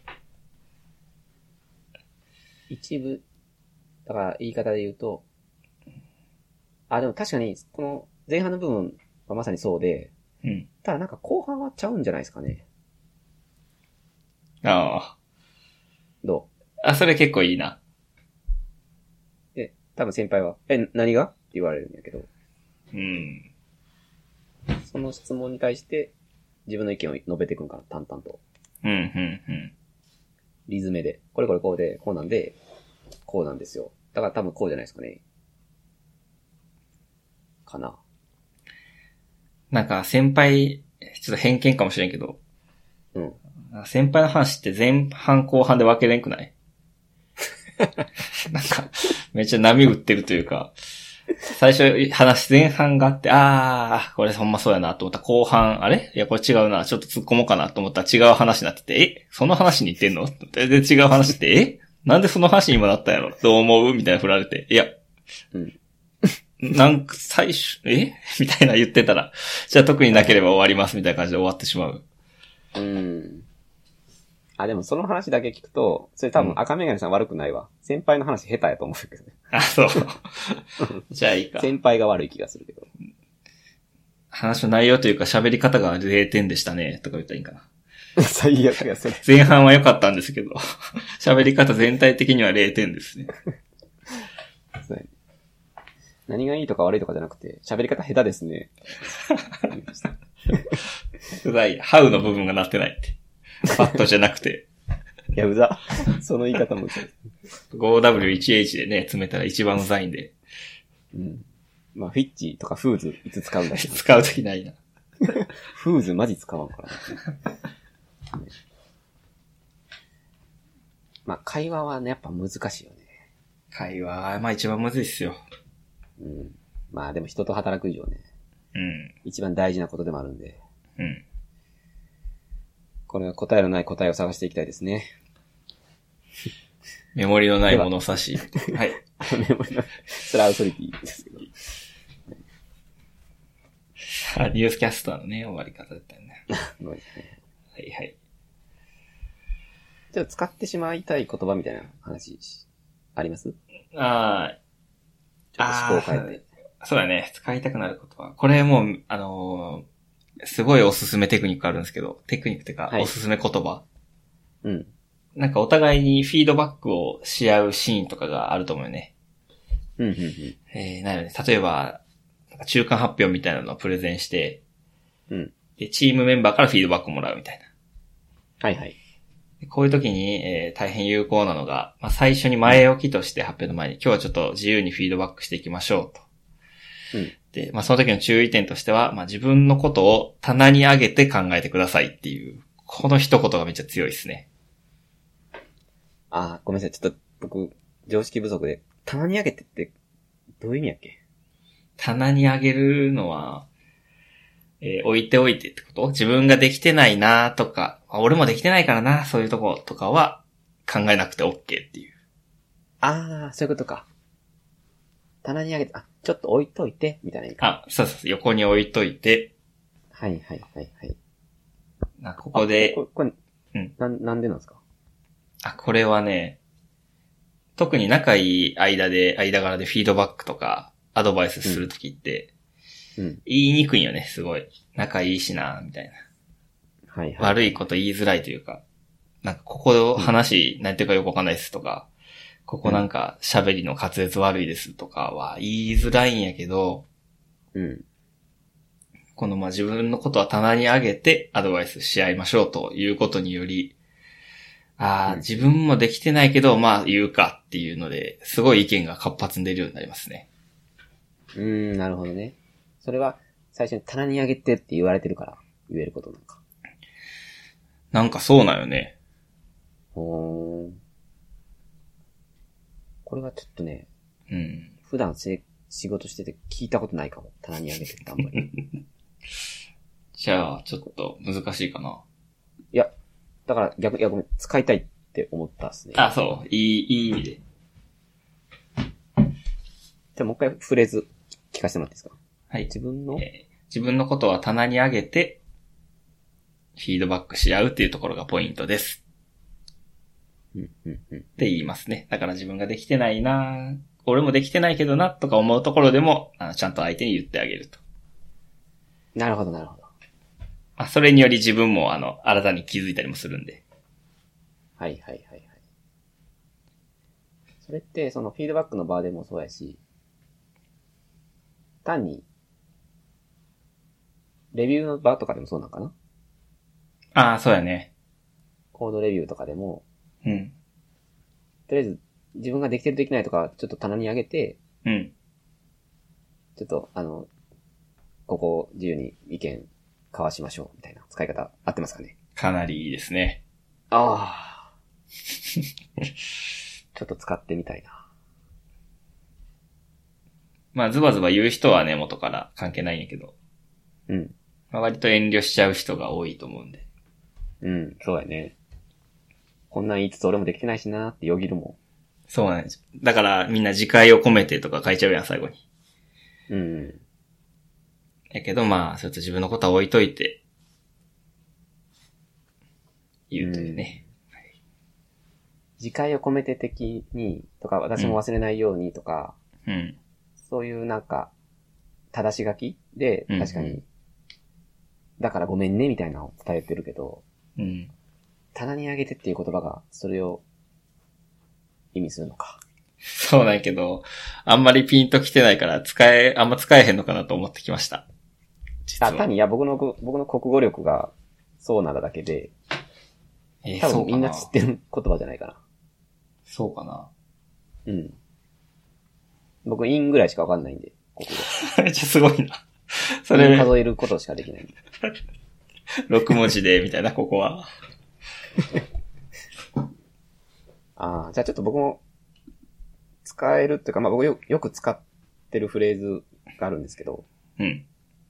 Speaker 2: 一部、だから言い方で言うと、でも確かに、この前半の部分はまさにそうで、ただなんか後半はちゃうんじゃないですかね。
Speaker 1: ああ。
Speaker 2: ど
Speaker 1: う？それ結構いいな。
Speaker 2: 多分先輩は、何がって言われるんやけど。その質問に対して自分の意見を述べていくんかな、淡々と。リズメで。これこれこうで、こうなんで、こうなんですよ。だから多分こうじゃないですかね。かな。
Speaker 1: なんか先輩、ちょっと偏見かもしれんけど。先輩の話って前半後半で分けれんくないなんか、めっちゃ波打ってるというか、最初前半があって、これほんまそうやなと思ったら後半、いやこれ違うな、ちょっと突っ込もうかなと思ったら違う話になってて、その話に言ってんので違う話って、なんでその話にもなったんやろどう思うみたいな振られて、いや、なんか最初、みたいな言ってたら、じゃあ特になければ終わりますみたいな感じで終わってしまう。
Speaker 2: でもその話だけ聞くと、それ多分赤メガネさん悪くないわ。先輩の話下手やと思うけどね。
Speaker 1: そう。じゃあいいか。
Speaker 2: 先輩が悪い気がするけど。
Speaker 1: 話の内容というか喋り方が0点でしたね、とか言ったらいいかな。
Speaker 2: 最悪や、それ。
Speaker 1: 前半は良かったんですけど、喋り方全体的には0点ですね。
Speaker 2: 何がいいとか悪いとかじゃなくて、喋り方下手ですね。
Speaker 1: うざい。ハウの部分がなってないって。パッドじゃなくて。
Speaker 2: いや、うざ。その言い方もうざい。
Speaker 1: 5W1H でね、詰めたら一番うざいんで。
Speaker 2: まあ、フィッチとかフーズいつ使うんだっけ
Speaker 1: 使うときないな。
Speaker 2: フーズマジ使わんからな。まあ、会話はね、やっぱ難しいよね。
Speaker 1: 会話、まあ一番むずいっすよ。
Speaker 2: まあでも人と働く以上ね。一番大事なことでもあるんで。これは答えのない答えを探していきたいですね。
Speaker 1: メモリのない物差し。はい。
Speaker 2: メモリの、それはアウトリティですけど。
Speaker 1: ニュースキャスターのね、終わり方だったよね。
Speaker 2: ごめんですね。
Speaker 1: はいはい。
Speaker 2: ちょっと使ってしまいたい言葉みたいな話あります？ち
Speaker 1: あ
Speaker 2: ょっと思考を変えて。
Speaker 1: そうだね。使いたくなる言葉。これもう、すごいおすすめテクニックあるんですけど、テクニックっていうか、
Speaker 2: はい
Speaker 1: おすすめ言葉。
Speaker 2: うん。
Speaker 1: なんかお互いにフィードバックをし合うシーンとかがあると思うよね。
Speaker 2: うん、うん、
Speaker 1: なので、例えば、なんか中間発表みたいなのをプレゼンして、
Speaker 2: うん。うん。
Speaker 1: で、チームメンバーからフィードバックをもらうみたいな。
Speaker 2: はいはい。
Speaker 1: こういう時に、大変有効なのが、まあ、最初に前置きとして発表の前に、今日はちょっと自由にフィードバックしていきましょうと。
Speaker 2: うん。
Speaker 1: で、まあ、その時の注意点としては、まあ、自分のことを棚に上げて考えてくださいっていう、この一言がめっちゃ強いですね。
Speaker 2: あー、ごめんなさい。ちょっと僕、常識不足で、棚に上げてってどういう意味やっけ？
Speaker 1: 棚に上げるのは、置いておいてってこと？自分ができてないなとか、俺もできてないからな、そういうとことかは考えなくて OK っていう。
Speaker 2: あー、そういうことか。棚に上げて、あ、ちょっと置いといて、みたいな意味か。
Speaker 1: あ、そうそうそう、横に置いといて、
Speaker 2: はいはいはいはい。
Speaker 1: ここで、
Speaker 2: これ、
Speaker 1: うん。
Speaker 2: なんでなんですか？
Speaker 1: これはね、特に仲いい間柄でフィードバックとかアドバイスするときって、
Speaker 2: うん。
Speaker 1: 言いにくいよね、すごい。仲いいしな、みたいな。
Speaker 2: はいはい。
Speaker 1: 悪いこと言いづらいというか、なんかここ話、何ていうかよくわかんないですとか、ここなんか喋りの滑舌悪いですとかは言いづらいんやけど、
Speaker 2: うん。
Speaker 1: この自分のことは棚に上げてアドバイスし合いましょうということにより、自分もできてないけど、言うかっていうので、すごい意見が活発に出るようになりますね。
Speaker 2: なるほどね。それは、最初に棚に上げてって言われてるから言えることなんか。
Speaker 1: なんかそうなんよね。
Speaker 2: これはちょっとね、
Speaker 1: うん。
Speaker 2: 普段仕事してて聞いたことないかも。棚に上げてってあんまり。
Speaker 1: じゃあ、ちょっと難しいかな。
Speaker 2: いや、だからごめん、使いたいって思ったっすね。
Speaker 1: そう。いい意味で。
Speaker 2: じゃあもう一回フレーズ聞かせてもらっていいですか？
Speaker 1: はい。
Speaker 2: 自分の
Speaker 1: ことは棚に上げて、フィードバックし合うっていうところがポイントです。って言いますね。だから自分ができてないな、俺もできてないけどな、とか思うところでも、ちゃんと相手に言ってあげると。
Speaker 2: なるほど、なるほど。
Speaker 1: それにより自分も、新たに気づいたりもするんで。
Speaker 2: はいはいはいはい。それって、そのフィードバックの場でもそうやし、単に、レビューの場とかでもそうなのかな？
Speaker 1: そうやね。
Speaker 2: コードレビューとかでも、
Speaker 1: うん。
Speaker 2: とりあえず、自分ができてるできないとか、ちょっと棚に上げて、
Speaker 1: うん。
Speaker 2: ちょっと、ここを自由に意見交わしましょう、みたいな使い方、合ってますかね？
Speaker 1: かなりいいですね。
Speaker 2: ああ。ちょっと使ってみたいな。
Speaker 1: ズバズバ言う人はね、元から関係ないんやけど。
Speaker 2: うん。
Speaker 1: 割と遠慮しちゃう人が多いと思うんで。
Speaker 2: うん、そうやね。こんなん言いつつ俺もできてないしなーってよぎるも
Speaker 1: そうなんです。だからみんな自戒を込めてとか書いちゃうやん、最後に。
Speaker 2: ん。うん。
Speaker 1: やけどそれと自分のことは置いといて、言うというね。
Speaker 2: 自戒を込めて的に、とか、私も忘れないようにとか、
Speaker 1: うん。
Speaker 2: そういうなんか、正し書きで、確かに、だからごめんねみたいなのを伝えてるけど、
Speaker 1: うん。
Speaker 2: 棚に上げてっていう言葉が、それを意味するのか。
Speaker 1: そうなんやけど、あんまりピンときてないからあんま使えへんのかなと思ってきました。
Speaker 2: 単に、いや、僕の国語力がそうならだけで、多分みんな知ってる言葉じゃないかな。
Speaker 1: そうかな。
Speaker 2: うん。僕、インぐらいしかわかんないんで、国語。
Speaker 1: めっちゃすごいな。
Speaker 2: それ数えることしかできない。
Speaker 1: 6文字で、みたいな、ここは。
Speaker 2: じゃあちょっと僕も、使えるっていうか、僕よく使ってるフレーズがあるんですけど、
Speaker 1: うん。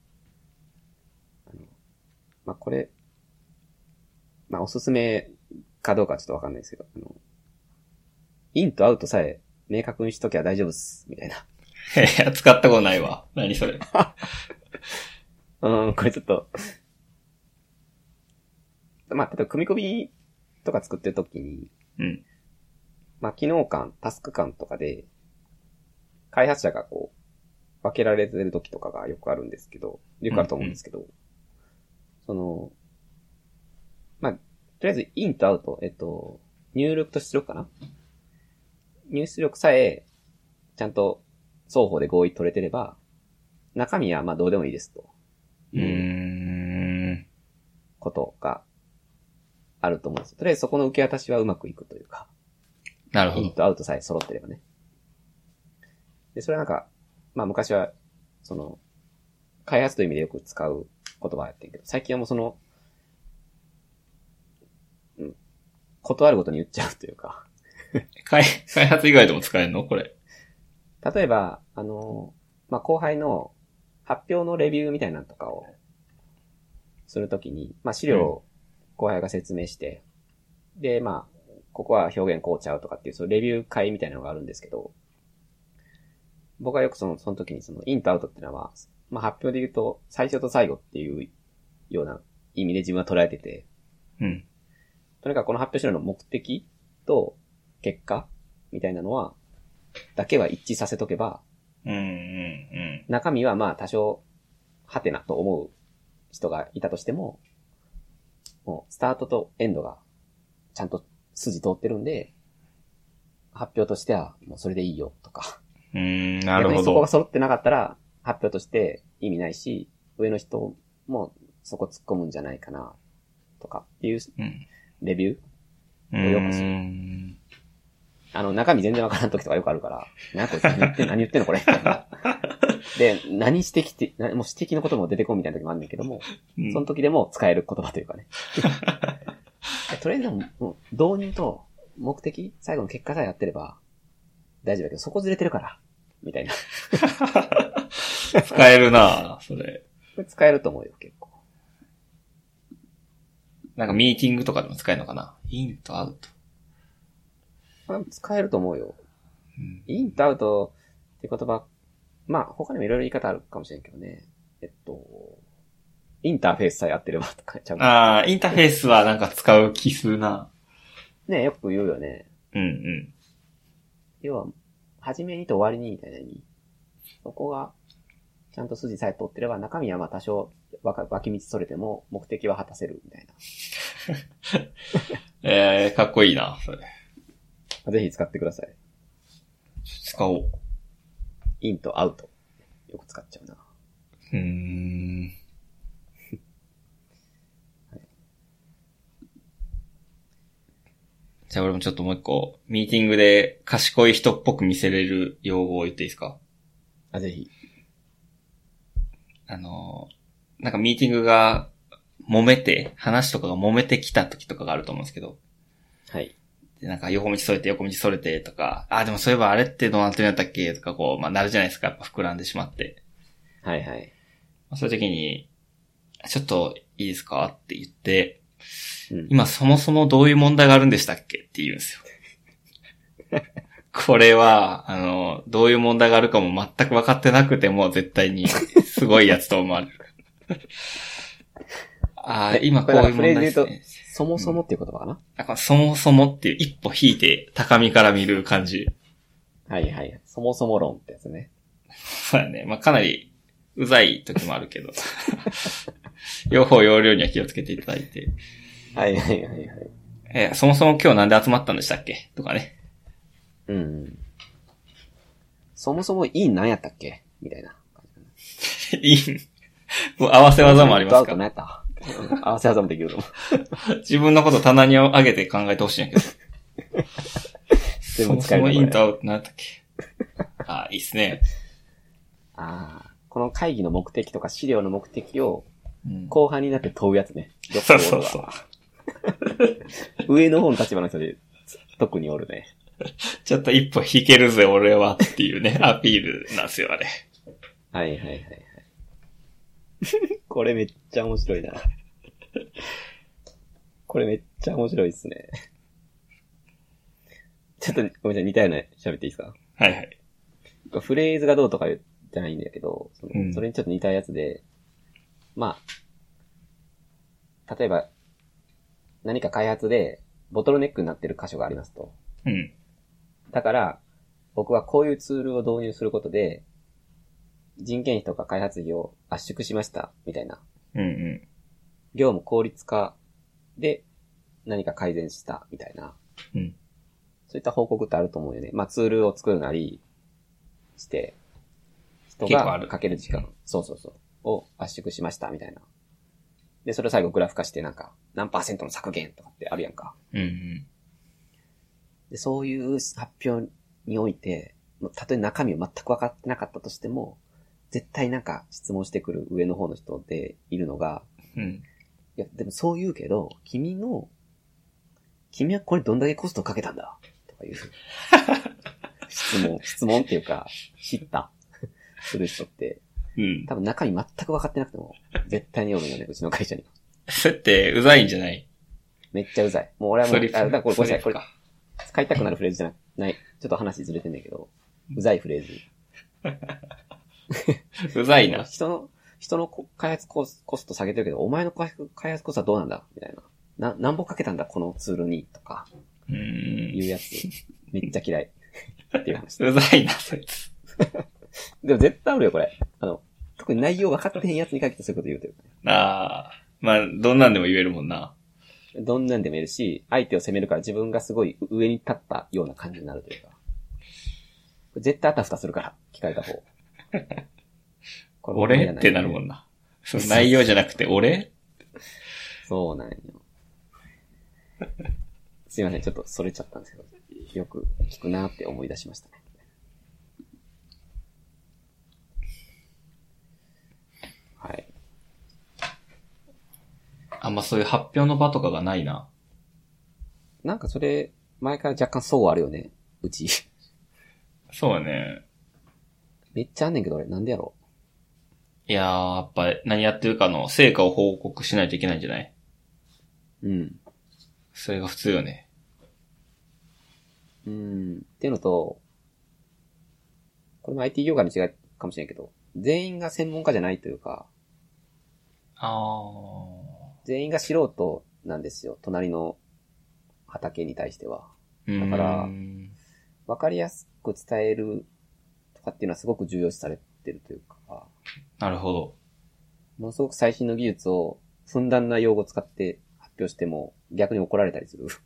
Speaker 2: これ、おすすめかどうかはちょっとわかんないですけど、インとアウトさえ明確にしときゃ大丈夫っす、みたいな。
Speaker 1: いや、使ったことないわ。何それ。
Speaker 2: これちょっと、まあ、例えば組み込みとか作ってるときに、
Speaker 1: うん。
Speaker 2: まあ、機能感、タスク感とかで、開発者がこう、分けられてるときとかがよくあるんですけど、よくあると思うんですけど、まあ、とりあえず、インとアウト、入力と出力かな入出力さえ、ちゃんと双方で合意取れてれば、中身はまあどうでもいいですと。ことがあると思うんです。とりあえずそこの受け渡しはうまくいくというか。
Speaker 1: なるほど。
Speaker 2: インとアウトさえ揃ってればね。で、それはなんか、まあ昔は、開発という意味でよく使う言葉やってんけど、最近はもう断るごとに言っちゃうというか。
Speaker 1: 開発以外でも使えるのこれ。
Speaker 2: 例えば、まあ後輩の発表のレビューみたいなのとかをするときに、まあ資料を後輩が説明して、で、まあ、ここは表現こうちゃうとかっていう、そのレビュー会みたいなのがあるんですけど、僕はよくその時にインとアウトっていうのは、まあ発表で言うと、最初と最後っていうような意味で自分は捉えてて、
Speaker 1: うん。
Speaker 2: とにかくこの発表資料の目的と結果みたいなのは、だけは一致させとけば、中身はまあ多少、はてなと思う人がいたとしても、もうスタートとエンドがちゃんと筋通ってるんで、発表としてはもうそれでいいよとか。
Speaker 1: なるほど。
Speaker 2: 逆にそこが揃ってなかったら発表として意味ないし、上の人もそこ突っ込むんじゃないかなとかっていうレビューをよくする。中身全然わからん時とかよくあるから、こいつ何言ってんのこれ。で、何指摘って、もう指摘のことも出てこんみたいな時もあるんだけども、その時でも使える言葉というかね。とりあえずもう導入と目的、最後の結果さえやってれば大丈夫だけど、そこずれてるから、みたいな。
Speaker 1: 使えるなそれ。
Speaker 2: これ使えると思うよ、結構。
Speaker 1: なんかミーティングとかでも使えるのかなインとアウト。
Speaker 2: 使えると思うよ。インとアウトって言葉、まあ他にもいろいろ言い方あるかもしれんけどね。インターフェースさえやってればとかちゃう。
Speaker 1: ああ、インターフェースはなんか使う気するな。
Speaker 2: ねよく言うよね。
Speaker 1: うん
Speaker 2: 要は、初めにと終わりにみたいな意味。そこが、ちゃんと筋さえ通ってれば、中身はまあ多少脇道それても目的は果たせるみたい
Speaker 1: な。かっこいいな、それ。
Speaker 2: ぜひ使ってください。
Speaker 1: 使おう。
Speaker 2: インとアウト。よく使っちゃうな。
Speaker 1: じゃあ俺もちょっともう一個、ミーティングで賢い人っぽく見せれる用語を言っていいですか？
Speaker 2: ぜひ。
Speaker 1: なんかミーティングが話とかが揉めてきた時とかがあると思うんですけど。
Speaker 2: はい。
Speaker 1: で、なんか横道それてとか、でもそういえばあれってどうなってるんやったっけとかこう、まあなるじゃないですか。やっぱ膨らんでしまって。
Speaker 2: はいはい。
Speaker 1: そういう時に、ちょっといいですかって言って、
Speaker 2: うん、
Speaker 1: 今そもそもどういう問題があるんでしたっけって言うんですよ。これは、どういう問題があるかも全く分かってなくても絶対にすごいやつと思われる。今こういう問題ですね。
Speaker 2: そもそもっていう言葉かな、
Speaker 1: そもそもっていう一歩引いて高みから見る感じ。
Speaker 2: はいはい。そもそも論ってやつね。
Speaker 1: そうだね。まあ、かなりうざい時もあるけど。両方要領には気をつけていただいて。
Speaker 2: はいはいはいはい。
Speaker 1: そもそも今日なんで集まったんでしたっけとかね。
Speaker 2: うん。そもそもイン何やったっけみたいな。
Speaker 1: インもう合わせ技もありますか？
Speaker 2: 何やった合わせ技もできると思
Speaker 1: う。自分のこと棚に上げて考えてほしいんやけど。そもそもインとアウト何やったっけいいっすね。
Speaker 2: この会議の目的とか資料の目的を後半になって問うやつね。
Speaker 1: そうそうそう。
Speaker 2: 上の方の立場の人で特におるね。
Speaker 1: ちょっと一歩引けるぜ俺はっていうね、アピールなんですよ、あれ。
Speaker 2: はいはいはいはい。これめっちゃ面白いな。これめっちゃ面白いっすね。ちょっとごめんなさい、似たような喋っていいですか？
Speaker 1: はいはい。
Speaker 2: フレーズがどうとかじゃないんだけど、それにちょっと似たやつで、 まあ、例えば、何か開発で、ボトルネックになってる箇所がありますと。
Speaker 1: うん。
Speaker 2: だから、僕はこういうツールを導入することで、人件費とか開発費を圧縮しました、みたいな。
Speaker 1: うんうん。
Speaker 2: 業務効率化で何か改善した、みたいな。
Speaker 1: うん。
Speaker 2: そういった報告ってあると思うよね。まあツールを作るなりして、人がかける時間、そうそうそう、を圧縮しました、みたいな。で、それを最後グラフ化してなんか、何%の削減とかってあるやんか。
Speaker 1: うんうん。
Speaker 2: で、そういう発表において、たとえ中身を全く分かってなかったとしても、絶対なんか質問してくる上の方の人でいるのが、
Speaker 1: うん。
Speaker 2: いや、でもそう言うけど、君はこれどんだけコストかけたんだとかいう質問っていうか、知ったする人って、
Speaker 1: うん。
Speaker 2: 多分中身全く分かってなくても、絶対におるよね、うちの会社に。
Speaker 1: それってうざいんじゃない？
Speaker 2: めっちゃうざい。もう俺はもう、だからこれごめんなさい、これ、
Speaker 1: か。
Speaker 2: 使いたくなるフレーズじゃない。ちょっと話ずれてんだけど、うざいフレーズ。
Speaker 1: うざいな。
Speaker 2: 人の開発コスト下げてるけど、お前の開発コストはどうなんだみたいな。何本かけたんだこのツールにとか。いうやつ、めっちゃ嫌い。っていう話。
Speaker 1: うざいな、そいつ。
Speaker 2: でも絶対あるよ、これ。特に内容分かってへんやつに限ってそういうこと言うてる。
Speaker 1: ああ。まあ、どんなんでも言えるもんな。
Speaker 2: どんなんでもいるし、相手を責めるから自分がすごい上に立ったような感じになるというか。絶対あたふたするから、聞かれた方。
Speaker 1: 俺ってなるもんな。その内容じゃなくて俺
Speaker 2: そうなんよ。すいません、ちょっとそれちゃったんですけど、よく聞くなーって思い出しましたね。はい。
Speaker 1: あんまそういう発表の場とかがないな。
Speaker 2: なんかそれ、前から若干そうあるよね、うち。
Speaker 1: そうね。
Speaker 2: めっちゃあんねんけど俺、なんでやろ
Speaker 1: いやー、やっぱ何やってるかの成果を報告しないといけないんじゃない？
Speaker 2: うん。
Speaker 1: それが普通よね。
Speaker 2: っていうのと、これも IT 業界の違いかもしれんけど、全員が専門家じゃないというか、全員が素人なんですよ、隣の畑に対しては。だから、わかりやすく伝えるとかっていうのはすごく重要視されてるというか。
Speaker 1: なるほど。
Speaker 2: ものすごく最新の技術をふんだんな用語を使って発表しても逆に怒られたりする。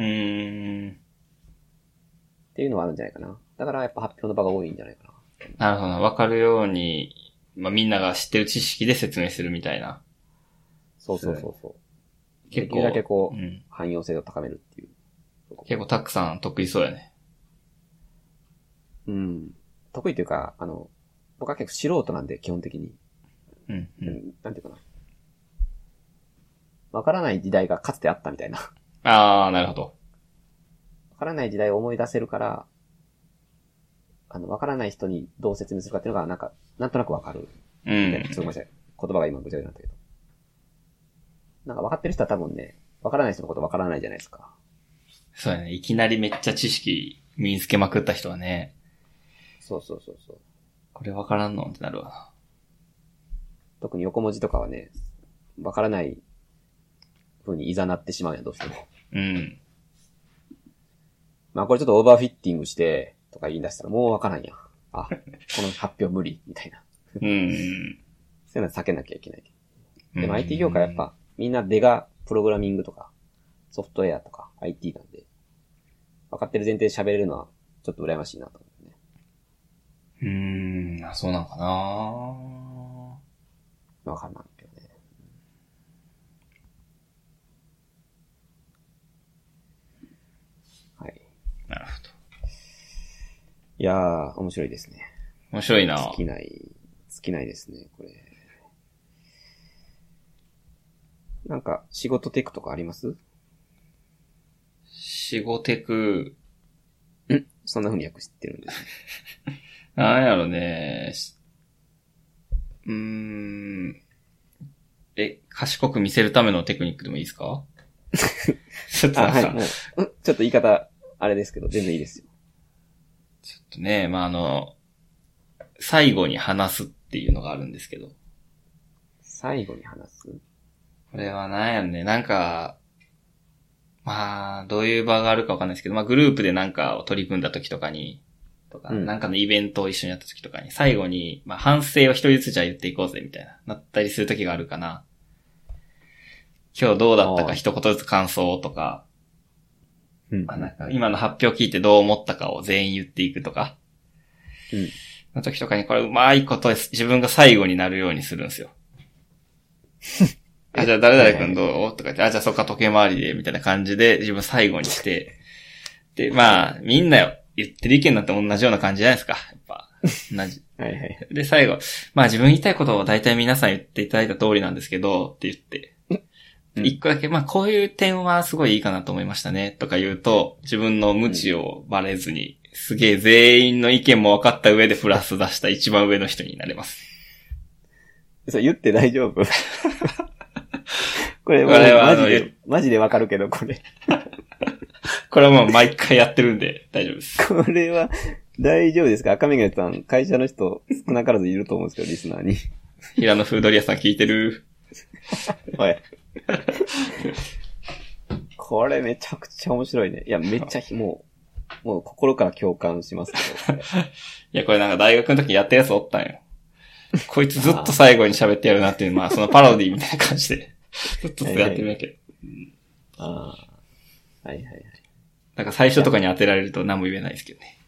Speaker 2: っていうのはあるんじゃないかな。だからやっぱ発表の場が多いんじゃないか
Speaker 1: な。なるほど。わかるように、まあ、みんなが知ってる知識で説明するみたいな。
Speaker 2: そう。結構。できるだけこう、汎用性を高めるっていう。
Speaker 1: 結構たくさん得意そうやね。
Speaker 2: 得意というか、僕は結構素人なんで、基本的に。なんていうかな。わからない時代がかつてあったみたいな。
Speaker 1: あー、なるほど。
Speaker 2: わからない時代を思い出せるから、わからない人にどう説明するかっていうのが、なんとなくわかる。ちょっとごめんなさい。言葉が今ぐちゃぐちゃになったけど。なんか分かってる人は多分ね、分からない人のこと分からないじゃないですか。
Speaker 1: そうやね。いきなりめっちゃ知識身につけまくった人はね。
Speaker 2: そう。
Speaker 1: これ分からんのってなるわ。
Speaker 2: 特に横文字とかはね、分からない風に誘ってしまうやん、どうしても。まあこれちょっとオーバーフィッティングして、とか言い出したらもう分からんやん。あ、この発表無理、みたいな。そういうのは避けなきゃいけない。でも IT 業界やっぱ、みんな出がプログラミングとか、ソフトウェアとか IT なんで、分かってる前提で喋れるのは、ちょっと羨ましいなと思うね。
Speaker 1: そうなんかな。
Speaker 2: 分かんないけどね。はい。
Speaker 1: なるほど。
Speaker 2: いやー、面白いですね。
Speaker 1: 面白いな。
Speaker 2: 尽きないですね、これ。なんか、仕事テクとかあります？
Speaker 1: 仕事テク。
Speaker 2: そんな風に訳してるんですね。
Speaker 1: なんやろね。賢く見せるためのテクニックでもいいですか？ちょっと
Speaker 2: はい、もう、ちょっと言い方、あれですけど、全然いいですよ。
Speaker 1: ちょっとね、まあ、最後に話すっていうのがあるんですけど。
Speaker 2: 最後に話す？
Speaker 1: これはなんやろね。なんか、まあ、どういう場があるかわかんないですけど、まあグループでなんかを取り組んだ時とかに、なんかのイベントを一緒にやった時とかに、最後に、まあ反省を一人ずつじゃあ言っていこうぜ、みたいな、なったりする時があるかな。今日どうだったか一言ずつ感想とか、まあなんか今の発表聞いてどう思ったかを全員言っていくとか、の時とかにこれうまいこと自分が最後になるようにするんですよ。あ、じゃあ誰々君どうとか言って、あ、じゃあそっか時計回りで、みたいな感じで自分最後にして、で、まあ、みんなよ、言ってる意見なんて同じような感じじゃないですか。やっぱ、同じ。
Speaker 2: はいはい。
Speaker 1: で、最後、まあ自分言いたいことを大体皆さん言っていただいた通りなんですけど、って言って、一個だけ、まあこういう点はすごいいいかなと思いましたね、とか言うと、自分の無知をバレずに、すげえ全員の意見も分かった上でプラス出した一番上の人になれます。
Speaker 2: そう、言って大丈夫？これマジでわかるけど、これ。
Speaker 1: これはもう毎回やってるんで大丈夫です。
Speaker 2: これは大丈夫ですか？赤メガネさん、会社の人少なからずいると思うんですけど、リスナーに。
Speaker 1: 平野フードリアさん聞いてる？
Speaker 2: おい。これめちゃくちゃ面白いね。いや、めっちゃもう心から共感しますけど。い
Speaker 1: や、これなんか大学の時やったやつおったんよ。こいつずっと最後に喋ってやるなっていう、まあそのパロディみたいな感じで、ずっとやってるわけ。
Speaker 2: ああ。はいはいはい。
Speaker 1: なんか最初とかに当てられると何も言えないですけどね。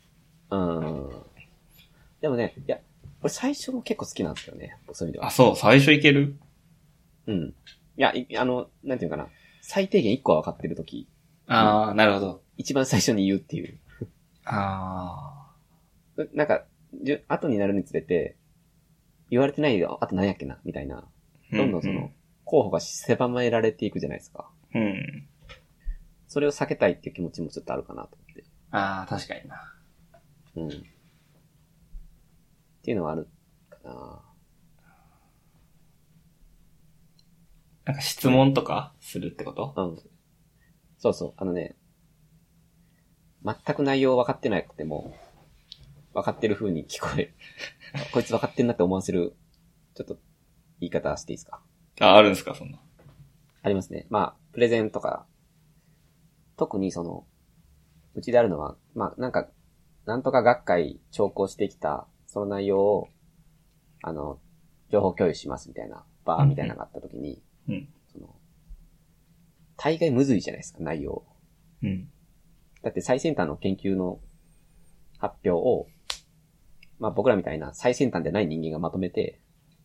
Speaker 2: でもね、いや、俺最初も結構好きなんですよね。そういう意味では。
Speaker 1: あ、そう、最初いける？
Speaker 2: うん。いや、なんていうかな。最低限1個は分かってるとき。
Speaker 1: ああ、なるほど。
Speaker 2: 一番最初に言うっていう。
Speaker 1: あ
Speaker 2: あ。なんか、後になるにつれて、言われてないよ、あと何やっけな、みたいな。どんどんその、候補が狭められていくじゃないですか。
Speaker 1: うん。
Speaker 2: それを避けたいっていう気持ちもちょっとあるかなと思って。
Speaker 1: ああ、確かにな。
Speaker 2: うん。っていうのはあるかな。
Speaker 1: なんか質問とかするってこと？
Speaker 2: うん。そうそう。全く内容分かってなくても、分かってる風に聞こえ、こいつ分かってんなって思わせる、ちょっと言い方していいですか？
Speaker 1: あるんですか、そんな。
Speaker 2: ありますね。まあ、プレゼンとか、特にうちであるのは、まあ、なんとか学会聴講してきた、その内容を、情報共有しますみたいな、バーみたいなのがあった時に、大概むずいじゃないですか、内容。
Speaker 1: うん。
Speaker 2: だって最先端の研究の発表を、まあ僕らみたいな最先端でない人間がまとめて、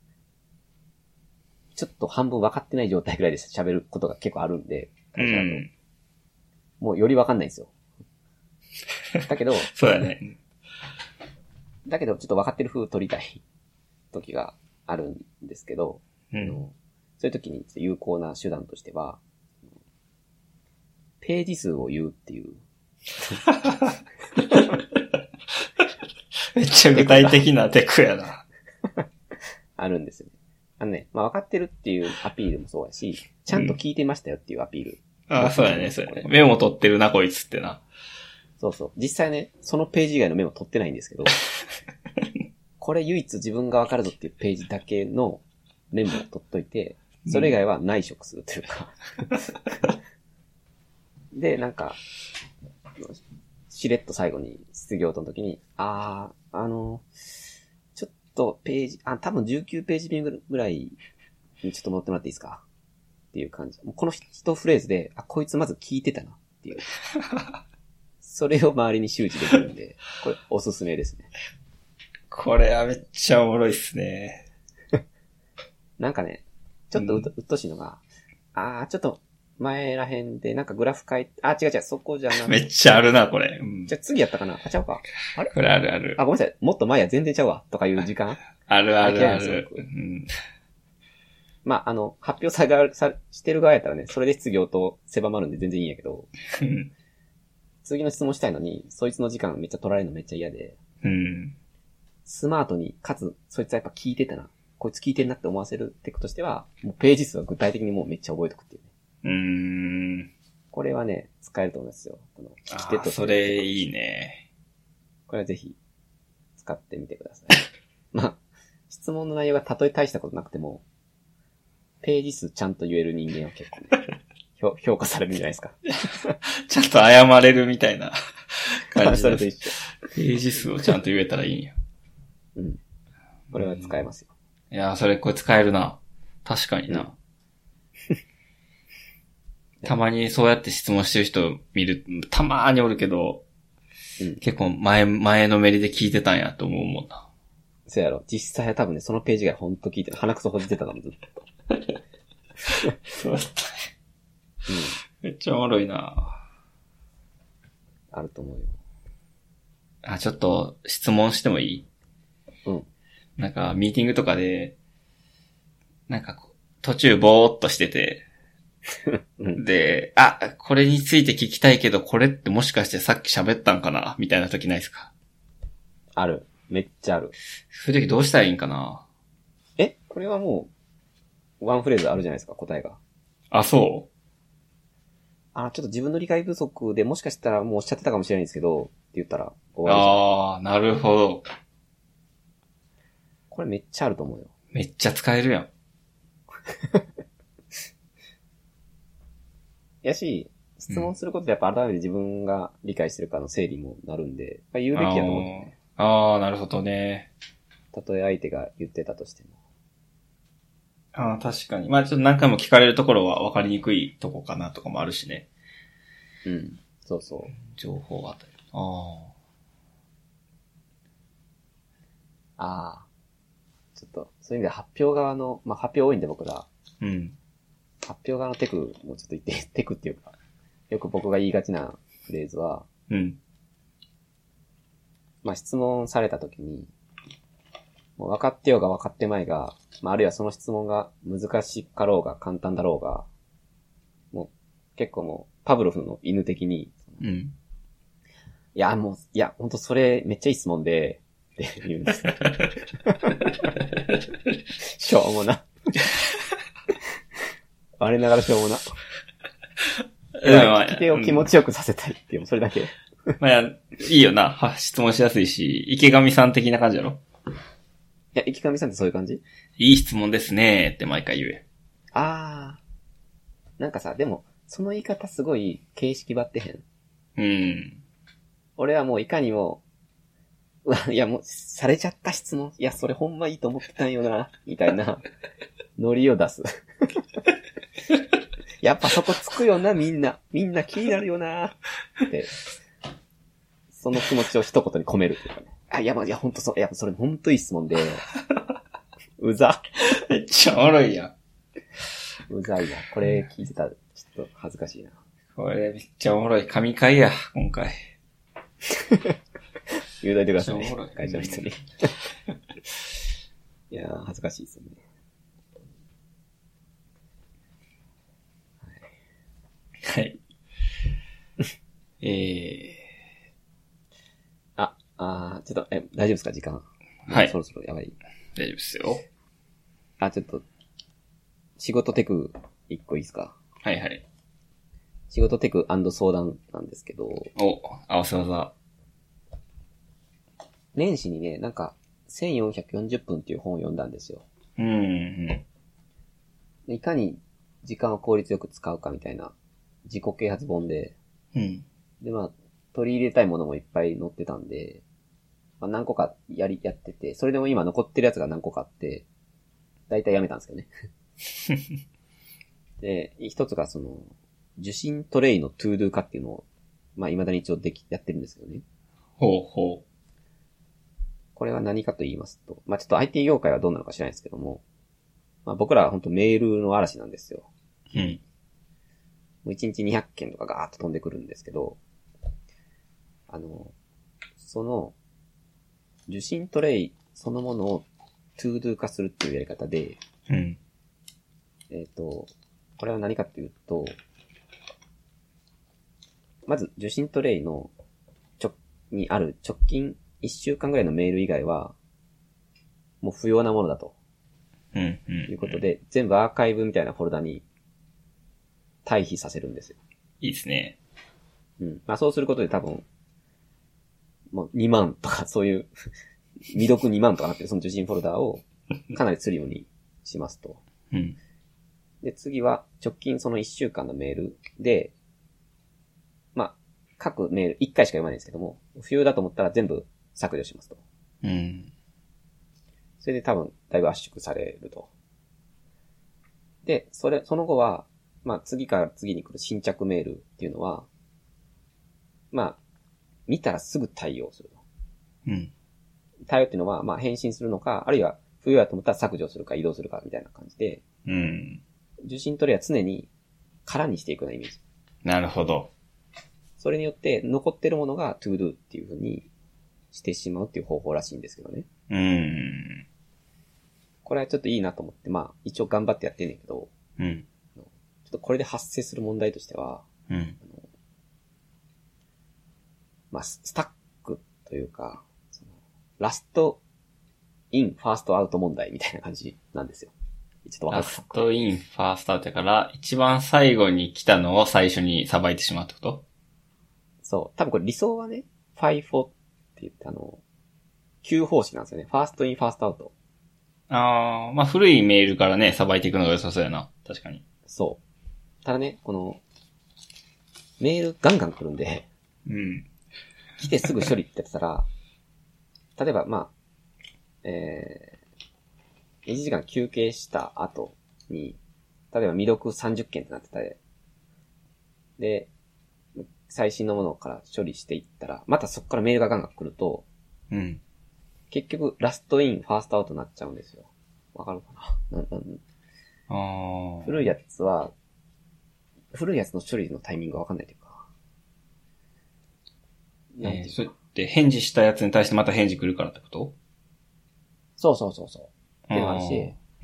Speaker 2: ちょっと半分分かってない状態ぐらいで喋ることが結構あるんで、もうより分かんないんですよ。だけど、
Speaker 1: そうだね。
Speaker 2: だけどちょっと分かってる風取りたい時があるんですけど、そういう時に有効な手段としては、ページ数を言うっていう。
Speaker 1: めっちゃ具体的なテクやな。
Speaker 2: あるんですよね。まあ分かってるっていうアピールもそうやし、ちゃんと聞いてましたよっていうアピール。
Speaker 1: ああ、そうやね、そうやね。メモ取ってるな、こいつってな。
Speaker 2: そうそう。実際ね、そのページ以外のメモ取ってないんですけど、これ唯一自分が分かるぞっていうページだけのメモを取っといて、それ以外は内職するというか。で、なんか、しれっと最後に質疑応答の時に、ちょっとページ、多分19ページ目ぐらいにちょっと戻ってもらっていいですかっていう感じ。この一フレーズで、こいつまず聞いてたなっていう。それを周りに周知できるんで、これおすすめですね。
Speaker 1: これはめっちゃおもろいっすね。
Speaker 2: なんかね、ちょっとうっとしいのが、ちょっと前らへんでなんかグラフ書いて、違う、そこじゃなくて。
Speaker 1: めっちゃあるな、これ。
Speaker 2: じゃあ次やったかな？ちゃうか。あれ？
Speaker 1: これあるある。
Speaker 2: ごめんなさい。もっと前や全然ちゃうわ。とかいう時間
Speaker 1: ある。
Speaker 2: まあ、発表してる側やったらね、それで質疑応答狭まるんで全然いいんやけど、次の質問したいのに、そいつの時間めっちゃ取られるのめっちゃ嫌で、スマートに、かつ、そいつはやっぱ聞いてたな。こいつ聞いてるなって思わせるテクとしては、もうページ数は具体的にもうめっちゃ覚えとくっていうね。これはね、使えると思いますよ。聞き手と
Speaker 1: それいいね。
Speaker 2: これはぜひ、使ってみてください。まあ、質問の内容がたとえ大したことなくても、 ページ数ちゃんと言える人間は結構ね、評価されるんじゃないですか。
Speaker 1: ちゃんと謝れるみたいな感じ
Speaker 2: そ
Speaker 1: で。
Speaker 2: れと一緒。
Speaker 1: ページ数をちゃんと言えたらいいんや。
Speaker 2: うん。これは使えますよ。
Speaker 1: いやー、これ使えるな。確かにな。たまにそうやって質問してる人見る、たまーにおるけど、結構前のめりで聞いてたんやと思うもんな。
Speaker 2: そうやろ。実際は多分ね、そのページがほんと聞いてる。鼻くそほじってたかもずっと。
Speaker 1: そうだったね。めっちゃおもろいな。
Speaker 2: あると思うよ。
Speaker 1: ちょっと質問してもいい？なんか、ミーティングとかで、なんか、途中ぼーっとしてて、で、これについて聞きたいけど、これってもしかしてさっき喋ったんかなみたいな時ないですか？
Speaker 2: ある。めっちゃある。
Speaker 1: そういう時どうしたらいいんかな？
Speaker 2: これはもう、ワンフレーズあるじゃないですか、答えが。
Speaker 1: そう
Speaker 2: ちょっと自分の理解不足でもしかしたらもうおっしゃってたかもしれないんですけど、って言ったら終わりじゃん。
Speaker 1: なるほど。
Speaker 2: これめっちゃあると思うよ。
Speaker 1: めっちゃ使えるやん。
Speaker 2: やし、質問することでやっぱ改めて自分が理解してるかの整理もなるんで、言うべきやと思うんだよね。
Speaker 1: なるほどね。
Speaker 2: たとえ相手が言ってたとしても。
Speaker 1: 確かに。ちょっと何回も聞かれるところは分かりにくいとこかなとかもあるしね。
Speaker 2: うん。そうそう。
Speaker 1: 情報が与える。
Speaker 2: ちょっと、そういう意味で発表側の、発表多いんで僕ら。発表側のテクもちょっと言って、テクっていうか、よく僕が言いがちなフレーズは、質問された時に、もう分かってようが分かってまいが、あるいはその質問が難しかろうが簡単だろうが、もう結構もうパブロフの犬的に、ほんとそれめっちゃいい質問で、って言うんです。しょうもな。我ながらしょうもな。聞き手を気持ちよくさせたいっていう、それだけ。
Speaker 1: いいよな。質問しやすいし、池上さん的な感じやろ？
Speaker 2: 池上さんってそういう感じ？
Speaker 1: いい質問ですねーって毎回言え。
Speaker 2: なんかさ、でも、その言い方すごい形式ばってへ
Speaker 1: ん。
Speaker 2: 俺はもういかにも、もう、されちゃった質問。それほんまいいと思ってたんよな、みたいな、ノリを出す。やっぱそこつくよな、みんな。みんな気になるよな、って、その気持ちを一言に込めるっていうかね。ほんとそう、それほんといい質問で、うざ。
Speaker 1: めっちゃおもろいやん。
Speaker 2: うざいや。これ聞いてたら、ちょっと恥ずかしいな。
Speaker 1: これめっちゃおもろい。神回や、今回。
Speaker 2: 言うといてくださいね。会社の人に。恥ずかしいですよね。
Speaker 1: はい。
Speaker 2: ちょっと、大丈夫ですか時間。
Speaker 1: はい。
Speaker 2: そろそろやばい。
Speaker 1: 大丈夫ですよ。
Speaker 2: ちょっと、仕事テク一個いいですか？
Speaker 1: はいはい。
Speaker 2: 仕事テク&相談なんですけど。
Speaker 1: 合わせ技。
Speaker 2: 年始にね、なんか、1440分っていう本を読んだんですよ。いかに時間を効率よく使うかみたいな自己啓発本で。で、取り入れたいものもいっぱい載ってたんで、何個かやってて、それでも今残ってるやつが何個かあって、だいたいやめたんですけどね。で、一つが受信トレイのトゥードゥ化っていうのを、未だに一応やってるんですけどね。これは何かと言いますと、ちょっと IT 業界はどうなのか知らないですけども、僕らは本当メールの嵐なんですよ。もう1日200件とかガーッと飛んでくるんですけど、その、受信トレイそのものをトゥードゥ化するっていうやり方で、これは何かっていうと、まず受信トレイのにある直近1週間ぐらいのメール以外は、もう不要なものだと。いうことで、全部アーカイブみたいなフォルダに退避させるんですよ。
Speaker 1: いいですね。
Speaker 2: そうすることで多分、もう2万とかそういう、未読2万とかなってるその受信フォルダをかなりスリムにしますと。 で、次は直近その1週間のメールで、まあ、各メール1回しか読まないんですけども、不要だと思ったら全部削除しますと。
Speaker 1: うん。
Speaker 2: それで多分、だいぶ圧縮されると。で、その後は、まあ、次から次に来る新着メールっていうのは、まあ、見たらすぐ対応すると。
Speaker 1: うん。
Speaker 2: 対応っていうのは、まあ、返信するのか、あるいは、不要だと思ったら削除するか移動するかみたいな感じで、
Speaker 1: うん。
Speaker 2: 受信取りは常に空にしていくようなイメージ。
Speaker 1: なるほど。
Speaker 2: それによって残ってるものが to do っていう風にしてしまうっていう方法らしいんですけどね。
Speaker 1: うん。
Speaker 2: これはちょっといいなと思って、まあ一応頑張ってやってんねんけど、
Speaker 1: うん。
Speaker 2: ちょっとこれで発生する問題としては、
Speaker 1: うん。
Speaker 2: まあスタックというか、ラストイン、ファーストアウト問題みたいな感じなんですよ。ちょっとわか
Speaker 1: ラ
Speaker 2: るか
Speaker 1: ストイン、ファーストアウトだから、一番最後に来たのを最初にさばいてしまうってこと？
Speaker 2: そう。多分これ理想はね、FIFO って言って旧方式なんですよね。ファーストイン、ファーストアウト。
Speaker 1: ああ、まあ古いメールからね、さばいていくのが良さそうやな。確かに。
Speaker 2: そう。ただね、この、メールガンガン来るんで、
Speaker 1: うん。
Speaker 2: 来てすぐ処理ってやってたら、例えば、まあ、1時間休憩した後に、例えば未読30件ってなってたで、で、最新のものから処理していったら、またそこからメールがガンガン来ると、
Speaker 1: うん。
Speaker 2: 結局、ラストイン、ファーストアウトになっちゃうんですよ。わかるかな？
Speaker 1: ああ。
Speaker 2: 古いやつは、古いやつの処理のタイミングがわかんないというか。
Speaker 1: それって返事したやつに対してまた返事来るからってこと？
Speaker 2: そう。っていうのがあるし、
Speaker 1: うん。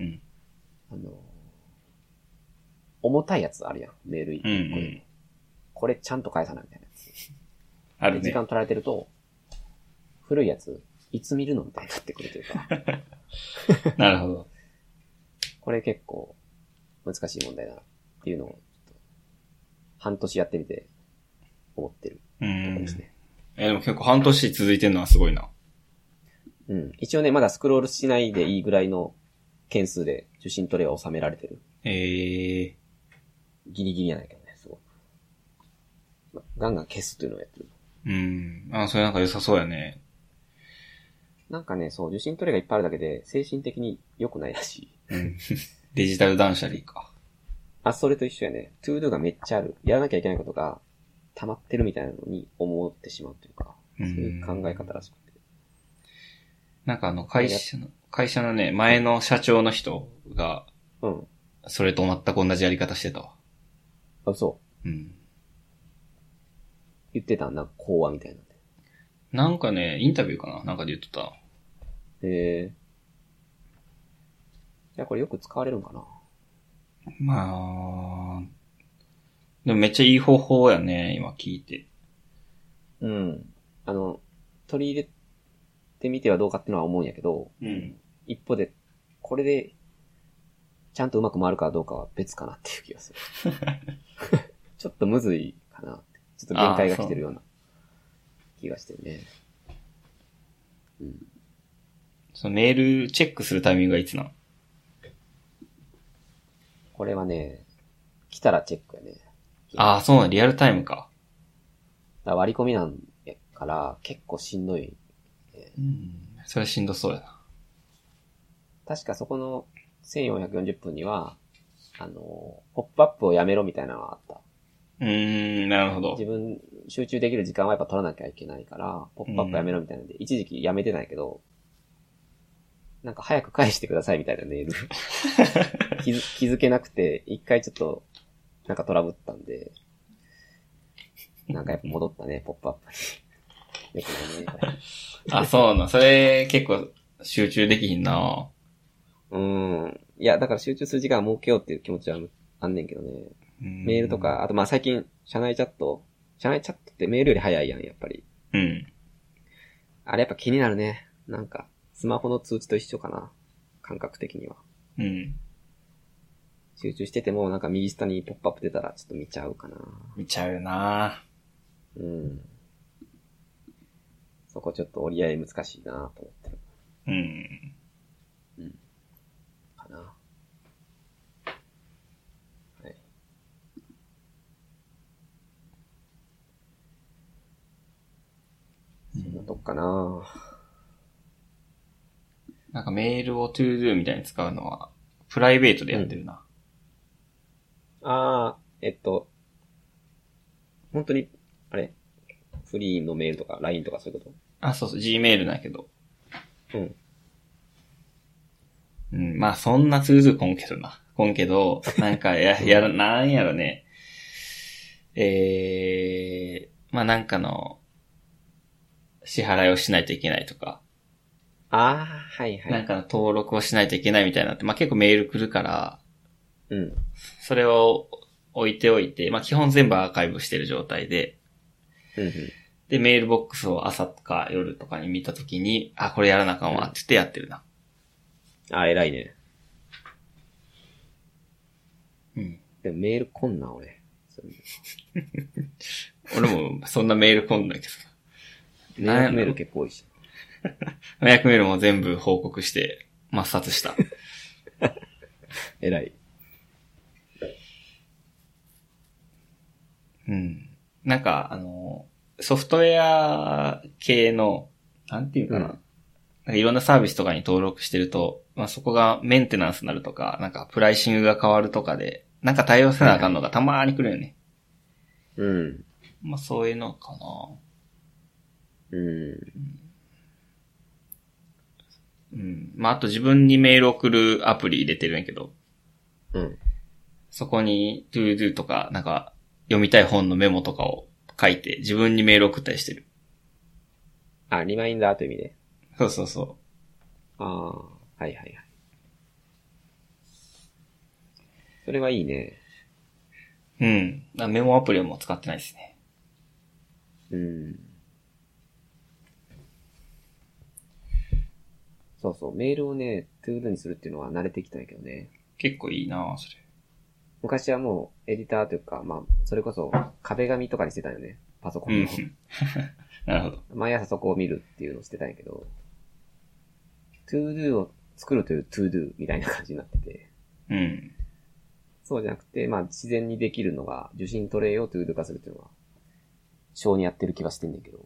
Speaker 2: 重たいやつあるやん、メール
Speaker 1: うんうん。
Speaker 2: これちゃんと返さないみたいなやつ。
Speaker 1: あるね。
Speaker 2: 時間取られてると、古いやつ、いつ見るのみたいになってくるというか。
Speaker 1: なるほど。
Speaker 2: これ結構難しい問題だなっていうのを、半年やってみて思ってるところですね。
Speaker 1: でも結構半年続いてるのはすごいな。
Speaker 2: うん。一応ね、まだスクロールしないでいいぐらいの件数で受信取れは収められてる。ギリギリやないけどね、すごく。ガンガン消すというのをやってる。
Speaker 1: それなんか良さそうやね。
Speaker 2: なんかね、そう、受信取れがいっぱいあるだけで、精神的に良くないらしい。
Speaker 1: うん。デジタル断捨離か。
Speaker 2: それと一緒やね。トゥードゥがめっちゃある。やらなきゃいけないことが溜まってるみたいなのに思ってしまうというか、そういう考え方らしくて。
Speaker 1: なんか会社のね、前の社長の人が、
Speaker 2: うん。
Speaker 1: それと全く同じやり方してたわ。
Speaker 2: そう。
Speaker 1: うん。
Speaker 2: 言ってたなんか講話みたいなんで。
Speaker 1: なんかね、インタビューかななんかで言ってた。
Speaker 2: じゃあこれよく使われるんかな？
Speaker 1: まあ、でもめっちゃいい方法やね、今聞いて。
Speaker 2: うん。取り入れてみてはどうかっていうのは思うんやけど、
Speaker 1: うん。
Speaker 2: 一方で、これで、ちゃんとうまく回るかどうかは別かなっていう気がする。ちょっとむずいかな。ちょっと限界が来てるような気がしてるね。うん。
Speaker 1: そのメールチェックするタイミングがいつなの？
Speaker 2: これはね、来たらチェックやね。
Speaker 1: そうなん、リアルタイムか。
Speaker 2: 割り込みなんやから結構しんどい。
Speaker 1: それしんどそうやな。
Speaker 2: 確かそこの1440分には、ポップアップをやめろみたいなのがあった。
Speaker 1: なるほど。
Speaker 2: 自分、集中できる時間はやっぱ取らなきゃいけないから、ポップアップやめろみたいなんで、一時期やめてないけど、なんか早く返してくださいみたいなメール気づけなくて、一回ちょっと、なんかトラブったんで、なんかやっぱ戻ったね、ポップアップに。よくないね。
Speaker 1: そうなん。それ結構集中できひんな。
Speaker 2: いや、だから集中する時間を設けようっていう気持ちはあんねんけどね。メールとか、あとまあ最近、社内チャットってメールより早いやん、やっぱり。
Speaker 1: うん。
Speaker 2: あれやっぱ気になるね。なんか、スマホの通知と一緒かな。感覚的には。
Speaker 1: うん。
Speaker 2: 集中してても、なんか右下にポップアップ出たらちょっと見ちゃうかな。
Speaker 1: 見ちゃうよな。
Speaker 2: そこちょっと折り合い難しいなと思ってる。かな。 な。
Speaker 1: なんかメールを to do みたいに使うのは、プライベートでやってるな。
Speaker 2: 本当に、あれフリーのメールとか LINE とかそういうこ
Speaker 1: そうそう、Gmail だけど。
Speaker 2: と？うん。
Speaker 1: うん、まあそんな to do こんけどな。こんけど、なんかなんやろね。まあなんかの、支払いをしないといけないとか。
Speaker 2: はいはい。
Speaker 1: なんかの登録をしないといけないみたいなって、まあ結構メール来るから、
Speaker 2: うん。
Speaker 1: それを置いておいて、まあ基本全部アーカイブしてる状態で、
Speaker 2: うんうん。
Speaker 1: で、メールボックスを朝とか夜とかに見たときに、これやらなあかんわって言ってやってるな。
Speaker 2: 偉いね。
Speaker 1: うん。
Speaker 2: でもメール来んな、俺。
Speaker 1: 俺もそんなメール来んないけど。
Speaker 2: 迷惑メール結構多いし。
Speaker 1: 迷惑メールも全部報告して抹殺した。
Speaker 2: 偉い。
Speaker 1: うん。なんか、ソフトウェア系の、なんていうかな。なんかいろんなサービスとかに登録してると、まあそこがメンテナンスになるとか、なんかプライシングが変わるとかで、なんか対応せなあかんのがたまーに来るよね。
Speaker 2: うん。
Speaker 1: まあそういうのかな。うん。まああと自分にメール送るアプリ入れてるんやけど、
Speaker 2: うん。
Speaker 1: そこに to do とか、なんか読みたい本のメモとかを書いて自分にメール送ったりしてる。
Speaker 2: リマインダーという意味で。
Speaker 1: そうそうそ
Speaker 2: はいはいはい。それはいいね。
Speaker 1: う。うん。メモアプリはもう使ってないですね。
Speaker 2: そうそう、メールをね、トゥードゥにするっていうのは慣れてきたんやけどね。
Speaker 1: 結構いいなそれ。
Speaker 2: 昔はもう、エディターというか、まあ、それこそ、壁紙とかにしてたよね。パソコンの。
Speaker 1: なるほど。
Speaker 2: 毎朝そこを見るっていうのをしてたんやけど、トゥードゥを作るというトゥードゥみたいな感じになってて。
Speaker 1: うん。
Speaker 2: そうじゃなくて、まあ、自然にできるのが、受信トレイをトゥードゥ化するっていうのは、性にやってる気はしてんねんけど。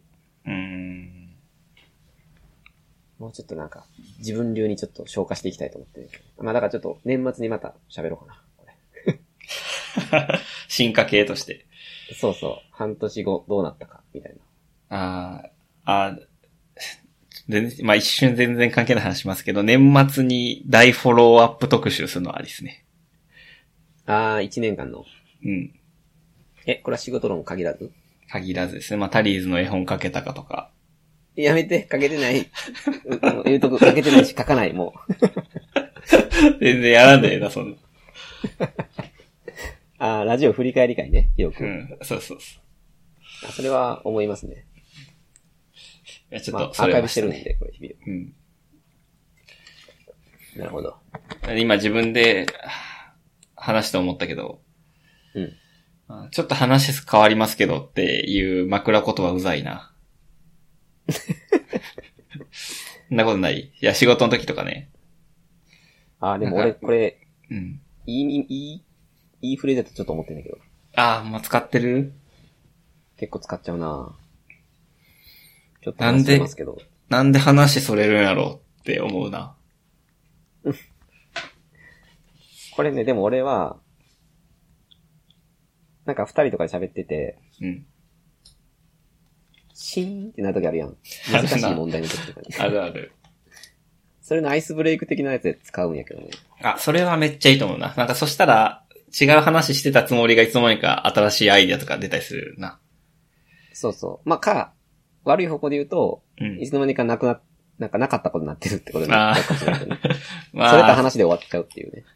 Speaker 2: もうちょっとなんか、自分流にちょっと消化していきたいと思って。まあだからちょっと年末にまた喋ろうかな。こ
Speaker 1: れ進化系として。
Speaker 2: そうそう。半年後どうなったか、みたい
Speaker 1: な。まあ一瞬全然関係ない話しますけど、年末に大フォローアップ特集するのはありですね。
Speaker 2: 1年間の。
Speaker 1: うん。
Speaker 2: これは仕事論限らず
Speaker 1: ですね。まあタリーズの絵本かけたかとか。
Speaker 2: やめて、かけてない。言うとこ、かけてないし書かない、も
Speaker 1: う。全然やらねえな、そん
Speaker 2: な。ラジオ振り返り会ね、よく。
Speaker 1: そうそうそう。
Speaker 2: それは思いますね。
Speaker 1: いや、ちょっと
Speaker 2: それ、アーカイブしてるんで、これ、日々。なるほど。
Speaker 1: 今自分で話して思ったけど、ちょっと話変わりますけどっていう枕言葉うざいな。そんなことない？いや、仕事の時とかね。
Speaker 2: でも俺、これ、いいフレーズだとちょっと思ってんだけど。
Speaker 1: もう使ってる？
Speaker 2: 結構使っちゃうな。ちょっと話してますけど。
Speaker 1: なんで話それるんやろうって思うな。
Speaker 2: これね、でも俺は、なんか二人とかで喋ってて、シーンってなるときあるやん。難しい問題の時とかに。
Speaker 1: あるある。
Speaker 2: それのアイスブレイク的なやつで使うんやけどね。
Speaker 1: それはめっちゃいいと思うな。なんかそしたら、違う話してたつもりがいつの間にか新しいアイディアとか出たりするな。
Speaker 2: そうそう。まあ、悪い方向で言うと、いつの間にかなんかなかったことになってるってことになっちゃうかもしれない、ね。それと話で終わっちゃうっていうね。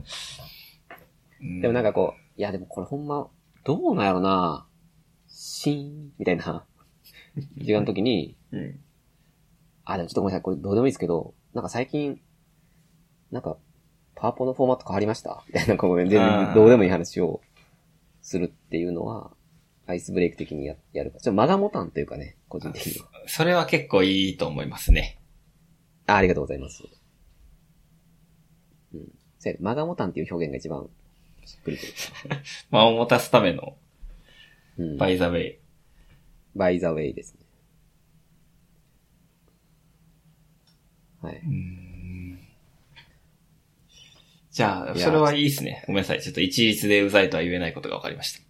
Speaker 2: でもなんかこう、いやでもこれほんま、どうなんやろなシーンみたいな時間の時に、でもちょっとごめんなさい、これどうでもいいですけど、なんか最近、なんか、パワポのフォーマット変わりましたみたいな、全然どうでもいい話をするっていうのは、アイスブレイク的にやるか。間が持たんというかね、個人的には。
Speaker 1: それは結構いいと思いますね。
Speaker 2: ありがとうございます。間が持たんっていう表現が一番しっくりくる。
Speaker 1: 間を持たすための、バイザウェイ。
Speaker 2: バイザウェイですね。 はい。
Speaker 1: じゃあ、それはいいですね。ごめんなさい。ちょっと一律でうざいとは言えないことが分かりました。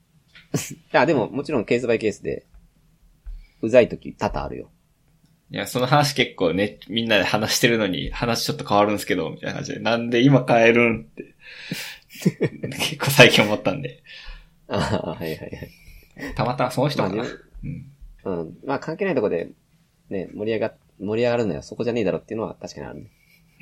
Speaker 2: でももちろんケースバイケースで、うざい時多々あるよ。
Speaker 1: いや、その話結構ね、みんなで話してるのに、話ちょっと変わるんですけど、みたいな感じで、なんで今変えるんって、結構最近思ったんで。
Speaker 2: ああ、はいはいはい。
Speaker 1: たまたまその人かな。
Speaker 2: うん。まあ関係ないとこで、ね、盛り上がるのよ。そこじゃねえだろっていうのは確かにあるね。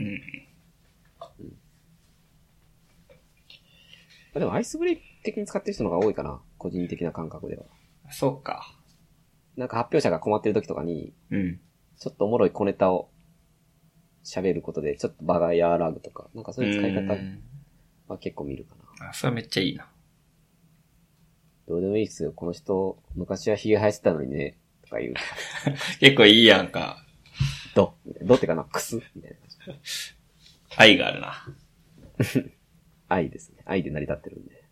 Speaker 2: でもアイスブレイク的に使ってる人の方が多いかな。個人的な感覚では。
Speaker 1: そうか。
Speaker 2: なんか発表者が困ってる時とかに、
Speaker 1: ち
Speaker 2: ょっとおもろい小ネタを喋ることで、ちょっと場が和らぐとか、なんかそういう使い方は結構見るかな。
Speaker 1: あ、それはめっちゃいいな。
Speaker 2: どうでもいいっすよ。この人、昔は髭生やしてたのにね、とか言う。
Speaker 1: 結構いいやんか。
Speaker 2: どってかな、くすみたいな感じ。
Speaker 1: 愛があるな。
Speaker 2: 愛ですね。愛で成り立ってるんで。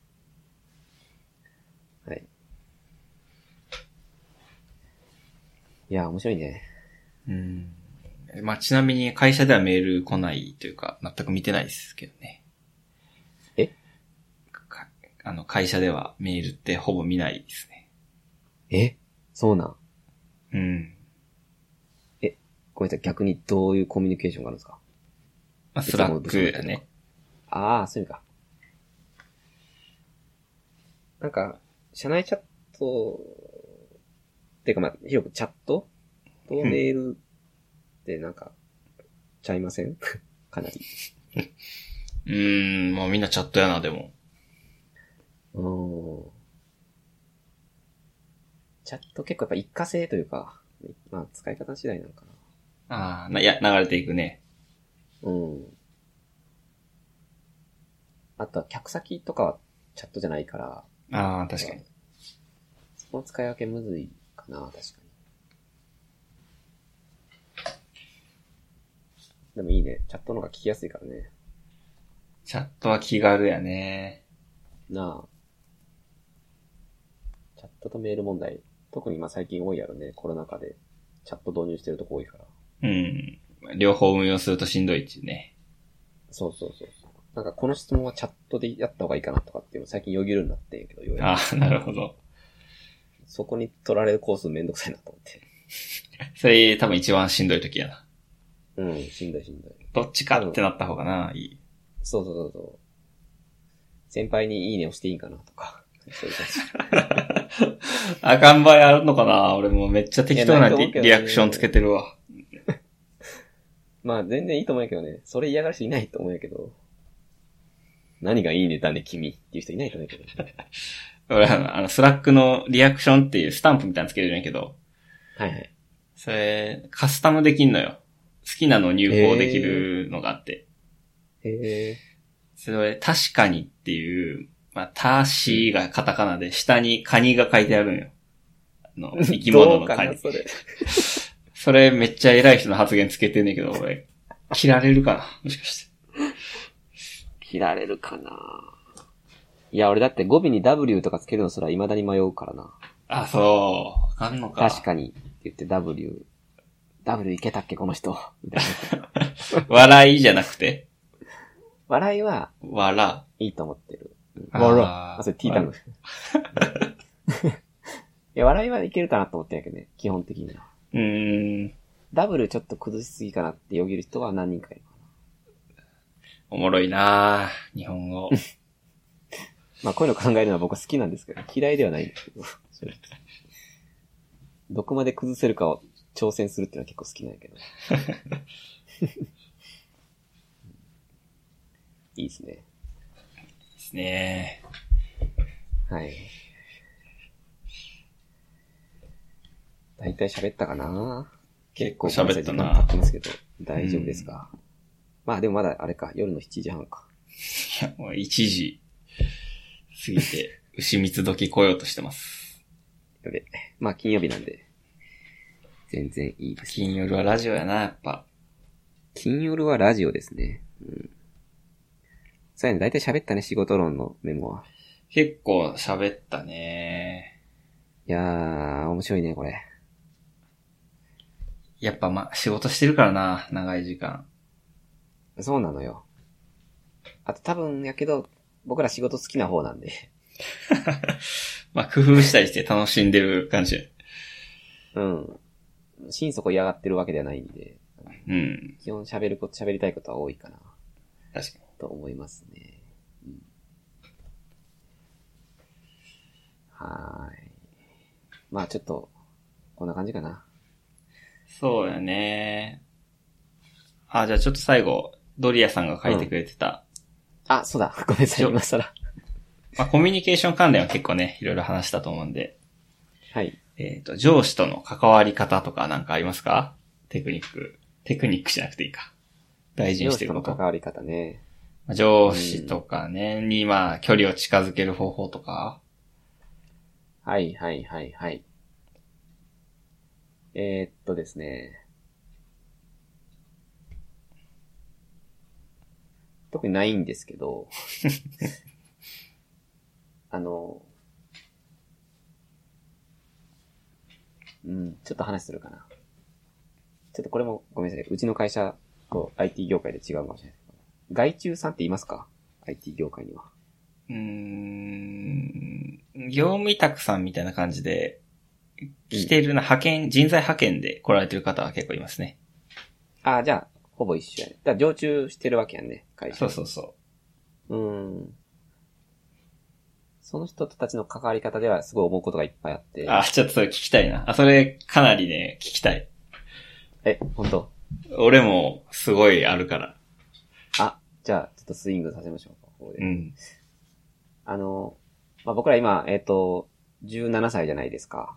Speaker 2: はい。いや、面白いね。
Speaker 1: まあ、ちなみに会社ではメール来ないというか、全く見てないですけどね。会社ではメールってほぼ見ないです
Speaker 2: ね。そうなん。
Speaker 1: ごめん
Speaker 2: なさい、逆にどういうコミュニケーションがあるんですか？
Speaker 1: まあ、スラックだね。
Speaker 2: ああ、そういうか。なんか、社内チャット、っていうかまあ、広くチャットとメールってなんか、ちゃいません？かなり。
Speaker 1: もうみんなチャットやな、でも。
Speaker 2: チャット結構やっぱ一過性というか、まあ使い方次第なのか
Speaker 1: な。流れていくね。
Speaker 2: あとは客先とかはチャットじゃないから。
Speaker 1: 確かに。
Speaker 2: その使い分けむずいかな、確かに。でもいいね。チャットの方が聞きやすいからね。
Speaker 1: チャットは気軽やね。
Speaker 2: なあ。チャットとメール問題。特に最近多いやろね。コロナ禍で。チャット導入してるとこ多いから。
Speaker 1: 両方運用するとしんどいっていうね。
Speaker 2: そう。なんかこの質問はチャットでやった方がいいかなとかっていうの最近よぎるんだってんやけど、ようや
Speaker 1: く。なるほど。
Speaker 2: そこに取られるコースめんどくさいなと思って。
Speaker 1: それ多分一番しんどい時やな。
Speaker 2: しんどい。
Speaker 1: どっちかってなった方がいい。
Speaker 2: そう。先輩にいいね押していいかなとか。そういう感
Speaker 1: じ。赤ん坊あるのかな？俺もめっちゃ適当なリアクションつけてるわ。
Speaker 2: まあ全然いいと思うんやけどね。それ嫌がる人いないと思うんやけど。何がいいねだね君っていう人いないと思うんやけど。
Speaker 1: 俺スラックのリアクションっていうスタンプみたいなのつけてるんやけど。
Speaker 2: はい。
Speaker 1: それ、カスタムできんのよ。好きなの入稿できるのがあって。それ、確かにっていう、たしがカタカナで、下にカニが書いてあるんよ。生き物のカニ。それめっちゃ偉い人の発言つけてんねんけど、俺、切られるかな？もしかして。
Speaker 2: 切られるかな？いや、俺だって語尾に W とかつけるのすら未だに迷うからな。
Speaker 1: そう。わかんのか。
Speaker 2: 確かに。って言って W いけたっけこの人。みたいな。
Speaker 1: 笑いじゃなくて？
Speaker 2: 笑いは、いいと思ってる。それ T タグ。いや、笑いはいけるかなと思ってんやけどね。基本的には。W ちょっと崩しすぎかなってよぎる人は何人かいるかな。
Speaker 1: おもろいなぁ、日本語。
Speaker 2: こういうの考えるのは僕は好きなんですけど、嫌いではないんですけど。どこまで崩せるかを挑戦するっていうのは結構好きなんやけど。いいですね。
Speaker 1: ですね。
Speaker 2: はい。だいたい喋ったかな？
Speaker 1: 結構喋ったな。
Speaker 2: 経ってますけど、大丈夫ですか？でもまだあれか、夜の7時半か。
Speaker 1: いや、もう1時過ぎて、牛蜜時来ようとしてます。
Speaker 2: やべ。金曜日なんで、全然いいです。
Speaker 1: 金夜はラジオやな、やっぱ。
Speaker 2: 金夜はラジオですね。そうやね、だいたい喋ったね、仕事論のメモは。
Speaker 1: 結構喋ったね。
Speaker 2: いやー、面白いね、これ。
Speaker 1: やっぱ仕事してるからな、長い時間。
Speaker 2: そうなのよ。あと多分やけど、僕ら仕事好きな方なんで。
Speaker 1: まあ、工夫したりして楽しんでる感じ。
Speaker 2: うん。心底嫌がってるわけではないんで。
Speaker 1: うん。
Speaker 2: 基本喋りたいことは多いかな。
Speaker 1: 確かに。
Speaker 2: と思いますね。うん、はーい。まあちょっと、こんな感じかな。
Speaker 1: そうやね。あ、じゃあちょっと最後、ドリアさんが書いてくれてた。
Speaker 2: あ、そうだ。ごめんなさい、今更。
Speaker 1: まあ、コミュニケーション関連は結構ね、いろいろ話したと思うんで。
Speaker 2: はい。
Speaker 1: 上司との関わり方とかなんかありますか？テクニックじゃなくていいか。大事にしてること。
Speaker 2: 上司との関わり方ね。
Speaker 1: 上司とかね、にまあ、距離を近づける方法とか。
Speaker 2: はいはいはいはい。ですね。特にないんですけど、ちょっと話するかな。ちょっとこれもごめんなさい。うちの会社と IT 業界で違うかもしれないですけど。外注さんって言いますか？ IT 業界には。
Speaker 1: 業務委託さんみたいな感じで、来てるな、人材派遣で来られてる方は結構いますね。
Speaker 2: あ、じゃあ、ほぼ一緒やね。だから常駐してるわけやんね、会社。
Speaker 1: そうそうそう。
Speaker 2: その人たちの関わり方ではすごい思うことがいっぱいあって。
Speaker 1: あ、ちょっとそれ聞きたいな。あ、それかなりね、聞きたい。
Speaker 2: 本当？
Speaker 1: 俺もすごいあるから。
Speaker 2: あ、じゃあ、ちょっとスイングさせましょうか、ここで。
Speaker 1: うん。
Speaker 2: まあ、僕ら今、17歳じゃないですか。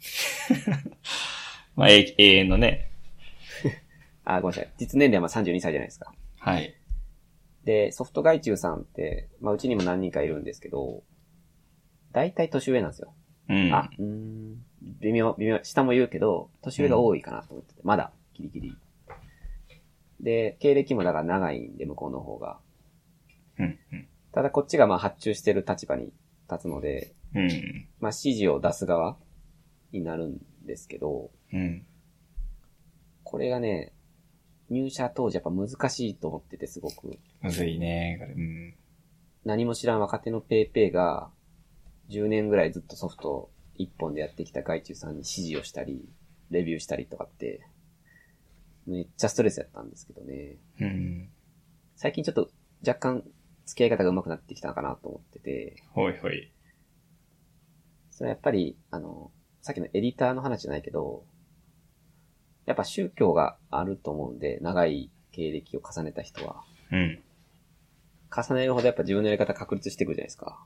Speaker 1: まあ、永遠のね。
Speaker 2: あ、ごめんなさい。実年齢はまあ32歳じゃないですか。
Speaker 1: はい。
Speaker 2: で、ソフト外注さんって、まあ、うちにも何人かいるんですけど、大体年上なんですよ。
Speaker 1: うん。
Speaker 2: 微妙、下も言うけど、年上が多いかなと思ってて、まだ、ギリギリ。で、経歴もだから長いんで、向こうの方が。ただこっちがまあ発注してる立場に立つので、まあ指示を出す側になるんですけど、これがね、入社当時やっぱ難しいと思っててすごく。
Speaker 1: むずいね。
Speaker 2: 何も知らん若手のペーペーが、10年ぐらいずっとソフト一本でやってきた外注さんに指示をしたり、レビューしたりとかって、めっちゃストレスやったんですけどね。最近ちょっと若干付き合い方が上手くなってきたのかなと思ってて。
Speaker 1: ほいほい。
Speaker 2: それはやっぱり、さっきのエディターの話じゃないけど、やっぱ宗教があると思うんで、長い経歴を重ねた人は。重ねるほどやっぱ自分のやり方確立していくじゃないですか。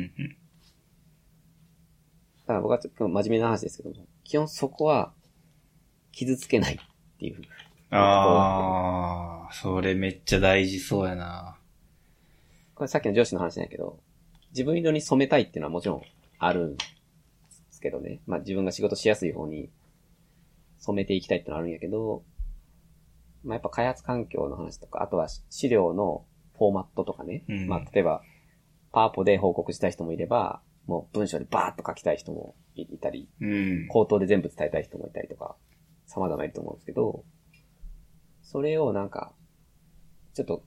Speaker 2: だから僕はちょっと真面目な話ですけども、基本そこは傷つけないっていう。
Speaker 1: ああ、それめっちゃ大事そうやな。
Speaker 2: これさっきの上司の話なんやけど、自分色に染めたいっていうのはもちろんあるんですけどね。まあ自分が仕事しやすい方に染めていきたいってのはあるんやけど、まあやっぱ開発環境の話とか、あとは資料のフォーマットとかね。まあ例えば、パワポで報告したい人もいれば、もう文章でバーッと書きたい人もいたり、口頭で全部伝えたい人もいたりとか、様々いると思うんですけど、それをなんか、ちょっと、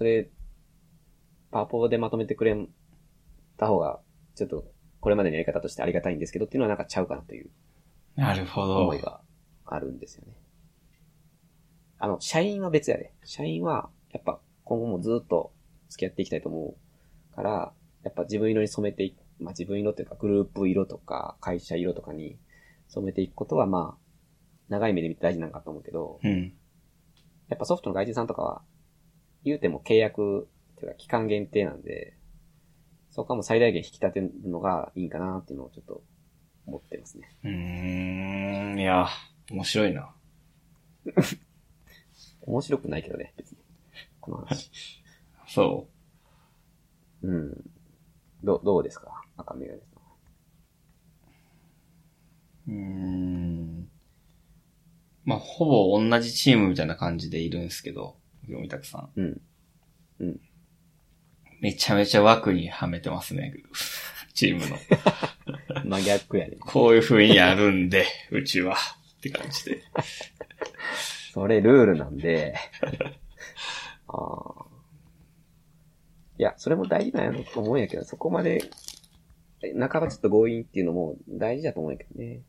Speaker 2: パワポでまとめてくれた方が、ちょっと、これまでのやり方としてありがたいんですけどっていうのはなんかちゃうかなという。
Speaker 1: なるほど。
Speaker 2: 思いがあるんですよね。社員は別やで。社員は、やっぱ今後もずっと付き合っていきたいと思うから、やっぱ自分色に染めてまあ自分色っていうかグループ色とか会社色とかに染めていくことはまあ、長い目で見て大事なんかと思うけど、やっぱソフトの外注さんとかは、言うても契約っていうか期間限定なんで、そこはもう最大限引き立てるのがいいかなっていうのをちょっと思ってますね。
Speaker 1: いや、面白いな。
Speaker 2: 面白くないけどね、別に。この話。
Speaker 1: そう。
Speaker 2: どうですか？赤メガネさ
Speaker 1: ん。まあ、ほぼ同じチームみたいな感じでいるんですけど、業務委託さん。めちゃめちゃ枠にはめてますね、チームの。
Speaker 2: 真逆やね。
Speaker 1: こういう風にやるんで、うちは。って感じで。
Speaker 2: それルールなんで、 ああ。いや、それも大事なんやと思うんやけど、そこまで、半ばちょっと強引っていうのも大事だと思うんやけどね。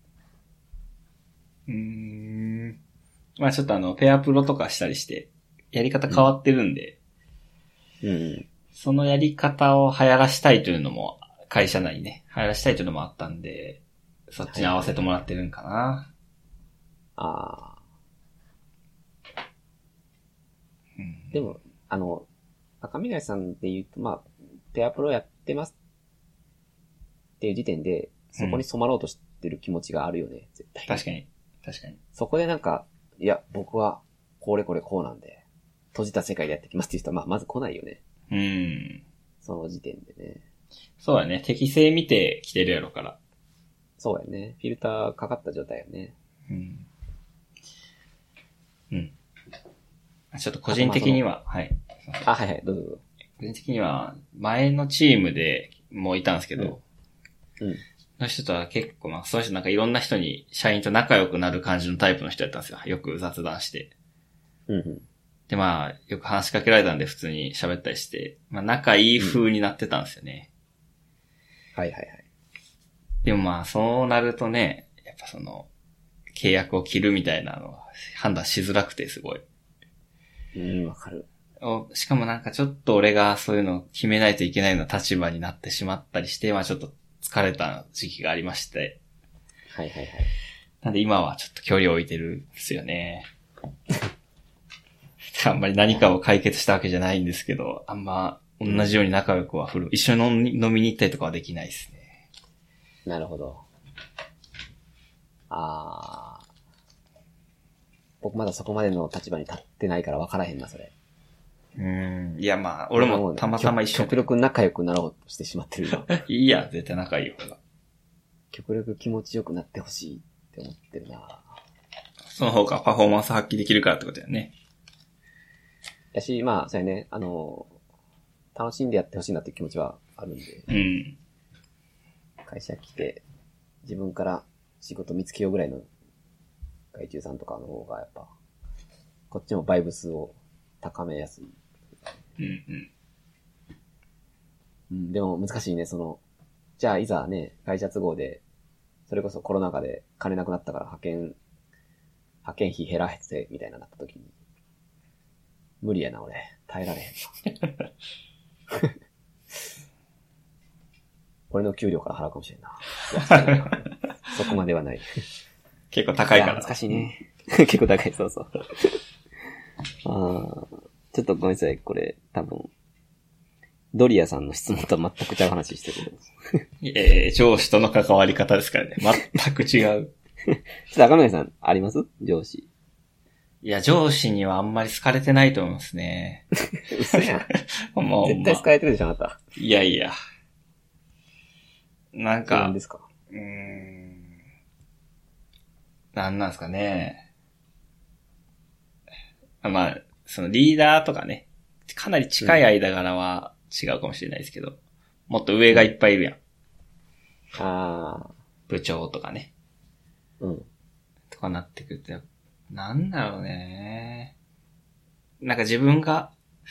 Speaker 1: まあちょっとペアプロとかしたりして、やり方変わってるんで、
Speaker 2: うん。
Speaker 1: そのやり方を流行らしたいというのも、会社内にね、流行らしたいというのもあったんで、そっちに合わせてもらってるんかな。
Speaker 2: ああ。
Speaker 1: うん、
Speaker 2: でも、赤目さんで言うと、まあ、ペアプロやってますっていう時点で、そこに染まろうとしてる気持ちがあるよね、絶対。
Speaker 1: 確かに。確かに。
Speaker 2: そこでなんか、いや、僕は、これなんで、閉じた世界でやってきますっていう人は、まあ、まず来ないよね。その時点でね。
Speaker 1: そうだね。適性見てきてるやろから。
Speaker 2: そうやね。フィルターかかった状態よね。
Speaker 1: ちょっと個人的には、はい。
Speaker 2: はいはい、どうぞどうぞ。
Speaker 1: 個人的には、前のチームでもういたんですけど、その人とは結構、まあ、その人なんかいろんな人に社員と仲良くなる感じのタイプの人やったんですよ。よく雑談して。で、まあ、よく話しかけられたんで普通に喋ったりして、まあ、仲いい風になってたんですよね。
Speaker 2: はいはいはい。
Speaker 1: でもまあ、そうなるとね、やっぱ契約を切るみたいなのは判断しづらくてすごい。
Speaker 2: わかる。
Speaker 1: しかもなんかちょっと俺がそういうのを決めないといけないような立場になってしまったりして、まあちょっと疲れた時期がありまして。
Speaker 2: はいはいはい。
Speaker 1: なんで今はちょっと距離を置いてるんですよね。あんまり何かを解決したわけじゃないんですけど、あんま同じように仲良くは一緒に飲みに行ったりとかはできないですね。
Speaker 2: なるほど。僕まだそこまでの立場に立ってないから分からへんな、それ。
Speaker 1: いやまあ、俺もたまたま一緒に。
Speaker 2: 極力仲良くなろうとしてしまってるよ。
Speaker 1: いいや、絶対仲いいよ。
Speaker 2: 極力気持ちよくなってほしいって思ってるな。
Speaker 1: その方がパフォーマンス発揮できるからってことだよね。
Speaker 2: やし、まあ、そうやね、楽しんでやってほしいなっていう気持ちはあるんで。会社来て、自分から仕事見つけようぐらいの外注さんとかの方がやっぱ、こっちもバイブスを高めやすい。でも難しいね、じゃあいざね、会社都合で、それこそコロナ禍で金なくなったから派遣費減らせ、みたいななった時に、無理やな、俺。耐えられへんな。俺の給料から払うかもしれんな。そこまではない。
Speaker 1: 結構高いから。
Speaker 2: 難しいね。結構高い、そうそう。ちょっとごめんなさい、これ、多分、ドリアさんの質問とは全く違う話してるけど。
Speaker 1: 上司との関わり方ですからね。全く違う。
Speaker 2: ちょっと赤嶺さん、あります上司。
Speaker 1: いや、上司にはあんまり好かれてないと思いますね。
Speaker 2: 嘘やん。
Speaker 1: もう
Speaker 2: 絶対好かれてるでしょ、あなた。
Speaker 1: いやいや。なんか、
Speaker 2: 何ですか？
Speaker 1: なんなんですかね。まあ、そのリーダーとかね、かなり近い間柄は違うかもしれないですけど、もっと上がいっぱいいるやん。部長とかね。とかなってくると、なんだろうね。なんか自分が、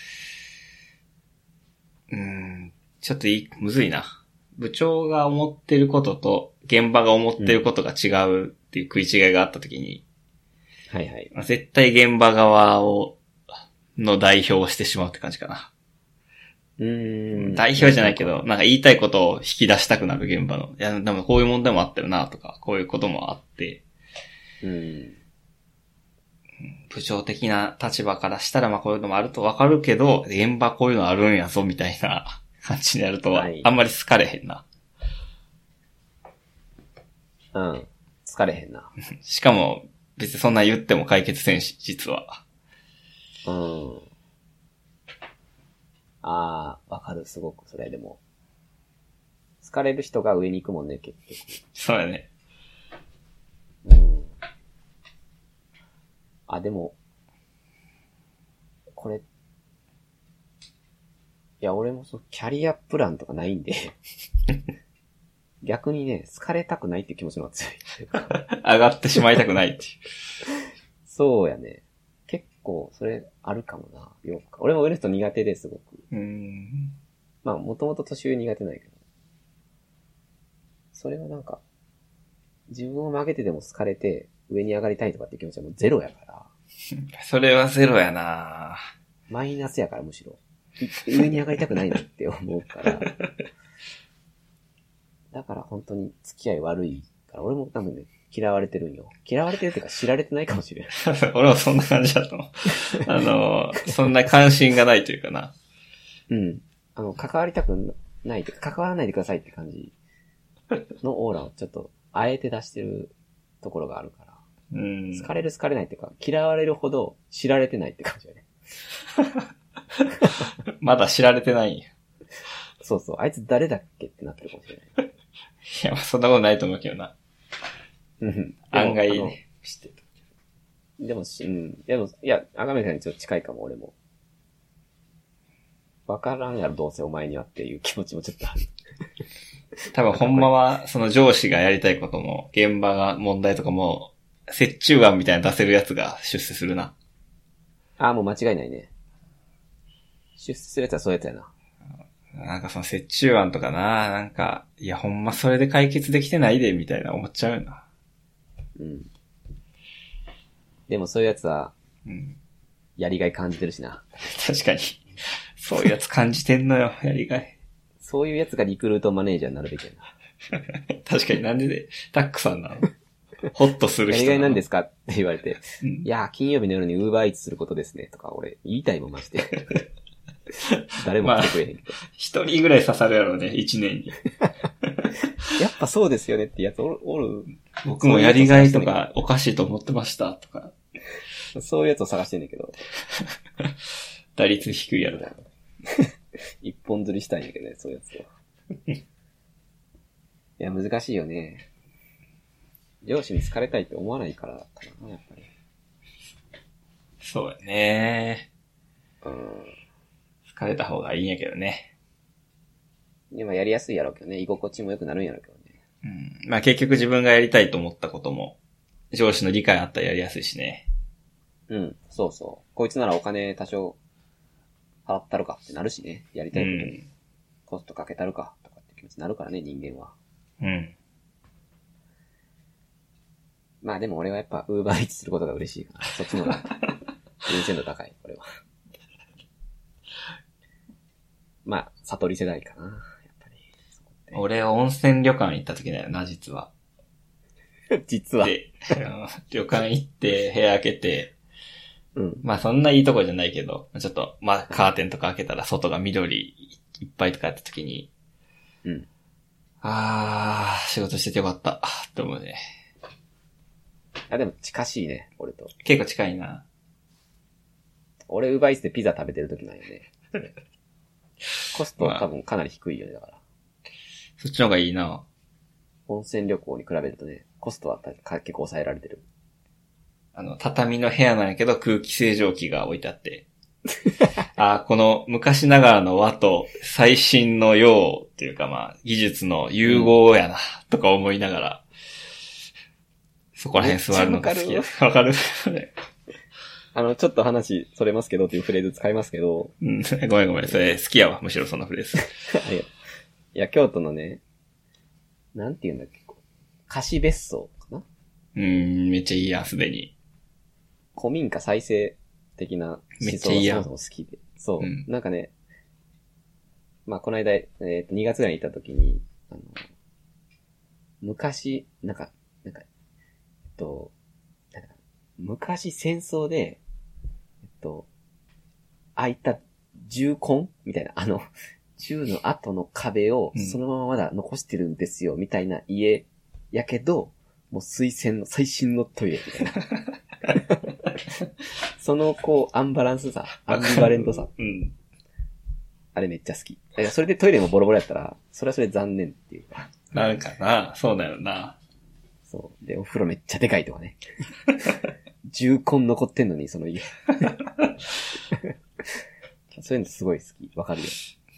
Speaker 1: ちょっとむずいな。部長が思ってることと現場が思ってることが違うっていう食い違いがあったときに、
Speaker 2: はいはい。
Speaker 1: 絶対現場側の代表をしてしまうって感じかな。代表じゃないけど、なんか言いたいことを引き出したくなる現場の。いや、でもこういう問題もあったよなとか、こういうこともあって、部長的な立場からしたらまあこういうのもあるとわかるけど、現場こういうのあるんやぞみたいな感じになるとは、あんまり好かれへんな。
Speaker 2: 好かれへんな。
Speaker 1: しかも、別にそんな言っても解決せんし、実は。
Speaker 2: わかる、すごく、それでも。好かれる人が上に行くもんね、結局。
Speaker 1: そうだね。
Speaker 2: でも、これ、いや、俺もキャリアプランとかないんで、逆にね、好かれたくないっていう気持ちの方が強い。
Speaker 1: 上がってしまいたくないっていう。
Speaker 2: そうやね。結構、それ、あるかもな、洋服。俺もウエスト苦手ですごく。まあ、もともと年上苦手ないけど。それはなんか、自分を曲げてでも好かれて、上に上がりたいとかっていう気持ちはもうゼロやから。
Speaker 1: それはゼロやな。
Speaker 2: マイナスやからむしろ。上に上がりたくないなって思うから。だから本当に付き合い悪いから、俺も多分ね、嫌われてるんよ。嫌われてるっていうか知られてないかもしれない。
Speaker 1: 俺はそんな感じだと思う。そんな関心がないというかな。
Speaker 2: うん。関わりたくないというか、関わらないでくださいって感じのオーラをちょっと、あえて出してるところがあるから。好かれる好かれないっていうか、嫌われるほど知られてないって感じだね。
Speaker 1: まだ知られてないんや。
Speaker 2: そうそう。あいつ誰だっけってなってるかもしれない。
Speaker 1: いや、そんなことないと思うけどな。案外ね、知ってた。
Speaker 2: でも、いや、赤目さんにちょっと近いかも、俺も。わからんやろ、どうせお前にはっていう気持ちもちょっとある。
Speaker 1: 多分ほんまは、その上司がやりたいことも、現場が問題とかも、折衷案みたいな出せるやつが出世するな。
Speaker 2: ああ、もう間違いないね。出世するやつはそういうやつやな。
Speaker 1: なんかその折衷案とかな、なんか、いやほんまそれで解決できてないで、みたいな思っちゃうよな。
Speaker 2: うん。でもそういうやつは、やりがい感じてるしな。
Speaker 1: 確かに。そういうやつ感じてんのよ、やりがい。
Speaker 2: そういうやつがリクルートマネージャーになるべきやな。
Speaker 1: 確かになんでタックさんなのホッとする人。
Speaker 2: やりがいなんですかって言われて、いやー、金曜日の夜にウーバーイーツすることですね、とか俺言いたいもんまして。誰も来てくれへんけど。
Speaker 1: 一人ぐらい刺さるやろうね、一年に。
Speaker 2: やっぱそうですよねってやつおる。
Speaker 1: 僕もやりがいとかおかしいと思ってましたとか。
Speaker 2: そういうやつを探してんねんけど。
Speaker 1: 打率低いやろだ。
Speaker 2: 一本釣りしたいんやけどね、そういうやつは。いや、難しいよね。上司に好かれたいって思わないからかな、やっぱり。
Speaker 1: そうやね。好かれた方がいいんやけどね。
Speaker 2: 今やりやすいやろうけどね、居心地も良くなるんやろうけどね。
Speaker 1: まあ結局自分がやりたいと思ったことも、上司の理解あったらやりやすいしね。
Speaker 2: そうそう。こいつならお金多少払ったるかってなるしね。やりたいことにコストかけたるかとかって気持ちになるからね、人間は。まあでも俺はやっぱウーバーイーツすることが嬉しいかな。そっちの方が優先度高い、俺は。まあ、悟り世代かな、やっぱり。
Speaker 1: 俺温泉旅館行った時だよな、実は。
Speaker 2: 実は。
Speaker 1: で、旅館行って部屋開けて、まあそんないいとこじゃないけど、ちょっと、まあカーテンとか開けたら外が緑いっぱいとかやった時に、仕事しててよかった、って思うね。
Speaker 2: でも近しいね、俺と。
Speaker 1: 結構近いな。
Speaker 2: 俺ウーバーイーツでピザ食べてる時なんよね。コストは多分かなり低いよね、だから。
Speaker 1: そっちの方がいいな。
Speaker 2: 温泉旅行に比べるとね、コストは結構抑えられてる。
Speaker 1: 畳の部屋なんやけど空気清浄機が置いてあって。この昔ながらの和と最新の洋っていうかまあ、技術の融合やな、とか思いながら、そこら辺座るのが好きや。わかる
Speaker 2: ちょっと話それますけどっていうフレーズ使いますけど。
Speaker 1: ごめん。それ好きやわ。むしろそのフレーズ。
Speaker 2: いや、京都のね、なんて言うんだっけ、貸別荘かな？
Speaker 1: めっちゃいいやん、すでに。
Speaker 2: 古民家再生的な思想がそもそも好きで。そう。なんかね、まあ、この間、2月ぐらいに行った時に、昔、昔戦争で、ああいった銃痕みたいな、銃の後の壁をそのまままだ残してるんですよ、みたいな家やけど、もう水洗の最新のトイレみたいな。そのアンバランスさ、アンビバレントさ。あれめっちゃ好き。それでトイレもボロボロやったら、それはそれ残念っていうか。
Speaker 1: なんかな、そうだよな。
Speaker 2: そう。で、お風呂めっちゃでかいとかね。重婚残ってんのに、その家。そういうのすごい好き。わかるよ。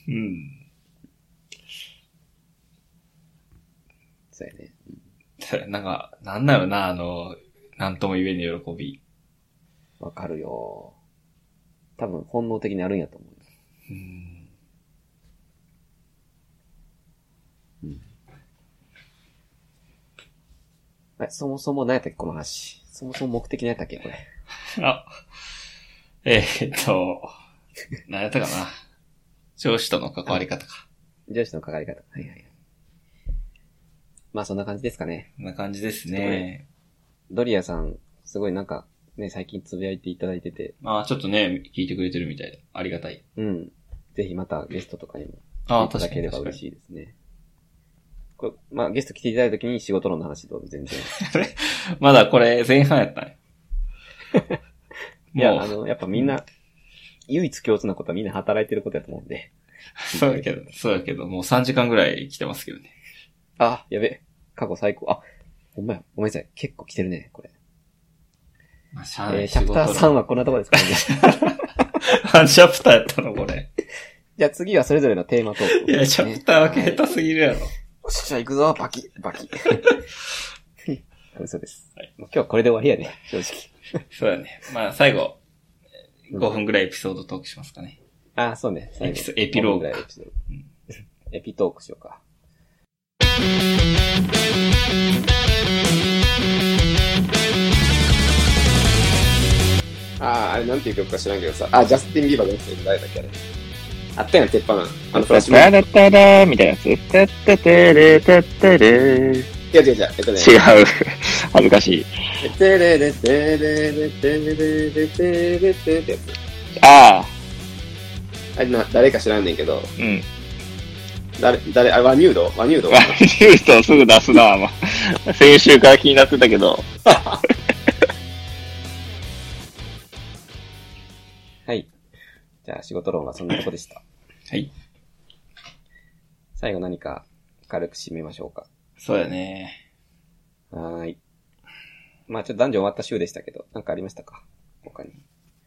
Speaker 2: そうやね。
Speaker 1: なんか、なんだろうな、なんとも言えぬ喜び。
Speaker 2: わかるよ。多分本能的にあるんやと思う。そもそも何やったっけこの話。そもそも目的何やったっけこれ。
Speaker 1: あ、何やったかな。上司との関わり方か。
Speaker 2: 上司の関わり方。はいはい。まあそんな感じですかね。
Speaker 1: こんな感じですね。
Speaker 2: ドリアさん、すごいなんか、ね、最近つぶやいていただいてて。
Speaker 1: まあちょっとね、聞いてくれてるみたいで、ありがたい。
Speaker 2: うん。ぜひまたゲストとかにも来ていただければ嬉しいですね。これまあゲスト来ていただいた時に仕事論の話どうぞ全然。
Speaker 1: まだこれ前半やったね。
Speaker 2: いや、やっぱみんな、唯一共通なことはみんな働いてることやと思うんで。
Speaker 1: そうやけど、もう3時間ぐらい来てますけどね。
Speaker 2: あ、やべ。過去最高。あ、ほんまや。ごめんなさい。結構来てるね、これ。チャプター3はこんなとこですかね。
Speaker 1: 何チャプターやったのこれ。
Speaker 2: じゃあ次はそれぞれのテーマトーク、
Speaker 1: いや、チャプター分け下手すぎるやろ。よ
Speaker 2: っしゃ、行くぞ、バキ。嘘です。はい、もう今日はこれで終わりやね、正直。
Speaker 1: そうだね。まあ最後、5分ぐらいエピソードトークしますかね。
Speaker 2: あ、そうね。
Speaker 1: エピローグ。
Speaker 2: エピトークしようか。あれなんていう曲か知らんけどさ。ジャスティン・ビーバーがやってる誰だっけあれ。あったやん、鉄板。フラッシュモブ。
Speaker 3: タラタラみたいなやつ。タッタテレタッタレ。
Speaker 2: 違う。
Speaker 3: 違う。恥ずかしい。
Speaker 2: テレレテレレテレレテレテってやつ。
Speaker 3: あ
Speaker 2: れ誰か知らんねんけど。
Speaker 3: うん。
Speaker 2: ワニュード
Speaker 3: ワニュードすぐ出すな、先週から気になってたけど。
Speaker 2: はい。じゃあ仕事論はそんなとこでした。
Speaker 1: はい。
Speaker 2: 最後何か軽く締めましょうか。
Speaker 1: そうやね。
Speaker 2: はーい。まあちょっと男女終わった週でしたけど、なんかありましたか他に。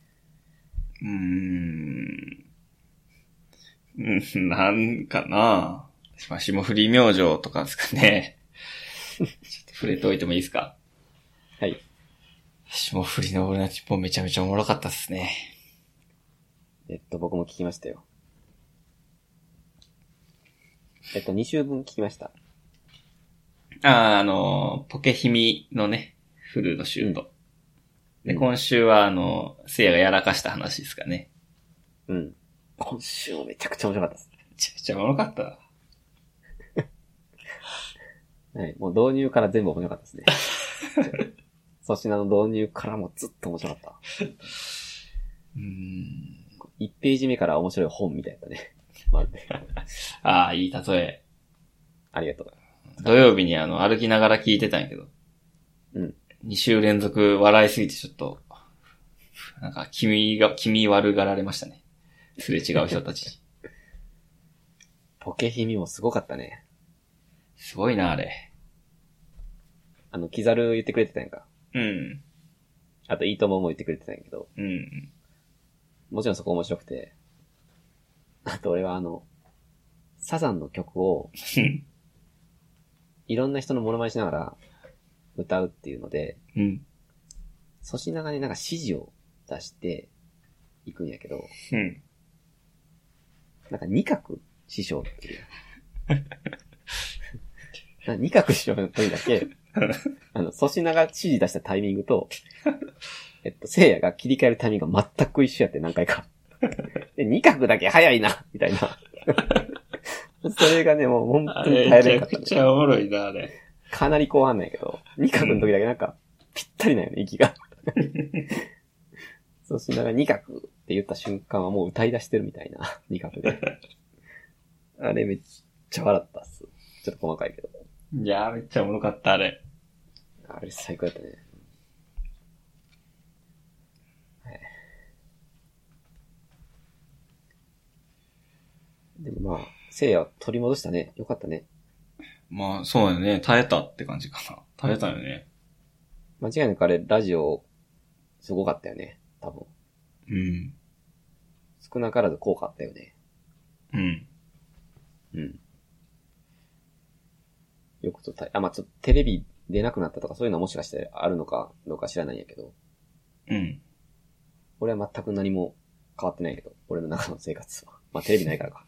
Speaker 1: なんかなまあ、霜降り明星とかですかね。ちょっと触れておいてもいいですか？
Speaker 2: はい。
Speaker 1: 霜降りの俺のチッポンめちゃめちゃおもろかったですね。
Speaker 2: 僕も聞きましたよ。2週分聞きました。
Speaker 1: ポケヒミのね、フルの週と。で、今週はせいやがやらかした話ですかね。
Speaker 2: うん。今週もめちゃくちゃ面白かったです。
Speaker 1: めちゃくちゃおもろかった。
Speaker 2: はい。もう導入から全部面白かったですね。粗品の導入からもずっと面白かった。1ページ目から面白い本みたいだったね。まるで。
Speaker 1: ああ、いい例え。
Speaker 2: ありがとう。
Speaker 1: 土曜日に歩きながら聞いてたんやけど。
Speaker 2: うん。
Speaker 1: 2週連続笑いすぎてちょっと、なんか気味悪がられましたね。すれ違う人たち。
Speaker 2: ポケヒミもすごかったね。
Speaker 1: すごいな、あれ。
Speaker 2: キザル言ってくれてたやんか。
Speaker 1: うん。
Speaker 2: あと、いいともも言ってくれてたんやけど。
Speaker 1: うん。
Speaker 2: もちろんそこ面白くて。あと俺はサザンの曲を、いろんな人のモノマネしながら歌うっていうので、
Speaker 1: うん。
Speaker 2: 粗品がね、なんか指示を出していくんやけど、
Speaker 1: うん。
Speaker 2: なんか二角師匠っていう。二角師匠の時だけ、粗品が指示出したタイミングと、聖夜が切り替えるタイミングが全く一緒やって何回か。で、二角だけ早いなみたいな。それがね、もう本当に耐えれなかった、ね。
Speaker 1: めちゃくちゃおもろいな、あれ。
Speaker 2: かなり後半なんやけど、二角の時だけなんか、ぴったりなんよね、息が。粗品が二角って言った瞬間はもう歌い出してるみたいな、二角で。あれめっちゃ笑ったっす。ちょっと細かいけど。
Speaker 1: いやーめっちゃおもろかった、あれ。
Speaker 2: あれ最高だったね。はい。でもまあ、聖夜取り戻したね。よかったね。
Speaker 1: まあ、そうよね。耐えたって感じかな。耐えたよね。
Speaker 2: 間違いなくあれ、ラジオ、すごかったよね。多分。
Speaker 1: うん。
Speaker 2: 少なからず効果あったよね。
Speaker 1: うん。
Speaker 2: うん。よくとまあ、ちょっとテレビ出なくなったとかそういうのはもしかしてあるのかどうか知らないんやけど。
Speaker 1: うん。
Speaker 2: 俺は全く何も変わってないけど、俺の中の生活は。まあテレビないからか。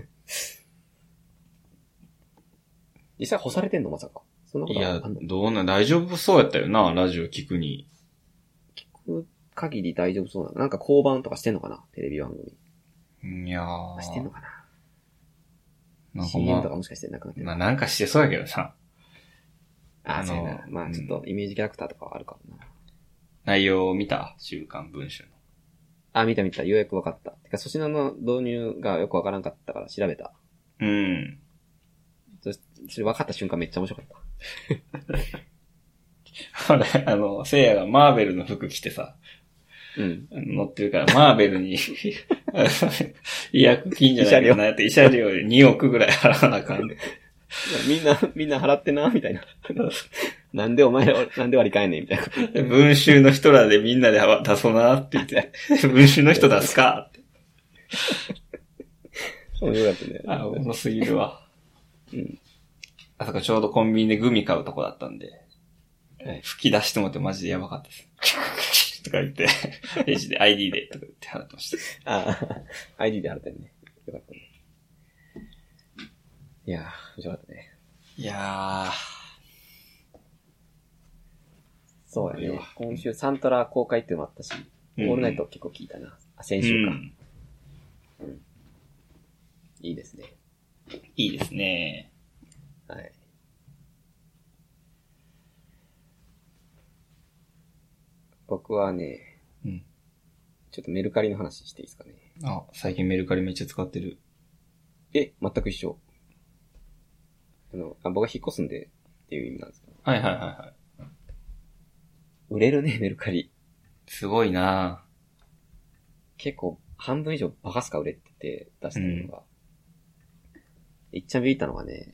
Speaker 2: 実際干されてんのまさか。そんなこ
Speaker 1: いや
Speaker 2: とあんの？、
Speaker 1: 大丈夫そうやったよな、ラジオ聞くに。
Speaker 2: 聞く限り大丈夫そうなの。なんか交番とかしてんのかなテレビ番組。
Speaker 1: いやー。
Speaker 2: してんのかな
Speaker 1: なんか
Speaker 2: ?CM とかもしかしてなくなってる。
Speaker 1: なんかしてそうやけどな。
Speaker 2: そうやな。まあちょっとイメージキャラクターとかはあるかもな。
Speaker 1: 内容を見た週刊文春の。
Speaker 2: 見た。ようやく分かった。てか、粗品の導入がよく分からんかったから調べた。
Speaker 1: うん。
Speaker 2: それ分かった瞬間めっちゃ面白かった。
Speaker 1: 俺、せいやがマーベルの服着てさ、
Speaker 2: うん。
Speaker 1: 乗ってるから、マーベルに違約金じゃないけどなって、慰謝料で2億ぐらい払わなあかん。
Speaker 2: みんな払ってな、みたいな。なんで割り替えんねん、みたいな。
Speaker 1: 文集の人らでみんなで出そうなって言って、文集の人出すかって。
Speaker 2: 面白かったね。
Speaker 1: 面白すぎるわ。
Speaker 2: うん。
Speaker 1: あそこちょうどコンビニでグミ買うとこだったんで、
Speaker 2: はい、
Speaker 1: 吹き出してもってマジでやばかったです。とか言って、レジで ID でとか言って払ってました。
Speaker 2: ID で払ってんね。よかったね。いやー、面白かったね。
Speaker 1: いやー。
Speaker 2: そうやね。今週サントラ公開っていうのもあったし、オールナイト結構聞いたな。先週か。うん。いいですね。
Speaker 1: いいですね。
Speaker 2: はい。僕はね、ちょっとメルカリの話していいですかね。
Speaker 1: 最近メルカリめっちゃ使ってる。
Speaker 2: 全く一緒。僕が引っ越すんでっていう意味なんですけど。
Speaker 1: はい。
Speaker 2: 売れるね、メルカリ。
Speaker 1: すごいな
Speaker 2: 結構、半分以上バカスカ売れてて出してるのが。いっちゃんビビったのがね、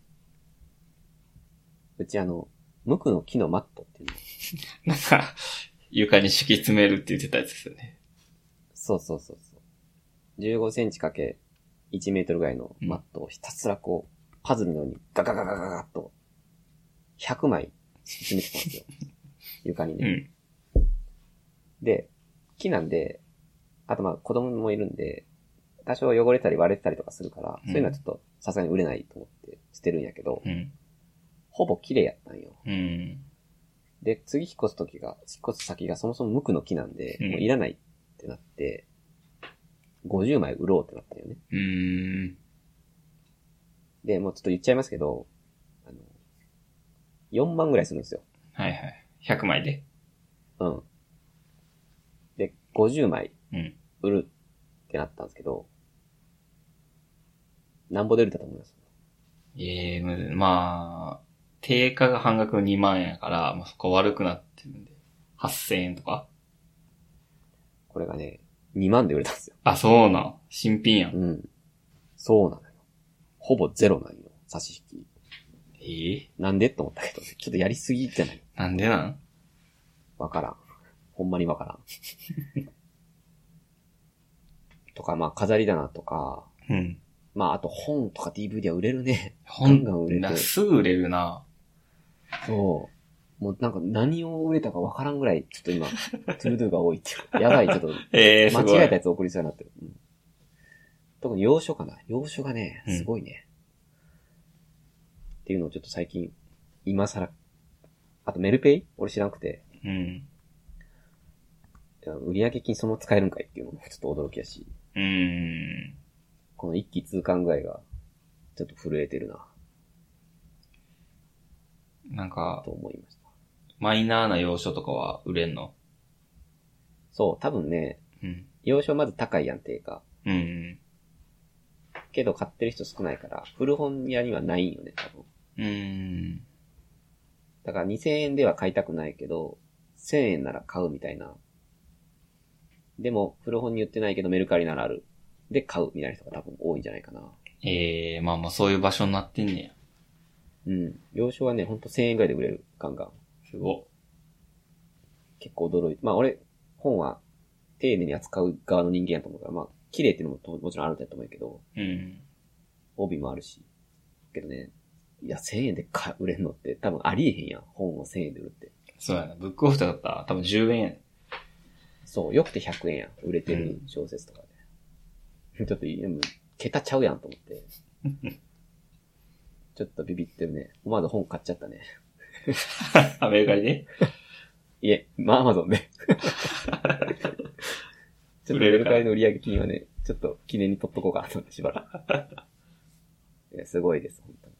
Speaker 2: うち無垢の木のマットっていう
Speaker 1: の。なんか、床に敷き詰めるって言ってたやつですよね。
Speaker 2: そう。15センチかけ1メートルぐらいのマットをひたすらこう、パズルのようにガガガッと、100枚詰めてたんですよ。床にね。で、木なんで、あと子供もいるんで、多少汚れたり割れてたりとかするから、そういうのはちょっとさすがに売れないと思って捨てるんやけど、ほぼ綺麗やったんよ。で、次引っ越す先がそもそも無垢の木なんで、もういらないってなって、50枚売ろうってなったよね。で、もうちょっと言っちゃいますけど、4万ぐらいするんですよ。
Speaker 1: はい。100枚で。
Speaker 2: で、50枚売るってなったんですけど、なんぼで売れたと思います？
Speaker 1: まあ、定価が半額の2万円やから、そこ悪くなってるんで、8000円とか。
Speaker 2: これがね、2万で売れたんですよ。
Speaker 1: そうなん。新品やん。
Speaker 2: そうなのよ。ほぼゼロなんよ、差し引き。なんでと思ったけど、ちょっとやりすぎじゃない？
Speaker 1: なんでなん？
Speaker 2: わからん。ほんまにわからん。とか、飾り棚とか、あと本とか DVD は売れるね。
Speaker 1: 本が売れて。すぐ売れるな。
Speaker 2: そう。もうなんか何を売れたかわからんぐらい、ちょっと今、トゥードゥが多いっていう。やばい、ちょっと。間違えたやつ送りそうになってる。特に洋書かな。洋書がね、すごいね。っていうのをちょっと最近、今更。あとメルペイ俺知らなくて。売上金その使えるんかいっていうのもちょっと驚きやし。この一気通貫具合が、ちょっと震えてるな。
Speaker 1: なんか、
Speaker 2: と思いました。
Speaker 1: マイナーな洋書とかは売れんの？
Speaker 2: そう、多分ね、洋書まず高いやん、定価。けど買ってる人少ないから、古本屋にはないんよね、多分。だから2000円では買いたくないけど、1000円なら買うみたいな。でも、古本に売ってないけどメルカリならある。で、買うみたいな人が多分多いんじゃないかな。
Speaker 1: まあそういう場所になってんね
Speaker 2: や。洋書はね、ほんと1000円ぐらいで売れる。ガンガン。
Speaker 1: すご。
Speaker 2: 結構驚いて。俺、本は丁寧に扱う側の人間やと思うから、綺麗っていうのももちろんあるんだと思うけど、帯もあるし。けどね、いや、1000円で売れるのって多分ありえへんやん。本を1000円で売るって。
Speaker 1: そうやな。ブックオフとかだったら多分10円。
Speaker 2: そう、よくて100円やん。売れてる小説とかで。ちょっと、桁ちゃうやんと思って。ちょっとビビってるね。思わず本買っちゃったね。
Speaker 1: アメリカにね。
Speaker 2: いえ、まあアマゾンで。ちょっとメルカリの売上金はね、ちょっと記念に取っとこうかなと思ってしばらく。いや、すごいです、本当に。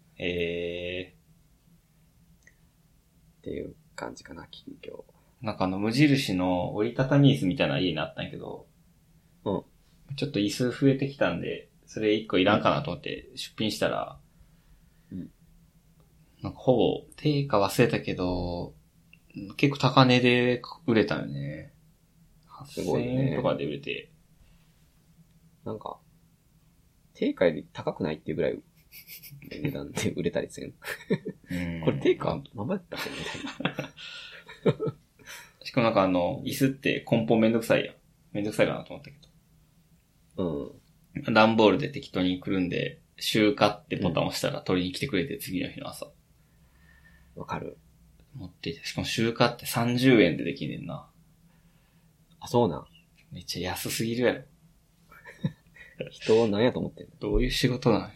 Speaker 2: っていう感じかな、近況。
Speaker 1: なんか無印の折りたたみ椅子みたいな家にあったんやけど、
Speaker 2: うん。
Speaker 1: ちょっと椅子増えてきたんで、それ1個いらんかなと思って出品したら、
Speaker 2: うん。
Speaker 1: なんかほぼ、定価忘れたけど、結構高値で売れたよね。8000
Speaker 2: すごいね
Speaker 1: 円とかで売れて。
Speaker 2: なんか、定価より高くないっていうぐらい値段で売れたりする。これ定価ままやったっけみたいな。
Speaker 1: しかもなんか椅子って梱包めんどくさいやん。めんどくさいかなと思ったけど。うん。段ボールで適当にくるんで、集荷ってボタンを押したら取りに来てくれて、次の日の朝。
Speaker 2: わかる。
Speaker 1: 持っていて。しかも集荷って30円でできんねんな。
Speaker 2: あ、そうなん。
Speaker 1: めっちゃ安すぎるやろ。
Speaker 2: 人を何やと思ってんの？
Speaker 1: どういう仕事なのよ。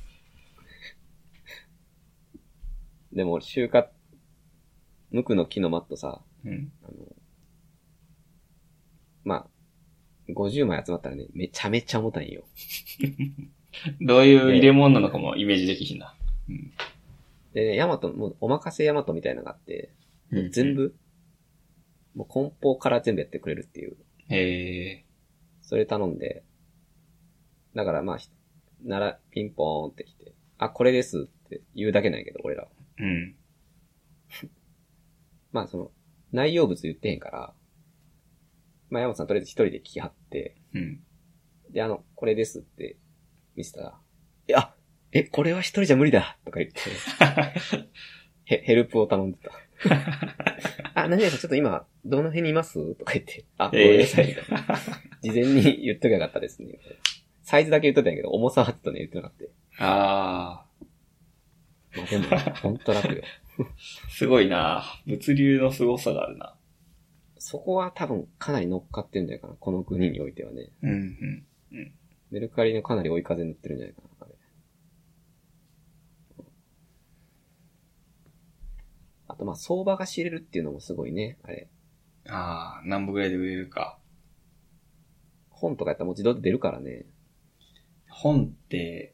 Speaker 2: でも、集荷、無垢の木のマットさ、
Speaker 1: うん。
Speaker 2: まあ、50枚集まったらね、めちゃめちゃ重たいんよ。
Speaker 1: どういう入れ物なのかもイメージできひんな。うん。
Speaker 2: でね、ヤマト、もうお任せヤマトみたいなのがあって、もう全部、もう梱包から全部やってくれるっていう。
Speaker 1: へえ。
Speaker 2: それ頼んで、だからまあ、ピンポーンって来て、あ、これですって言うだけなんやけど、俺らは。
Speaker 1: うん。
Speaker 2: まあ内容物言ってへんから、まあヤマトさんとりあえず一人で聞き張って、
Speaker 1: うん。
Speaker 2: で、これですって見せたら、これは一人じゃ無理だとか言って、ヘルプを頼んでた。何々さんちょっと今、どの辺にいますとか言って、ごめんなさいみたいな。事前に言っときゃよかったですね。サイズだけ言っとったんやけど、重さはちょっとね、言ってなかった。
Speaker 1: あ
Speaker 2: まあでも、ほんと楽よ。
Speaker 1: すごいな。物流の凄さがあるな。
Speaker 2: そこは多分かなり乗っかってるんじゃないかな。この国においてはね。
Speaker 1: うん、うん。
Speaker 2: メルカリのかなり追い風に乗ってるんじゃないかな。あとまあ相場が知れるっていうのもすごいね、あれ。
Speaker 1: ああ、何本ぐらいで売れるか。
Speaker 2: 本とかやったらもう自動で出るからね。
Speaker 1: 本って、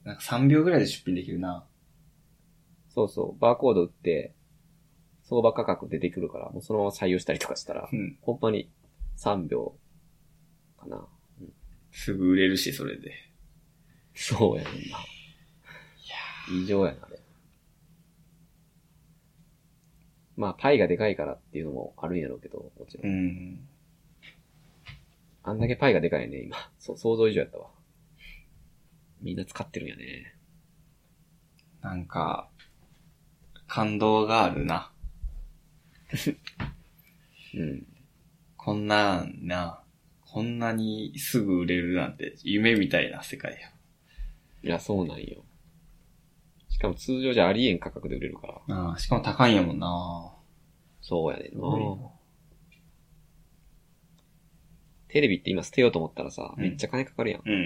Speaker 1: なんか3秒ぐらいで出品できるな。
Speaker 2: そうそう、バーコード打って、相場価格出てくるから、もうそのまま採用したりとかしたら、ほんまに3秒かな。うん、
Speaker 1: すぐ売れるし、それで。
Speaker 2: そうやねんな。いや異常やな、あれ。まあ、パイがでかいからっていうのもあるんやろうけど、もちろん。
Speaker 1: うん。
Speaker 2: あんだけパイがでかいね、今。想像以上やったわ。みんな使ってるんやね。
Speaker 1: なんか、感動があるな。
Speaker 2: うん。
Speaker 1: こんなにすぐ売れるなんて夢みたいな世界や。
Speaker 2: いや、そうなんよ。しかも通常じゃありえん価格で売れるから。
Speaker 1: ああ、しかも高いんやもんな。
Speaker 2: そうやねんな。テレビって今捨てようと思ったらさ、めっちゃ金かかるやん。
Speaker 1: うんうんうん。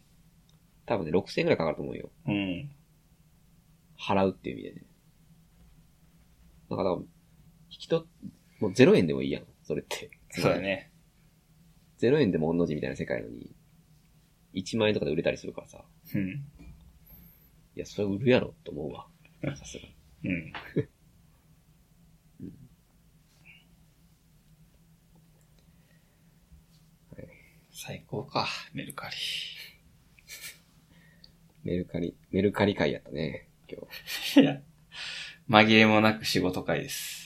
Speaker 2: 多分ね、6000円くらいかかると思うよ。
Speaker 1: うん。
Speaker 2: 払うっていう意味でね。だから、もう0円でもいいやん、それって。
Speaker 1: そうだね。
Speaker 2: 0円でも御の字みたいな世界のに、1万円とかで売れたりするからさ。
Speaker 1: うん。
Speaker 2: いや、それ売るやろ、と思うわ。さすがに。
Speaker 1: うん。
Speaker 2: うん、はい、
Speaker 1: 最高か、メルカリ。
Speaker 2: メルカリ会やったね、今日。
Speaker 1: いや、紛れもなく仕事会です。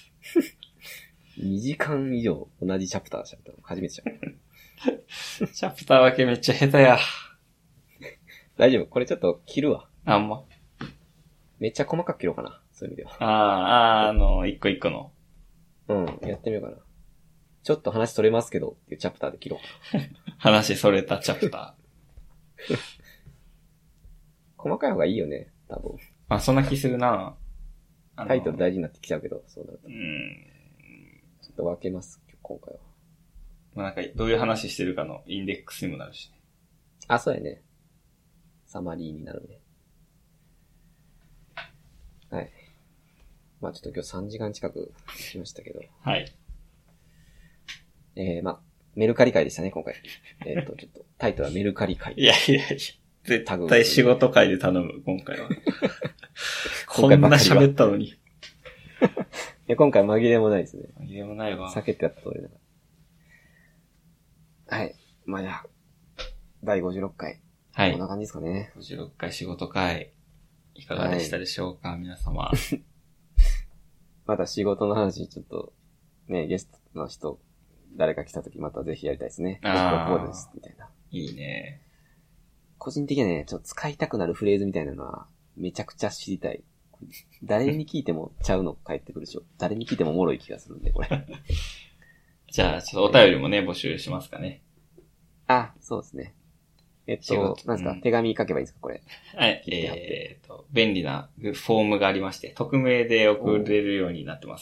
Speaker 2: 2時間以上同じチャプターしちゃったの初めてじゃん。
Speaker 1: チャプター分けめっちゃ下手や。
Speaker 2: 大丈夫、これちょっと切るわ。
Speaker 1: あんま。
Speaker 2: めっちゃ細かく切ろうかな、そういう意味では。
Speaker 1: 一個一個の。
Speaker 2: うん、やってみようかな。ちょっと話取れますけど、っていうチャプターで切ろうかな。
Speaker 1: 話それたチャプター。
Speaker 2: 細かい方がいいよね、多分。
Speaker 1: あ、そんな気するな。
Speaker 2: タイトル大事になってきちゃうけど、そうなると。
Speaker 1: ち
Speaker 2: ょっと分けます、今回は。
Speaker 1: まあなんか、どういう話してるかのインデックスにもなるしね。
Speaker 2: あ、そうやね。サマリーになるね。はい。まあちょっと今日3時間近くしましたけど。
Speaker 1: はい。
Speaker 2: まあ、メルカリ会でしたね、今回。ちょっと、タイトルはメルカリ会。
Speaker 1: いやいやいや、絶対仕事会で頼む、今回は。こんな喋ったのに。い
Speaker 2: や、今回紛れもないですね。
Speaker 1: 紛れもないわ。
Speaker 2: 避けてやった通りだから。はい。まあじゃあ、第56回。
Speaker 1: はい。
Speaker 2: こんな感じですかね。
Speaker 1: 56回仕事会、いかがでしたでしょうか、はい、皆様。
Speaker 2: また仕事の話、ちょっと、ね、ゲストの人、誰か来た時またぜひやりたいですね。僕はこうです、みたいな。
Speaker 1: いいね。
Speaker 2: 個人的にはね、ちょっと使いたくなるフレーズみたいなのは、めちゃくちゃ知りたい。誰に聞いてもちゃうの返ってくるでしょ。誰に聞いてもおもろい気がするんで、これ。
Speaker 1: じゃあ、ちょっとお便りもね、募集しますかね。
Speaker 2: あ、そうですね。なんですか、手紙書けばいいんですか、これ。
Speaker 1: はい。便利なフォームがありまして、匿名で送れるようになってます。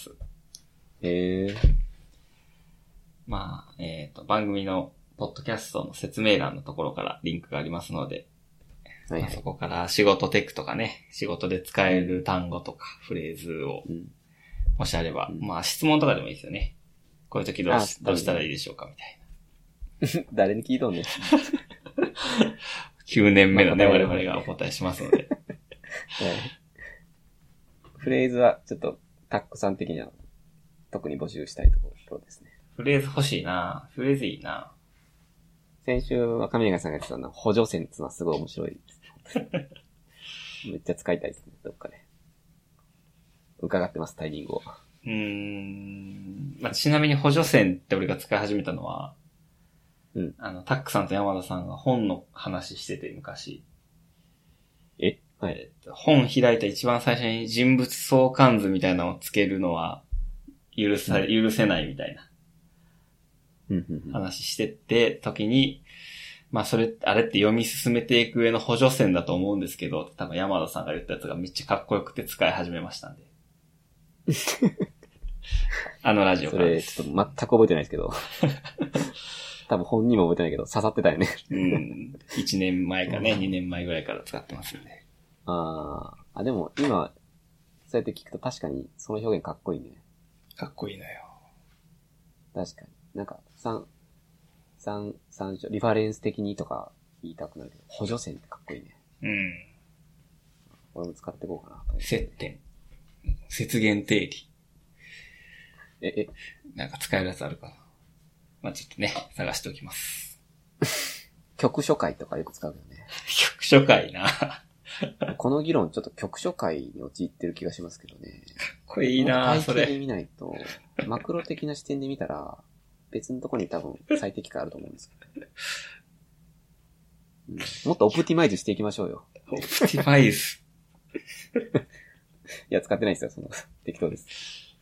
Speaker 1: まあ、番組のポッドキャストの説明欄のところからリンクがありますので、はいはい、まあ、そこから仕事テクとかね、仕事で使える単語とかフレーズを、もしあれば、まあ質問とかでもいいですよね。こういう時どうしたらいいでしょうかみたいな。
Speaker 2: 誰に聞いとんねん。
Speaker 1: 9年目のね、我々がお答えしますので。はい、
Speaker 2: フレーズはちょっとタックさん的には特に募集したいところですね。
Speaker 1: フレーズ欲しいな。フレーズいいな。
Speaker 2: 先週は上永さんが言ってたのは補助線ってのはすごい面白い。めっちゃ使いたいですね、どっかで。伺ってます、タイミングを。
Speaker 1: まあ、ちなみに補助線って俺が使い始めたのは、タックさんと山田さんが本の話してて昔。
Speaker 2: はい。
Speaker 1: 本開いた一番最初に人物相関図みたいなのをつけるのは許せないみたいな話してって時に、まああれって読み進めていく上の補助線だと思うんですけど、多分山田さんが言ったやつがめっちゃかっこよくて使い始めましたんで。ラジオからです。
Speaker 2: それ、ちょっと全く覚えてないですけど。多分本人も覚えてないけど、刺さってたよね。
Speaker 1: 1年前かね、2年前ぐらいから使ってますよね。
Speaker 2: でも今、そうやって聞くと確かにその表現かっこいいね。
Speaker 1: かっこいいのよ。
Speaker 2: 確かに。なんか、リファレンス的にとか言いたくなるけど、補助線ってかっこいいね。俺も使っていこうかなと。
Speaker 1: 接点。接言定理。なんか使えるやつあるかな。まあちょっとね、探しておきます。
Speaker 2: 局所会とかよく使うよね。
Speaker 1: 局所会な。
Speaker 2: この議論ちょっと局所会に陥ってる気がしますけどね。
Speaker 1: かっこいいなそれ。
Speaker 2: 体系で見ないと、マクロ的な視点で見たら、別のところに多分最適化あると思うんですけど。もっとオプティマイズしていきましょうよ。
Speaker 1: オプティマイズ。
Speaker 2: いや、使ってないですよ、その、適当です。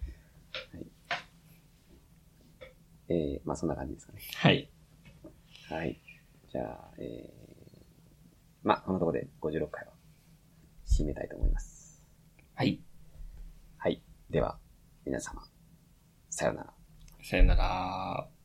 Speaker 2: はい。まあそんな感じですかね。
Speaker 1: はい。
Speaker 2: はい。じゃあ、まあこのところで56回は締めたいと思います。
Speaker 1: はい。
Speaker 2: はい。では、皆様、さようなら。
Speaker 1: さよなら。